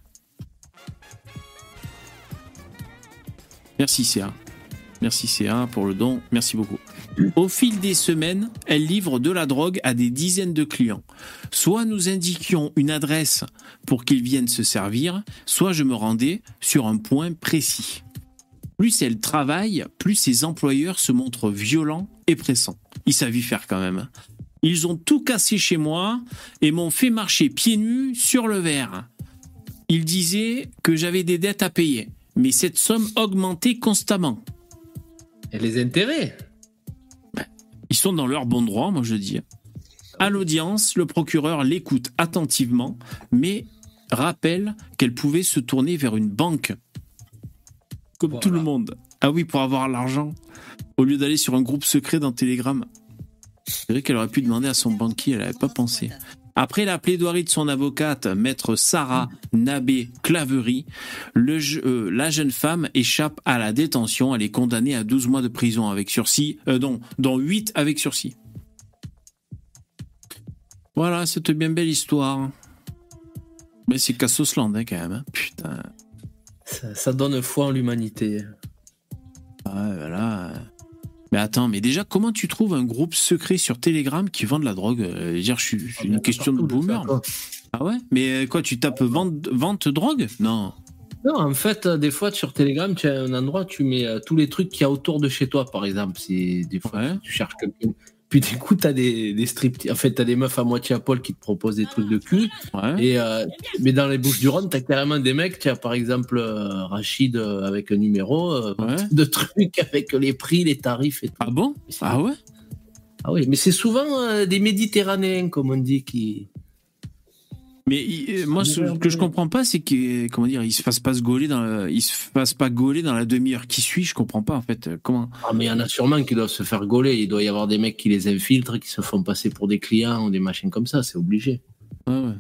Merci CA. Merci CA pour le don. Merci beaucoup. Au fil des semaines, elle livre de la drogue à des dizaines de clients. Soit nous indiquions une adresse pour qu'ils viennent se servir, soit je me rendais sur un point précis. Plus elle travaille, plus ses employeurs se montrent violents et pressants. Ils savent y faire quand même. Ils ont tout cassé chez moi et m'ont fait marcher pieds nus sur le verre. Ils disaient que j'avais des dettes à payer, mais cette somme augmentait constamment. Et les intérêts ? Ils sont dans leur bon droit, moi je dis. À l'audience, le procureur l'écoute attentivement, mais rappelle qu'elle pouvait se tourner vers une banque. Comme tout le monde. Ah oui, pour avoir l'argent, au lieu d'aller sur un groupe secret dans Telegram. C'est vrai qu'elle aurait pu demander à son banquier, elle n'avait pas pensé. Après la plaidoirie de son avocate, maître Sarah Nabé-Claverie, la jeune femme échappe à la détention. Elle est condamnée à 12 mois de prison avec sursis, dont 8 avec sursis. Voilà, c'est une bien belle histoire. Mais c'est Cassosland, quand même. Hein. Putain. Ça donne foi en l'humanité. Ouais, voilà. Mais attends, mais déjà, comment tu trouves un groupe secret sur Telegram qui vend de la drogue ? C'est une question de boomer. Ah ouais? Mais quoi, tu tapes vente drogue? Non. Non, en fait, des fois, sur Telegram, tu as un endroit, tu mets tous les trucs qu'il y a autour de chez toi, par exemple. Si des fois, tu cherches quelqu'un. Puis du coup, t'as des strip... En fait, t'as des meufs à moitié à poil qui te proposent des trucs de cul. Ouais. Et, mais dans les Bouches-du-Rhône, t'as carrément des mecs, tu as par exemple Rachid avec un numéro de trucs avec les prix, les tarifs et tout. Ah bon? Ah ouais? Ah oui, mais c'est souvent des Méditerranéens, comme on dit, qui... Mais moi, ce que je comprends pas, c'est que, comment dire, il se fasse pas gauler dans la demi-heure qui suit. Je comprends pas en fait. Comment? Ah, mais il y en a sûrement qui doivent se faire gauler. Il doit y avoir des mecs qui les infiltrent, qui se font passer pour des clients ou des machines comme ça. C'est obligé. Ouais.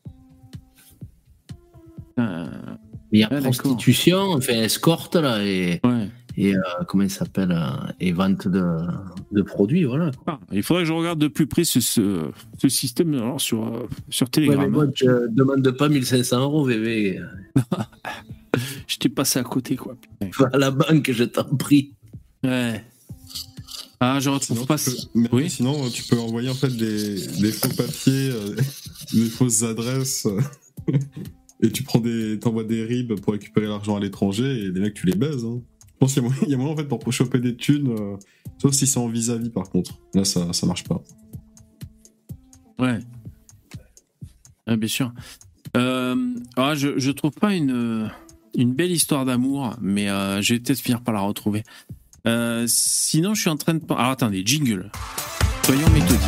Il y a prostitution, enfin escorte là et comment il s'appelle et vente de produits, voilà. Il faudrait que je regarde de plus près ce système alors, sur Telegram. Ouais, mais moi, je demande pas 1500 €, bébé. Je t'ai passé à côté, quoi. Va à la banque, je t'en prie. Ouais. Ah, je retrouve pas. Oui. Sinon, tu peux envoyer en fait des faux papiers, des fausses adresses. Et tu t'envoies des RIB pour récupérer l'argent à l'étranger et les mecs tu les baises. Hein. Je pense qu'il y a moyen en fait pour choper des thunes, sauf si c'est en vis-à-vis par contre. Là ça marche pas. Ouais. Bien sûr. Je trouve pas une belle histoire d'amour, mais je vais peut-être finir par la retrouver. Sinon je suis en train de... Alors attendez, jingle. Soyons méthodiques.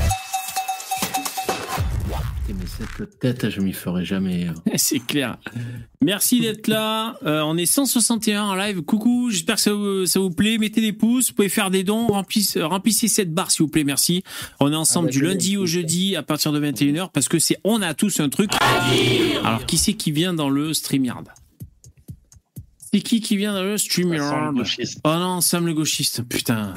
Mais cette tête, je m'y ferai jamais. C'est clair. Merci d'être là. On est 161 en live. Coucou, j'espère que ça vous plaît. Mettez des pouces, vous pouvez faire des dons. Remplissez cette barre s'il vous plaît, merci. On est ensemble du lundi au jeudi à partir de 21h parce que on a tous un truc à dire. Alors, qui c'est qui vient dans le StreamYard? C'est qui vient dans le StreamYard? Oh non, Sam le gauchiste. Putain.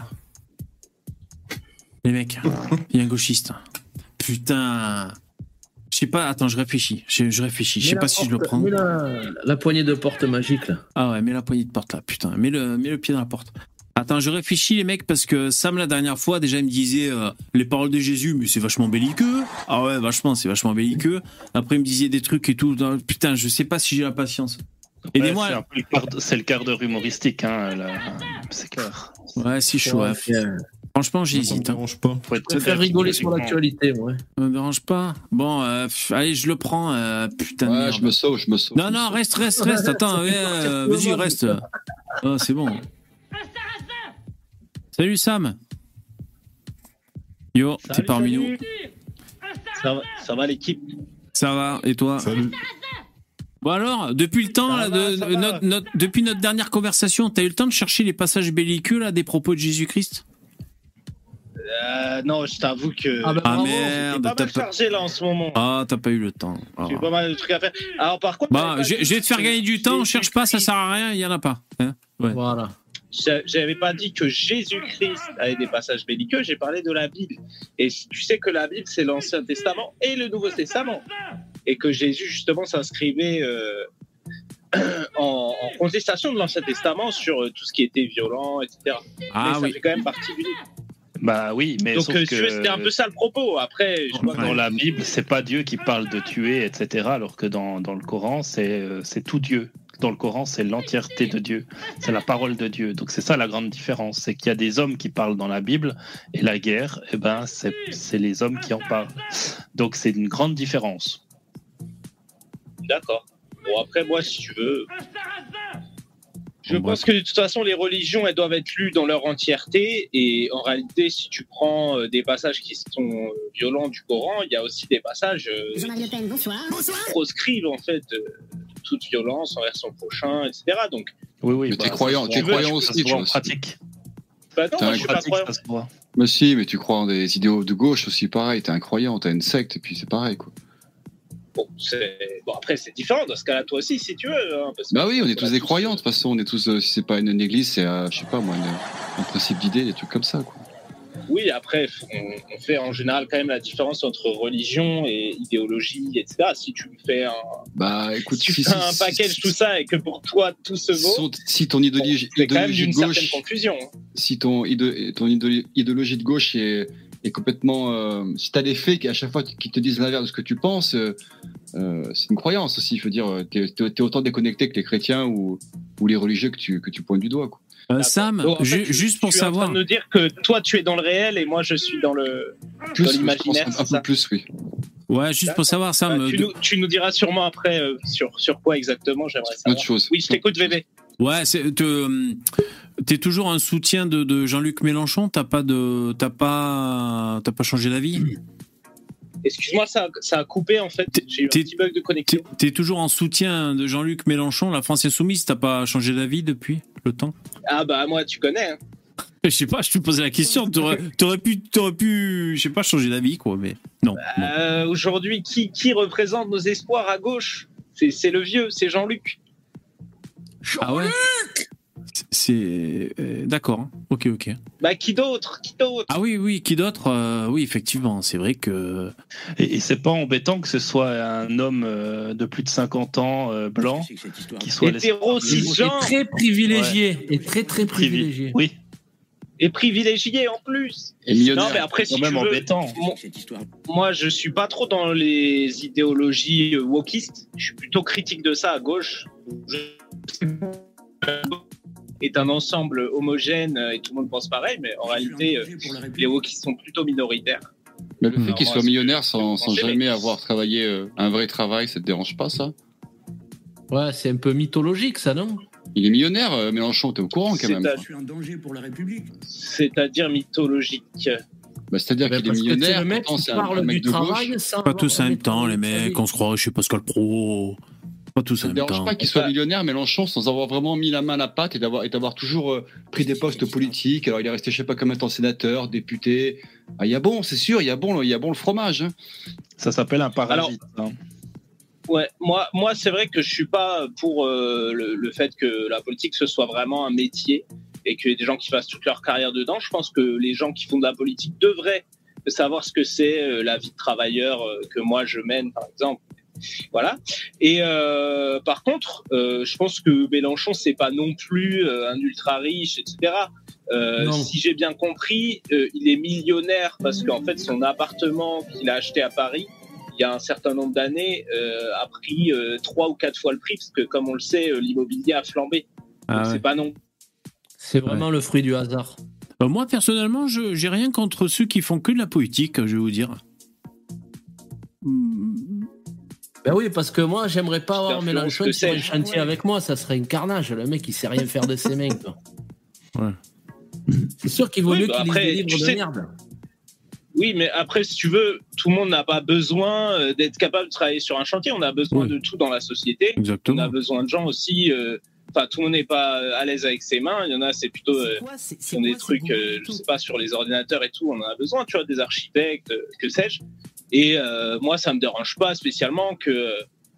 Les mecs, il y a un gauchiste. Putain. Je sais pas, attends, je réfléchis. Je réfléchis. Je sais pas si je le prends. Mets la poignée de porte magique, là. Ah ouais, mets la poignée de porte, là, putain. Mets le pied dans la porte. Attends, je réfléchis, les mecs, parce que Sam, la dernière fois, déjà, il me disait les paroles de Jésus, mais c'est vachement belliqueux. Ah ouais, vachement, c'est vachement belliqueux. Après, il me disait des trucs et tout. Putain, je sais pas si j'ai la patience. Aidez-moi. C'est le quart d'heure humoristique, hein, là. C'est clair. Ouais, c'est chaud. Ouais. Franchement, j'hésite. Ça me dérange pas. Je préfère rigoler sur l'actualité, ouais. Ça me dérange pas. Bon, allez, je le prends. Putain de merde. Je me sauve. Non, reste. Attends, vas-y, reste. Oh, c'est bon. Salut Sam. Yo, t'es parmi nous. Ça va l'équipe? Ça va, et toi? Salut. Bon alors, depuis le temps, depuis notre dernière conversation, t'as eu le temps de chercher les passages belliqueux là, des propos de Jésus-Christ? Non, je t'avoue que... Merde, pas mal chargé là en ce moment. Ah, t'as pas eu le temps. J'ai pas mal de trucs à faire. Alors par contre... je vais te faire gagner du temps, on cherche pas, ça sert à rien, il y en a pas. Hein, ouais. Voilà. J'avais pas dit que Jésus-Christ avait des passages belliqueux, j'ai parlé de la Bible. Et tu sais que la Bible, c'est l'Ancien Testament et le Nouveau Testament. Et que Jésus, justement, s'inscrivait en contestation de l'Ancien Testament sur tout ce qui était violent, etc. Ah, mais ça fait quand même partie du livre. Bah oui, mais donc sauf que c'était un peu ça le propos. Après, dans la Bible, c'est pas Dieu qui parle de tuer, etc. Alors que dans le Coran, c'est tout Dieu. Dans le Coran, c'est l'entièreté de Dieu. C'est la parole de Dieu. Donc c'est ça la grande différence, c'est qu'il y a des hommes qui parlent dans la Bible et la guerre, c'est les hommes qui en parlent. Donc c'est une grande différence. D'accord. Bon après moi, si tu veux. Je pense que de toute façon, les religions, elles doivent être lues dans leur entièreté. Et en réalité, si tu prends des passages qui sont violents du Coran, il y a aussi des passages qui proscrivent en fait toute violence envers son prochain, etc. Donc, oui. Mais t'es croyant aussi, tu vois, en pratique. Bah non, moi, je suis pas croyant. Mais si, mais tu crois en des idéaux de gauche aussi, pareil. T'es un croyant, t'as une secte, et puis c'est pareil, quoi. Bon, après, c'est différent dans ce cas-là, toi aussi, si tu veux. Hein, parce que bah oui, on est tous des croyants, de toute façon, on est tous, si c'est pas une église, c'est, je sais pas moi, un principe d'idée, des trucs comme ça, quoi. Oui, après, on fait en général quand même la différence entre religion et idéologie, etc. Si tu fais un package, tout ça, et que pour toi, tout se vaut, si ton idéologie c'est quand même d'une de gauche, certaine confusion. Si ton idéologie de gauche est est complètement. Si t'as des faits qui à chaque fois qui te disent l'inverse de ce que tu penses, c'est une croyance aussi. Je veux dire, t'es autant déconnecté que les chrétiens ou les religieux que tu pointes du doigt, quoi. Sam, donc, en fait, juste pour savoir. Tu es en train de nous dire que toi tu es dans le réel et moi je suis dans l'imaginaire. Un peu plus, oui. Ouais, juste pour savoir, Sam. Tu nous diras sûrement après sur quoi exactement, j'aimerais savoir. Autre chose. Oui, je t'écoute, VV. Ouais, t'es toujours un soutien de Jean-Luc Mélenchon. T'as pas changé d'avis. Excuse-moi, ça a coupé en fait. J'ai eu un petit bug de connexion. T'es toujours en soutien de Jean-Luc Mélenchon, la France Insoumise. T'as pas changé d'avis depuis le temps? Ah bah moi, tu connais. Hein. Je sais pas, je te posais la question. T'aurais pu, je sais pas, changer d'avis, quoi, mais non. Aujourd'hui, qui représente nos espoirs à gauche? C'est le vieux, c'est Jean-Luc. Ah ouais. C'est d'accord. Hein. Ok. Bah qui d'autre? Ah oui, qui d'autre? Oui, effectivement, c'est vrai que. Et c'est pas embêtant que ce soit un homme de plus de 50 ans blanc qui soit hétéro, cisgenre, très privilégié, et très privilégié. Oui. Et privilégié en plus. Et millionnaire. Non mais après si quand même tu veux, embêtant. Moi je suis pas trop dans les idéologies wokistes. Je suis plutôt critique de ça à gauche. Est un ensemble homogène et tout le monde pense pareil, mais en réalité les wokistes sont plutôt minoritaires. Mais le fait qu'il soit millionnaire sans jamais avoir travaillé un vrai travail, ça te dérange pas, ça? Ouais, c'est un peu mythologique, ça, non? Il est millionnaire, Mélenchon, t'es au courant quand même. Je suis un danger pour la République. C'est-à-dire mythologique. C'est-à-dire qu'il est millionnaire, le mec qui parle du travail sans pas tous en même temps, les mecs, on se croirait chez Pascal Pro. Pas tous en même temps. Ça ne dérange pas qu'il soit millionnaire, Mélenchon, sans avoir vraiment mis la main à la pâte et d'avoir toujours pris des postes politiques. Alors il est resté, je sais pas combien de temps sénateur, député. Ah, il y a bon, c'est sûr, il y a bon le fromage. Hein. Ça s'appelle un parasite. Alors, ouais, moi c'est vrai que je suis pas pour le fait que la politique ce soit vraiment un métier et qu'il y ait des gens qui fassent toute leur carrière dedans. Je pense que les gens qui font de la politique devraient savoir ce que c'est la vie de travailleur que moi je mène, par exemple. Voilà. Et par contre, je pense que Mélenchon c'est pas non plus un ultra riche, etc. Si j'ai bien compris, il est millionnaire parce qu'en fait son appartement qu'il a acheté à Paris, il y a un certain nombre d'années, a pris 3 ou 4 fois le prix parce que comme on le sait, l'immobilier a flambé. Donc, c'est pas non. C'est vraiment le fruit du hasard. Moi personnellement, j'ai rien contre ceux qui font que de la politique, je vais vous dire. Ben oui, parce que moi, j'aimerais pas avoir Mélenchon sur un chantier avec moi, ça serait un carnage. Le mec, il sait rien faire de ses mains, quoi. Ouais. C'est sûr qu'il vaut mieux qu'il ait des livres de merde. Oui, mais après, si tu veux, tout le monde n'a pas besoin d'être capable de travailler sur un chantier. On a besoin de tout dans la société. Exactement. On a besoin de gens aussi. Enfin, tout le monde n'est pas à l'aise avec ses mains. Il y en a, c'est plutôt des trucs, je sais pas, sur les ordinateurs et tout. On en a besoin, tu vois, des architectes, que sais-je. Et moi, ça me dérange pas spécialement que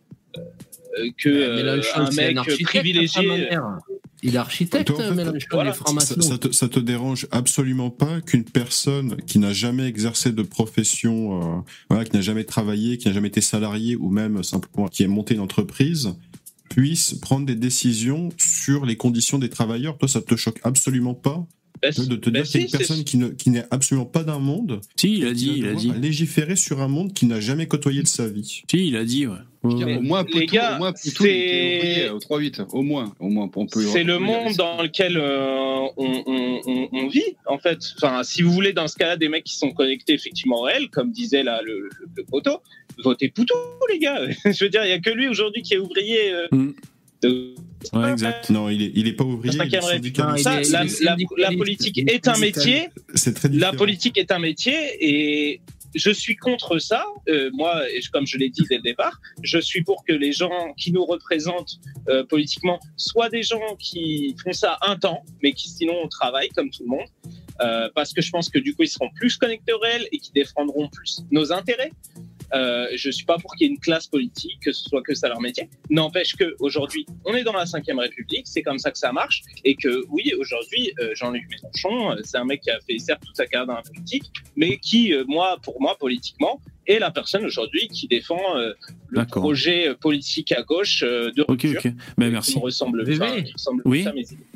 un mec privilégié. Il est architecte, Mélenchon, voilà. Ça te dérange absolument pas qu'une personne qui n'a jamais exercé de profession, qui n'a jamais travaillé, qui n'a jamais été salarié ou même simplement qui a monté une entreprise, puisse prendre des décisions sur les conditions des travailleurs. Toi, ça te choque absolument pas de te dire qu'il y a une personne qui n'est absolument pas d'un monde. Si, il a dit. Légiférer sur un monde qu'il n'a jamais côtoyé de sa vie. Si, il a dit, ouais. Au moins, les gars, c'est au 3-8, au moins, on peut. C'est le monde dans lequel on vit, en fait. Enfin, si vous voulez, dans ce cas-là, des mecs qui sont connectés effectivement au réel, comme disait là le poteau, votez Poutou, les gars. Je veux dire, il y a que lui aujourd'hui qui est ouvrier. Ouais, exact. Non, il est pas ouvrier. La politique est un métier. C'est très différent. La politique est un métier et je suis contre ça. Moi, comme je l'ai dit dès le départ, je suis pour que les gens qui nous représentent politiquement soient des gens qui font ça un temps, mais qui sinon travaillent comme tout le monde. Parce que je pense que du coup, ils seront plus connectés au réel et qui défendront plus nos intérêts. Je suis pas pour qu'il y ait une classe politique, que ce soit que ça leur métier. N'empêche qu'aujourd'hui, on est dans la 5e République, c'est comme ça que ça marche, et que oui, aujourd'hui, Jean-Luc Mélenchon, c'est un mec qui a fait certes toute sa carrière dans la politique, mais qui, pour moi, politiquement, est la personne aujourd'hui qui défend le projet politique à gauche de rupture. Ok. Ben, merci. Qui me ressemble, oui. à mes idées.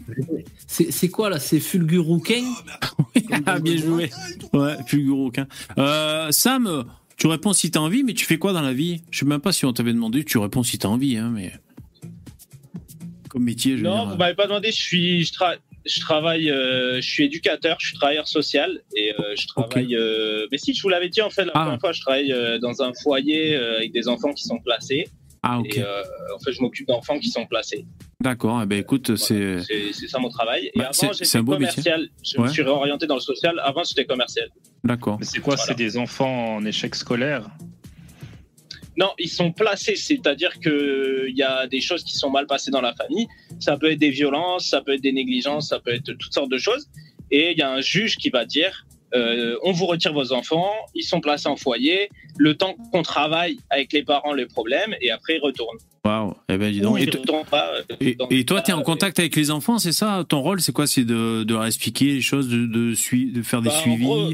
C'est quoi là? C'est Fulgurouquin? Bien joué. Ouais, Fulgurouquin. Sam, tu réponds si t'as envie, mais tu fais quoi dans la vie? Je sais même pas si on t'avait demandé, tu réponds si t'as envie, hein, mais. Comme métier, je veux dire. Non, vous m'avez pas demandé, je travaille, je suis éducateur, je suis travailleur social et je travaille. Mais si, je vous l'avais dit en fait la première fois, je travaille dans un foyer avec des enfants qui sont placés. Ah, ok. Et en fait, je m'occupe d'enfants qui sont placés. D'accord, eh ben écoute, voilà, c'est ça mon travail. Et avant, j'étais commercial. Je me suis réorienté dans le social. Avant, j'étais commercial. D'accord. Mais c'est quoi? C'est des enfants en échec scolaire? Non, ils sont placés, c'est-à-dire qu'il y a des choses qui sont mal passées dans la famille. Ça peut être des violences, ça peut être des négligences, ça peut être toutes sortes de choses. Et il y a un juge qui va dire on vous retire vos enfants, ils sont placés en foyer, le temps qu'on travaille avec les parents le problème, et après ils retournent. Waouh, eh ben dis donc. Et toi, tu es en contact avec les enfants, c'est ça? Ton rôle, c'est quoi? C'est de leur expliquer les choses, de faire des suivis? Gros,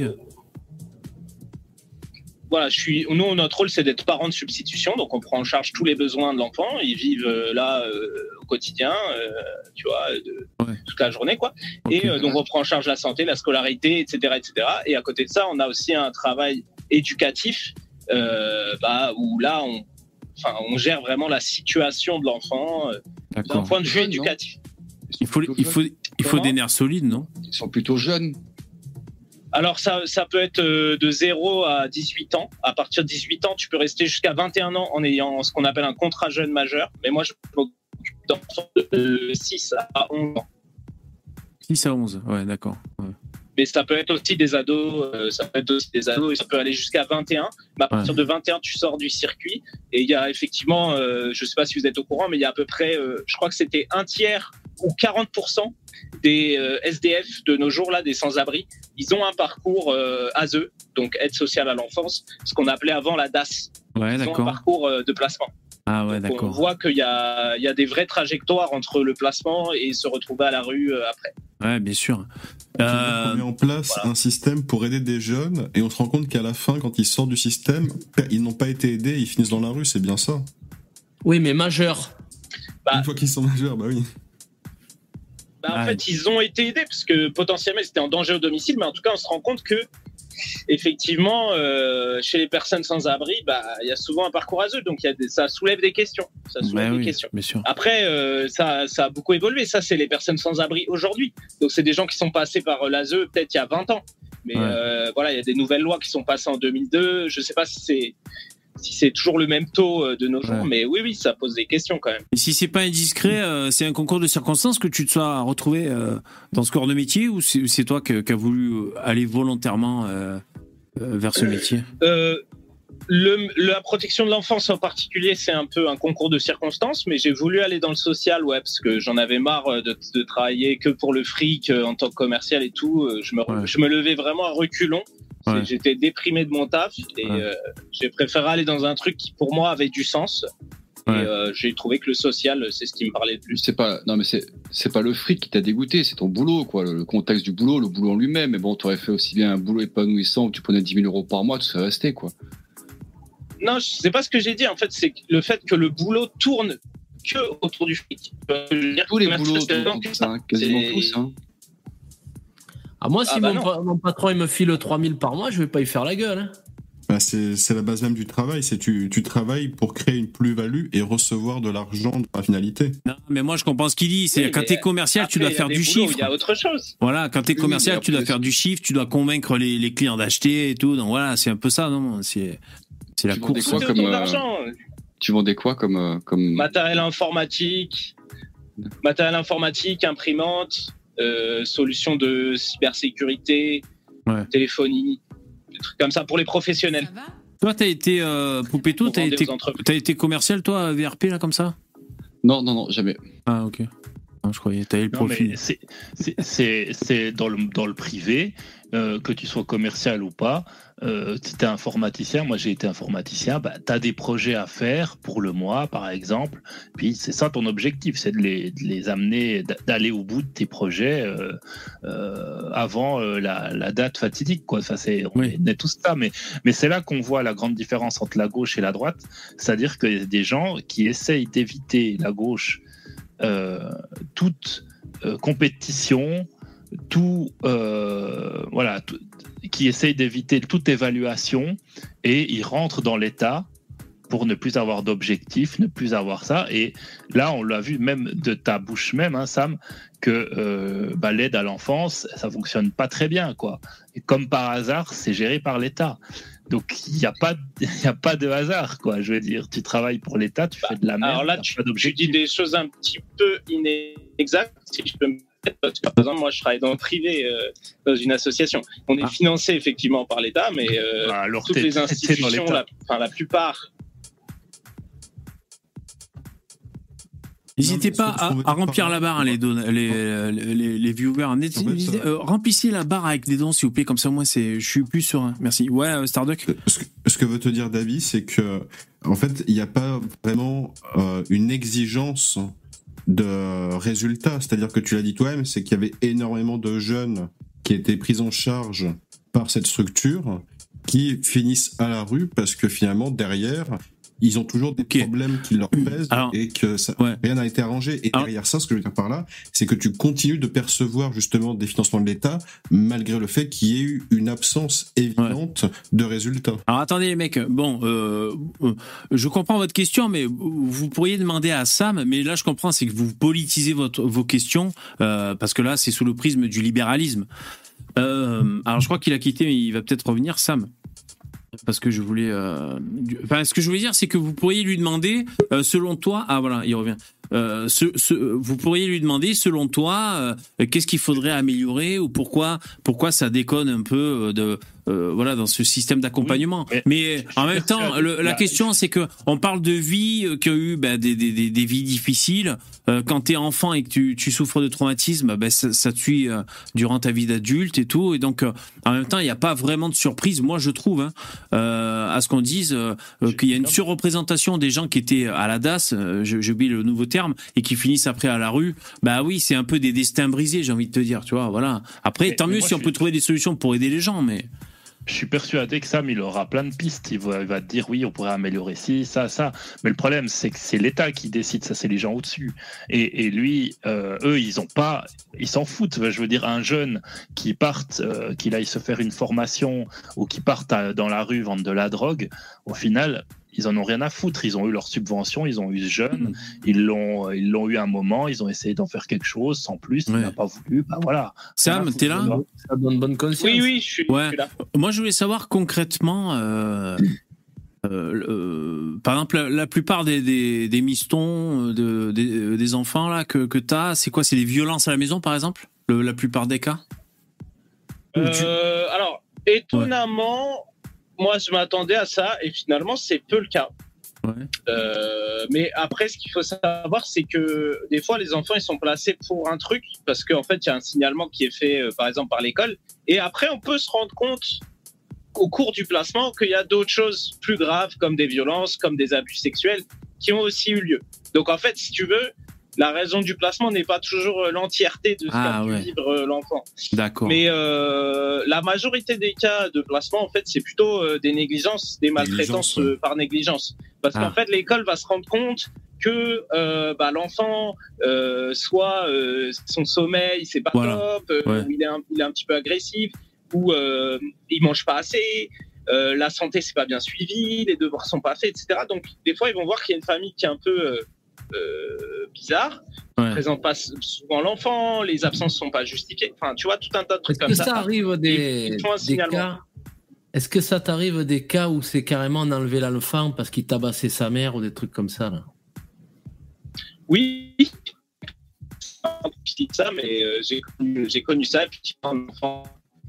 voilà, nous, notre rôle, c'est d'être parents de substitution, donc on prend en charge tous les besoins de l'enfant. Ils vivent là au quotidien, tu vois, toute la journée, quoi. Okay. Et donc on prend en charge la santé, la scolarité, etc., etc. Et à côté de ça, on a aussi un travail éducatif, où là, on gère vraiment la situation de l'enfant d'un point de vue éducatif. Il faut des nerfs solides, non? Ils sont plutôt jeunes. Alors, ça peut être de 0 à 18 ans. À partir de 18 ans, tu peux rester jusqu'à 21 ans en ayant ce qu'on appelle un contrat jeune majeur. Mais moi, je m'occupe d'enfants de 6 à 11 ans. 6 à 11, ouais, d'accord. Ouais. Mais ça peut être aussi des ados, et ça peut aller jusqu'à 21. Mais à partir de 21, tu sors du circuit. Et il y a effectivement, je ne sais pas si vous êtes au courant, mais il y a à peu près, je crois que c'était un tiers ou 40% des SDF de nos jours, là, des sans-abri, ils ont un parcours ASE, donc aide sociale à l'enfance, ce qu'on appelait avant la DAS. Ouais, ils ont un parcours de placement. Ah ouais, donc, d'accord. On voit qu'il y a des vraies trajectoires entre le placement et se retrouver à la rue après. Ouais, bien sûr. On met en place un système pour aider des jeunes et on se rend compte qu'à la fin, quand ils sortent du système, ils n'ont pas été aidés, ils finissent dans la rue, c'est bien ça? Oui, mais majeurs. Une fois qu'ils sont majeurs, bah oui. En fait, ils ont été aidés parce que potentiellement ils étaient en danger au domicile, mais en tout cas, on se rend compte que effectivement, chez les personnes sans abri, il y a souvent un parcours ASE, donc ça soulève des questions. Ça soulève des questions. Bien sûr. Après, ça a beaucoup évolué. Ça, c'est les personnes sans abri aujourd'hui. Donc, c'est des gens qui sont passés par l'ASE peut-être il y a 20 ans. Mais voilà, il y a des nouvelles lois qui sont passées en 2002. Je ne sais pas si c'est toujours le même taux de nos jours, mais oui, ça pose des questions quand même. Et si c'est pas indiscret, c'est un concours de circonstances que tu te sois retrouvé dans ce corps de métier, ou c'est toi qui as voulu aller volontairement vers ce métier? La protection de l'enfance en particulier, c'est un peu un concours de circonstances, mais j'ai voulu aller dans le social, parce que j'en avais marre de travailler que pour le fric en tant que commercial et tout. Je me levais vraiment à reculons. J'étais déprimé de mon taf et j'ai préféré aller dans un truc qui pour moi avait du sens. Et j'ai trouvé que le social, c'est ce qui me parlait le plus. C'est pas le fric qui t'a dégoûté, c'est ton boulot, quoi. Le contexte du boulot, le boulot en lui-même. Mais bon, t'aurais fait aussi bien un boulot épanouissant où tu prenais 10 000 euros par mois, tu serais resté, quoi. Non, c'est pas ce que j'ai dit. En fait, c'est le fait que le boulot tourne que autour du fric. Tous les boulots tournent ça, quasiment tous, hein. Ah, moi, si mon patron il me file 3 000 par mois, je vais pas y faire la gueule. Hein. C'est la base même du travail. C'est tu travailles pour créer une plus-value et recevoir de l'argent dans la finalité. Non, mais moi je comprends ce qu'il dit. C'est quand t'es commercial, tu dois faire du chiffre. Il y a autre chose. Voilà, quand t'es commercial, tu dois faire du chiffre, tu dois convaincre les clients d'acheter et tout. Donc voilà, c'est un peu ça, non? C'est la course. Tu vendais quoi comme matériel informatique, imprimante. Solutions de cybersécurité, téléphonie, des trucs comme ça pour les professionnels. Toi, t'as été Poupetto, t'as été commercial, toi, VRP là comme ça? Non, jamais. Ah ok. Non, je croyais, t'avais le profil. C'est dans le privé, que tu sois commercial ou pas. Si t'es informaticien, moi j'ai été informaticien, t'as des projets à faire pour le mois par exemple, puis c'est ça ton objectif, c'est de les amener, d'aller au bout de tes projets avant la date fatidique, quoi. Ça, on est tous ça, mais c'est là qu'on voit la grande différence entre la gauche et la droite, c'est-à-dire qu'il y a des gens qui essayent d'éviter la gauche toute compétition, qui essaye d'éviter toute évaluation, et ils rentrent dans l'État pour ne plus avoir d'objectifs, ne plus avoir ça. Et là, on l'a vu même de ta bouche même, hein, Sam, que l'aide à l'enfance, ça fonctionne pas très bien, quoi. Et comme par hasard, c'est géré par l'État. Donc il n'y a pas de hasard, quoi. Je veux dire, tu travailles pour l'État, tu fais de la merde. Alors là, tu dis des choses un petit peu inexactes, si je peux me permettre, parce que par exemple, moi, je travaille dans le privé, dans une association. On est financé effectivement par l'État, mais toutes les institutions, la plupart. N'hésitez pas à remplir la barre, les viewers. Remplissez la barre avec des dons, s'il vous plaît, comme ça, moi, je suis plus serein. Merci. Ouais, Starduck. Ce que veut te dire David, c'est que, en fait, il n'y a pas vraiment une exigence de résultats. C'est-à-dire que tu l'as dit toi-même, c'est qu'il y avait énormément de jeunes qui étaient pris en charge par cette structure, qui finissent à la rue parce que finalement, derrière, ils ont toujours des problèmes qui leur pèsent et que rien n'a été arrangé. Et derrière ça, ce que je veux dire par là, c'est que tu continues de percevoir justement des financements de l'État malgré le fait qu'il y ait eu une absence évidente de résultats. Alors attendez les mecs, je comprends votre question, mais vous pourriez demander à Sam, mais là je comprends, c'est que vous politisez vos questions, parce que là c'est sous le prisme du libéralisme. Alors je crois qu'il a quitté, mais il va peut-être revenir, Sam. Parce que je voulais... ce que je voulais dire, c'est que vous pourriez lui demander, selon toi... Ah voilà, il revient. Vous pourriez lui demander, selon toi, qu'est-ce qu'il faudrait améliorer ou pourquoi ça déconne un peu dans ce système d'accompagnement. Mais en même temps, la question, c'est que on parle de vie qui a eu des vies difficiles. Quand t'es enfant et que tu souffres de traumatisme, ça te suit durant ta vie d'adulte et tout. Et donc, en même temps, il n'y a pas vraiment de surprise, moi je trouve, à ce qu'on dise qu'il y a une surreprésentation des gens qui étaient à la DAS, j'ai oublié le nouveau terme, et qui finissent après à la rue. Bah oui, c'est un peu des destins brisés, j'ai envie de te dire, tu vois, voilà. Après, tant mieux si on peut trouver des solutions pour aider les gens, mais... Je suis persuadé que Sam, il aura plein de pistes. Il va te dire, oui, on pourrait améliorer ci, ça. Mais le problème, c'est que c'est l'État qui décide, ça, c'est les gens au-dessus. Et lui, eux, ils s'en foutent. Je veux dire, un jeune qui qu'il aille se faire une formation ou qui parte dans la rue vendre de la drogue, au final, ils en ont rien à foutre. Ils ont eu leur subvention, ils ont eu ce jeune, ils l'ont eu un moment, ils ont essayé d'en faire quelque chose sans plus, il n'a pas voulu, voilà. Sam, t'es là ? Ça donne bonne conscience. Oui, je suis là. Moi, je voulais savoir concrètement, par exemple, la plupart des mistons, des enfants là que t'as, c'est quoi ? C'est des violences à la maison, par exemple ? La plupart des cas ? Alors, étonnamment... Moi, je m'attendais à ça et finalement, c'est peu le cas. Mais après, ce qu'il faut savoir, c'est que des fois, les enfants, ils sont placés pour un truc parce qu'en fait, il y a un signalement qui est fait, par exemple, par l'école. Et après, on peut se rendre compte au cours du placement qu'il y a d'autres choses plus graves comme des violences, comme des abus sexuels qui ont aussi eu lieu. Donc, en fait, si tu veux, la raison du placement n'est pas toujours l'entièreté de ce qu'a pu vivre l'enfant. D'accord. Mais la majorité des cas de placement, en fait, c'est plutôt des négligences, des maltraitances par négligence. Parce qu'en fait, l'école va se rendre compte que l'enfant, soit son sommeil, c'est pas top, ou il est un petit peu agressif, ou il mange pas assez, la santé, c'est pas bien suivi, les devoirs sont pas faits, etc. Donc, des fois, ils vont voir qu'il y a une famille qui est un peu... bizarre, présente pas souvent l'enfant, les absences sont pas justifiées, enfin tu vois, tout un tas de trucs comme ça. Est-ce que ça arrive des cas, est-ce que ça t'arrive des cas où c'est carrément d'enlever l'enfant parce qu'il tabassait sa mère ou des trucs comme ça là ? Oui, ça, mais j'ai connu ça, effectivement, l'enfant,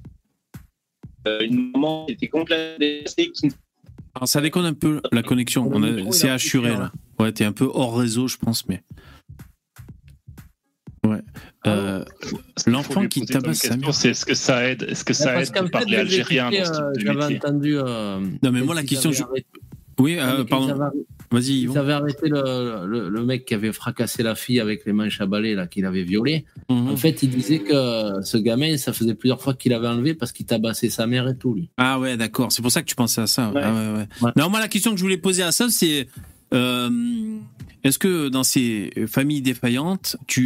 une maman qui était complètement décédée, Alors ça déconne un peu la connexion, c'est assuré là. Ouais, t'es un peu hors réseau, je pense, mais... Ouais. L'enfant qui tabasse sa mère... Est-ce que ça aide de parler algérien dans ce type de métier ? J'avais entendu... non, mais moi, la question... Oui, pardon. Vas-y, Yvon. Ils avaient arrêté le mec qui avait fracassé la fille avec les manches à balai, là, qu'il avait violé. En fait, il disait que ce gamin, ça faisait plusieurs fois qu'il l'avait enlevé parce qu'il tabassait sa mère et tout, lui. Ah ouais, d'accord. C'est pour ça que tu pensais à ça. Ouais. Ah ouais. Non, moi, la question que je voulais poser à ça, c'est... est-ce que dans ces familles défaillantes,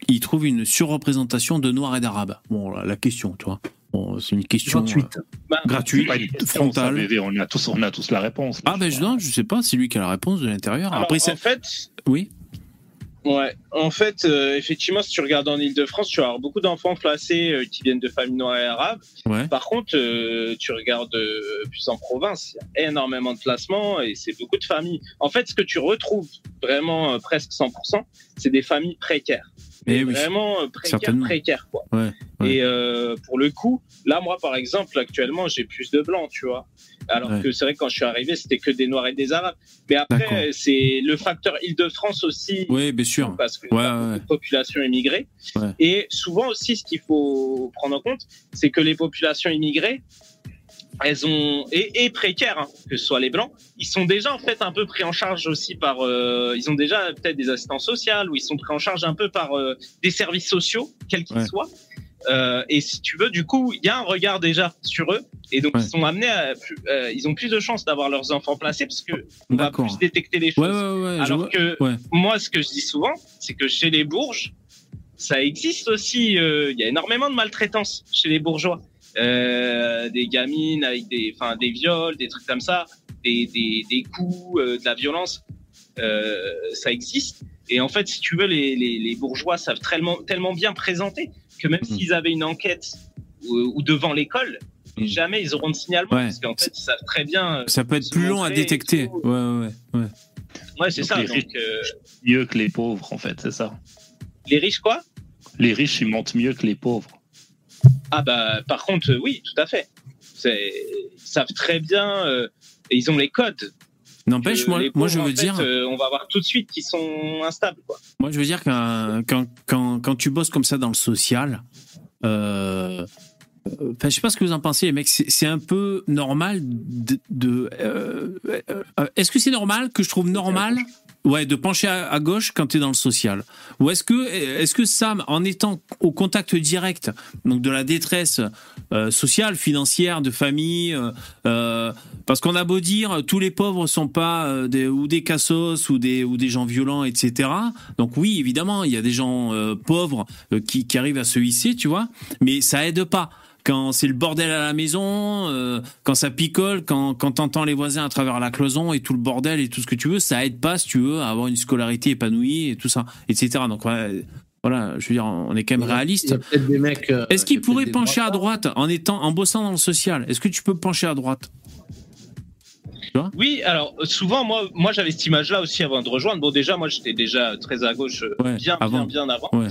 il trouve une surreprésentation de Noirs et d'Arabes. Bon, la question, tu vois. Bon, c'est une question gratuite, frontale. On a tous la réponse. Ah ben non, je sais pas, c'est lui qui a la réponse de l'intérieur. Alors, après, en fait, oui. Ouais, en fait, effectivement, si tu regardes en Ile-de-France, tu vas avoir beaucoup d'enfants placés qui viennent de familles noires et arabes. Ouais. Par contre, tu regardes plus en province, il y a énormément de placements et c'est beaucoup de familles. En fait, ce que tu retrouves vraiment presque 100%, c'est des familles précaires. Et oui, vraiment précaires, quoi. Ouais. Et pour le coup, là, moi, par exemple, actuellement, j'ai plus de blancs, tu vois. Alors que c'est vrai, quand je suis arrivé, c'était que des Noirs et des Arabes. Mais après, c'est le facteur Île-de-France aussi. Oui, bien sûr. Parce que la population immigrée. Ouais. Et souvent aussi, ce qu'il faut prendre en compte, c'est que les populations immigrées, elles ont et précaires, hein, que ce soit les blancs, ils sont déjà en fait un peu pris en charge aussi par, ils ont déjà peut-être des assistants sociaux ou ils sont pris en charge un peu par des services sociaux, quels qu'ils soient. Et si tu veux, du coup, il y a un regard déjà sur eux, et donc ils sont amenés ils ont plus de chances d'avoir leurs enfants placés parce que on va plus détecter les choses. Alors que moi, ce que je dis souvent, c'est que chez les Bourges, ça existe aussi. Il y a énormément de maltraitance chez les bourgeois. Des gamines avec des viols, des trucs comme ça, des coups, de la violence, ça existe. Et en fait, si tu veux, les bourgeois savent tellement bien présenter que même s'ils avaient une enquête ou devant l'école, jamais ils auront de signalement parce qu'en fait, ils savent très bien. Ça peut être plus long à détecter. Ouais, c'est ça. Les riches, mieux que les pauvres, en fait, c'est ça. Les riches, quoi ? Les riches, ils mentent mieux que les pauvres. Ah bah par contre oui, tout à fait. Ils savent très bien et ils ont les codes. N'empêche, moi je veux dire, on va voir tout de suite qu'ils sont instables, quoi. Moi je veux dire quand tu bosses comme ça dans le social, je sais pas ce que vous en pensez les mecs, c'est un peu normal est-ce que c'est normal que je trouve normal de pencher à gauche quand tu es dans le social? Ou est-ce que Sam, en étant au contact direct donc de la détresse sociale, financière, de famille, parce qu'on a beau dire tous les pauvres sont pas des cassos ou des gens violents, etc. Donc oui, évidemment, il y a des gens pauvres qui arrivent à se hisser, tu vois, mais ça aide pas. Quand c'est le bordel à la maison, quand ça picole, quand t'entends les voisins à travers la cloison et tout le bordel et tout ce que tu veux, ça aide pas, si tu veux, à avoir une scolarité épanouie et tout ça, etc. Donc voilà, je veux dire, on est quand même réaliste. Il y a peut-être des mecs. Est-ce qu'il pourrait pencher à droite en bossant dans le social? Est-ce que tu peux pencher à droite? Oui, alors souvent moi j'avais cette image-là aussi avant de rejoindre. Bon, déjà moi j'étais déjà très à gauche bien avant. Ouais.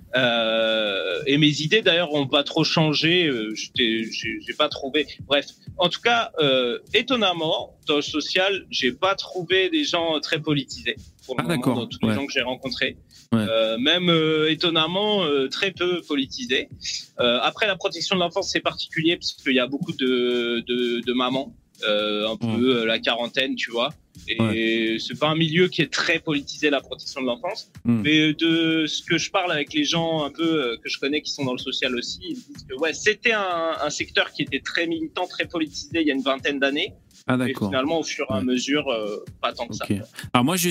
Et mes idées d'ailleurs ont pas trop changé. J'ai pas trouvé. Bref, en tout cas, étonnamment dans le social, j'ai pas trouvé des gens très politisés pour le moment dans tous les gens que j'ai rencontrés. Même étonnamment très peu politisés. Après la protection de l'enfance c'est particulier parce qu'il y a beaucoup de mamans. Un peu la quarantaine, tu vois. Et c'est pas un milieu qui est très politisé, la protection de l'enfance. Mais de ce que je parle avec les gens un peu que je connais qui sont dans le social aussi, ils disent que c'était un secteur qui était très militant, très politisé il y a une vingtaine d'années. Ah d'accord. Et finalement, au fur et à mesure, pas tant que ça. Alors moi, je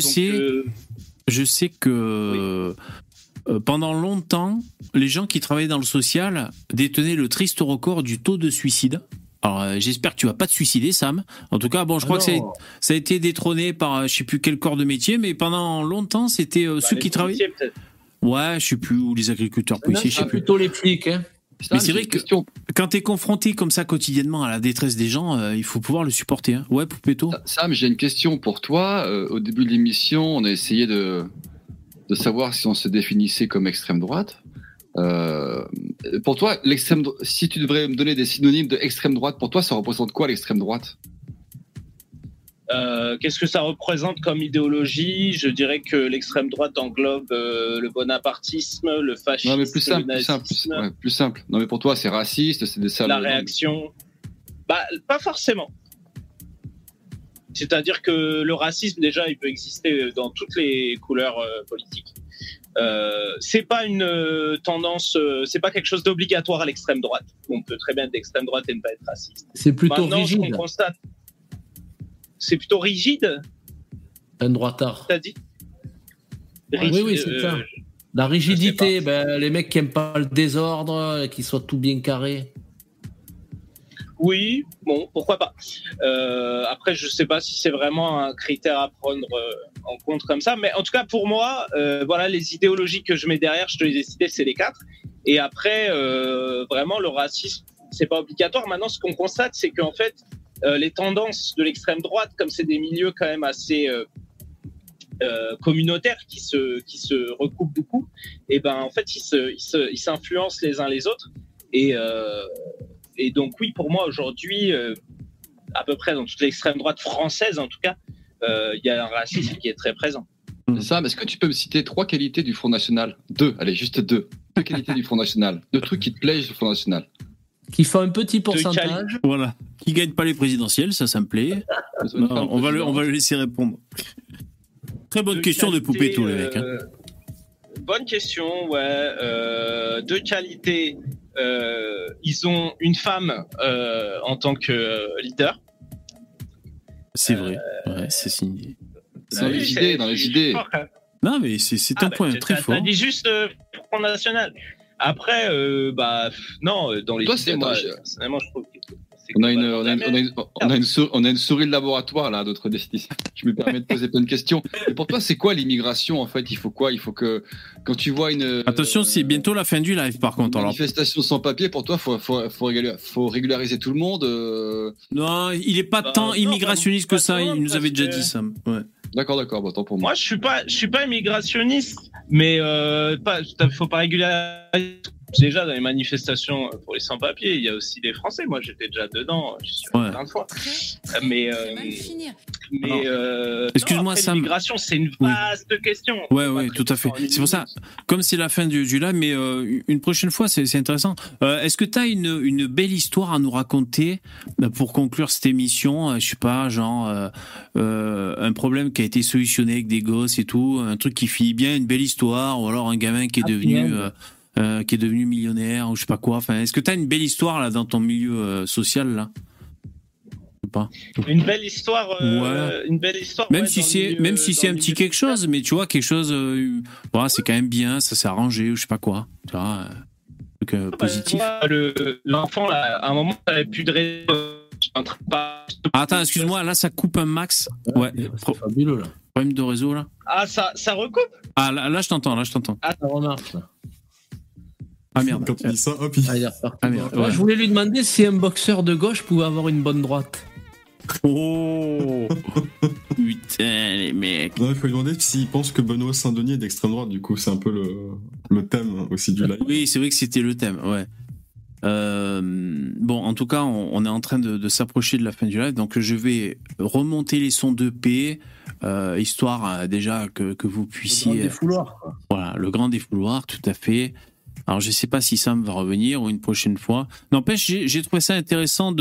sais que pendant longtemps, les gens qui travaillaient dans le social détenaient le triste record du taux de suicide. Alors j'espère que tu vas pas te suicider, Sam. En tout cas, bon, je crois que ça a été détrôné par je sais plus quel corps de métier, mais pendant longtemps c'était ceux qui travaillaient. Ouais, je sais plus, ou les agriculteurs policiers, je sais plus. Plutôt les flics, hein. Mais c'est vrai que quand t'es confronté comme ça quotidiennement à la détresse des gens, il faut pouvoir le supporter. Hein. Ouais, Poupetto. Sam, j'ai une question pour toi. Au début de l'émission, on a essayé de savoir si on se définissait comme extrême droite. Pour toi, si tu devrais me donner des synonymes de extrême droite, pour toi, ça représente quoi l'extrême droite ? Qu'est-ce que ça représente comme idéologie ? Je dirais que l'extrême droite englobe le bonapartisme, le fascisme, non, mais plus simple, le nazisme. plus simple. Non, mais pour toi, c'est raciste, c'est des salles. La réaction, pas forcément. C'est-à-dire que le racisme, déjà, il peut exister dans toutes les couleurs politiques. C'est pas une tendance, c'est pas quelque chose d'obligatoire à l'extrême droite. On peut très bien être d'extrême droite et ne pas être raciste. C'est plutôt rigide. Ce qu'on constate, c'est plutôt rigide. Un droitard. T'as dit ? Oui, c'est ça. La rigidité, les mecs qui aiment pas le désordre, qu'ils soient tout bien carré. Oui, bon, pourquoi pas. Après, je sais pas si c'est vraiment un critère à prendre en compte comme ça, mais en tout cas pour moi, voilà, les idéologies que je mets derrière, je te les ai citées, c'est les 4. Et après, vraiment, le racisme, c'est pas obligatoire. Maintenant, ce qu'on constate, c'est qu'en fait, les tendances de l'extrême droite, comme c'est des milieux quand même assez communautaires qui se recoupent beaucoup, et ben en fait, ils s'influencent les uns les autres. Et donc oui, pour moi aujourd'hui, à peu près dans toute l'extrême droite française en tout cas, il y a un racisme qui est très présent. Sam, est-ce que tu peux me citer 3 qualités du Front National ? 2, allez, juste 2. 2 qualités du Front National. 2 trucs qui te plaisent du Front National. Qui fait un petit pourcentage. Voilà. Qui gagne pas les présidentielles, ça me plaît. On va le laisser répondre. Très bonne question de poupée tous les mecs. Bonne question, ouais. 2 qualités. Ils ont une femme en tant que leader. C'est vrai. Ouais, c'est signé. Dans les idées. Non, mais c'est un point très fort. T'as dit juste Front National. Après, non, dans les idées, moi, personnellement, je trouve que on a une souris de laboratoire là, d'autres destinés. Je me permets de poser plein de questions. Et pour toi, c'est quoi l'immigration en fait ? Il faut quoi ? Il faut que quand tu vois une attention, c'est bientôt la fin du live par contre. Manifestation sans papier, pour toi, faut régulariser tout le monde. Non, il est pas tant immigrationniste que ça. Il nous avait déjà dit ça. Ouais. D'accord, bon, tant pour moi. Moi, je suis pas immigrationniste, mais faut pas régulariser. Déjà, dans les manifestations pour les sans-papiers, il y a aussi des Français. Moi, j'étais déjà dedans, j'y suis allé plein de fois. Excuse-moi, Sam. L'immigration, c'est une vaste question. Ouais, tout à fait. C'est pour ça, comme c'est la fin du live, mais une prochaine fois, c'est intéressant. Est-ce que tu as une belle histoire à nous raconter pour conclure cette émission ? Je sais pas, genre un problème qui a été solutionné avec des gosses et tout, un truc qui finit bien, une belle histoire, ou alors un gamin qui est devenu millionnaire ou je sais pas quoi. Enfin, est-ce que tu as une belle histoire là dans ton milieu social là ? Pas. Une belle histoire. Une belle histoire. Même si c'est un petit quelque chose, mais tu vois quelque chose, c'est quand même bien, ça s'est arrangé ou je sais pas quoi. Tu vois, truc positif. L'enfant là, à un moment, ça avait plus de réseau. Attends, excuse-moi, là ça coupe un max. Ouais. C'est fabuleux là. Problème de réseau là. Ah, ça recoupe. Ah là je t'entends. Ah, ça remarche là. Ah merde. Quand tu dis ça, hop, merde. Ouais. Je voulais lui demander si un boxeur de gauche pouvait avoir une bonne droite. Oh putain les mecs. Non, il faut lui demander s'il pense que Benoît Saint-Denis est d'extrême droite. Du coup, c'est un peu le thème aussi du live. Oui, c'est vrai que c'était le thème. Ouais. Bon, en tout cas, on est en train de s'approcher de la fin du live, donc je vais remonter les sons d'EP, histoire déjà que vous puissiez. Le grand défouloir, quoi. Voilà, le grand défouloir, tout à fait. Alors, je sais pas si Sam va revenir ou une prochaine fois. N'empêche, j'ai trouvé ça intéressant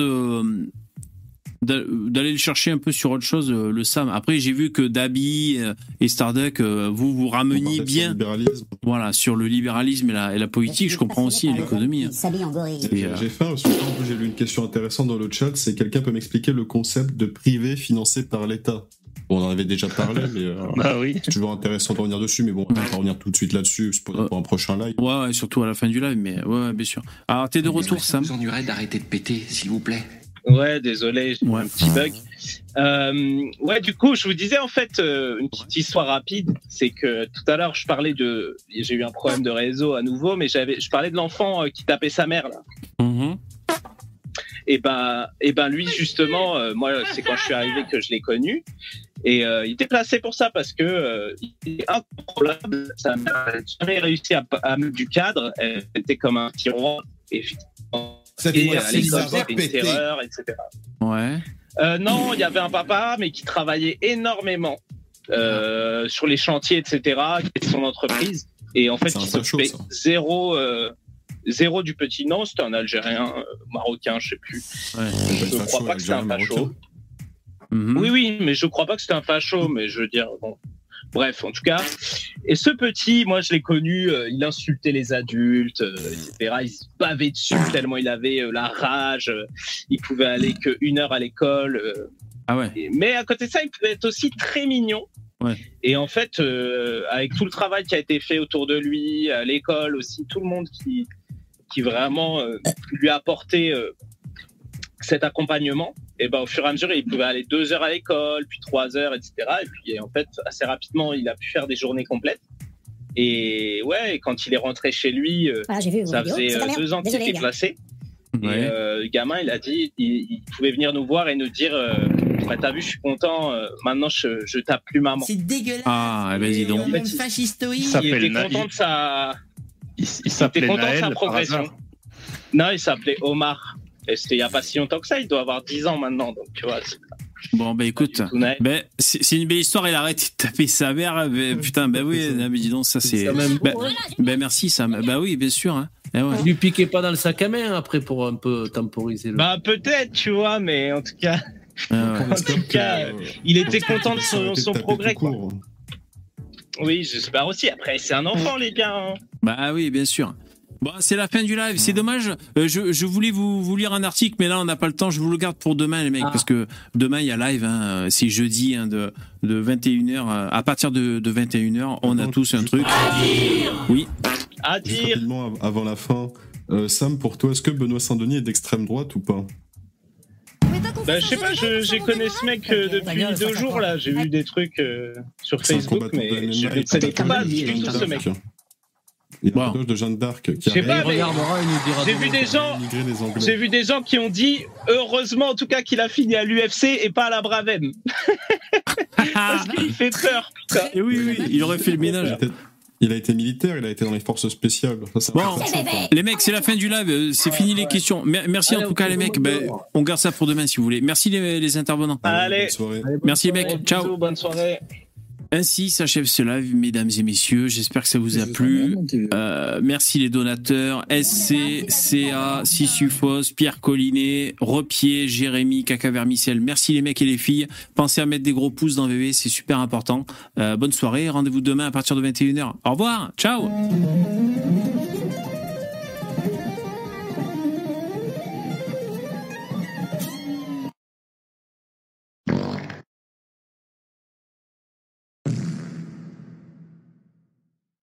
d'aller le chercher un peu sur autre chose, le Sam. Après, j'ai vu que Dabi et Starduck, vous rameniez bien sur le libéralisme et la politique. Je comprends aussi l'économie. J'ai faim, parce que j'ai lu une question intéressante dans le chat. C'est quelqu'un peut m'expliquer le concept de privé financé par l'État ? Bon, on en avait déjà parlé, mais c'est toujours intéressant de revenir dessus. Mais bon, on va pas revenir tout de suite là-dessus pour un prochain live. Ouais, surtout à la fin du live, mais ouais, bien sûr. Alors, t'es de retour, Sam. Je vous ennuierais d'arrêter de péter, s'il vous plaît. Ouais, désolé, j'ai un petit bug. Du coup, je vous disais en fait une petite histoire rapide, c'est que tout à l'heure j'ai eu un problème de réseau à nouveau, mais je parlais de l'enfant qui tapait sa mère là. Mm-hmm. Et ben lui justement, moi c'est quand je suis arrivé que je l'ai connu. Et il était placé pour ça parce que il est incontrôlable. Sa mère n'avait jamais réussi à mettre du cadre. Elle était comme un tiroir. Et à l'école, c'était une terreur, etc. Ouais. Non, il y avait un papa, mais qui travaillait énormément sur les chantiers, etc. Qui était son entreprise. Et en fait, il s'occupait zéro du petit. Non, c'était un Algérien, marocain, je sais plus. Ouais. Je ne crois pas que c'était un facho. Mm-hmm. Oui, mais je crois pas que c'était un facho, mais je veux dire, bon. Bref, en tout cas. Et ce petit, moi, je l'ai connu, il insultait les adultes, etc. Il se bavait dessus tellement il avait la rage. Il pouvait aller qu'1 heure à l'école. Ah ouais. Mais à côté de ça, il pouvait être aussi très mignon. Ouais. Et en fait, avec tout le travail qui a été fait autour de lui, à l'école aussi, tout le monde qui vraiment lui a apporté cet accompagnement, et ben au fur et à mesure, il pouvait aller 2 heures à l'école, puis 3 heures, etc. Et puis en fait, assez rapidement, il a pu faire des journées complètes. Et ouais, quand il est rentré chez lui, ça faisait 2 ans qu'il était placé. Ouais. Et le gamin, il a dit, il pouvait venir nous voir et nous dire, t'as vu, je suis content. Maintenant, je tape plus maman. C'est dégueulasse. Ah, vas-y donc. En fait, fascistoïde. Il était content de sa. Il s'appelait Naël, sa progression. Non, il s'appelait Omar. Et c'était il y a pas si longtemps que ça. Il doit avoir 10 ans maintenant, donc tu vois. Bon, bah écoute, c'est une belle histoire. Il a arrêté de taper sa mère. Putain, bah oui, mais dis donc, ça c'est. Merci, Sam. Bah oui, bien sûr. Hein. Ouais. Lui piquez pas dans le sac à main après pour un peu temporiser le. Bah peut-être, tu vois, mais en tout cas. Il était content de son progrès, quoi. Oui, j'espère aussi. Après, c'est un enfant, les gars. Hein. Bah oui, bien sûr. Bon, c'est la fin du live, c'est dommage. Je voulais vous lire un article, mais là on n'a pas le temps. Je vous le garde pour demain, les mecs, parce que demain il y a live. Hein, c'est jeudi de 21h. À partir de 21h, on a tous un truc. Oui. À dire. Rapidement, avant la fin, Sam, pour toi, est-ce que Benoît Saint-Denis est d'extrême droite ou pas? Bah, je sais pas, j'ai connu ce mec depuis 2 jours là. J'ai vu des trucs sur Facebook, mais je ne connais pas du tout ce mec. Il y a un personnage de Jeanne d'Arc qui j'ai vu des gens qui ont dit heureusement en tout cas qu'il a fini à l'UFC et pas à la Bravem. Parce qu'il fait peur, putain. Et oui, il aurait fait le ménage. Il a été militaire, il a été dans les forces spéciales. Bon, les mecs, c'est la fin du live, c'est fini les questions. Merci en tout cas les mecs, on garde ça pour demain si vous voulez. Merci les intervenants. Allez, merci les mecs, ciao. Bonne soirée. Ainsi s'achève ce live, mesdames et messieurs. J'espère que ça vous a plu. Merci les donateurs. SC, CA, Sissufos, Pierre Collinet, Repier, Jérémy, Caca Vermicelle. Merci les mecs et les filles. Pensez à mettre des gros pouces dans VV, c'est super important. Bonne soirée. Rendez-vous demain à partir de 21h. Au revoir. Ciao.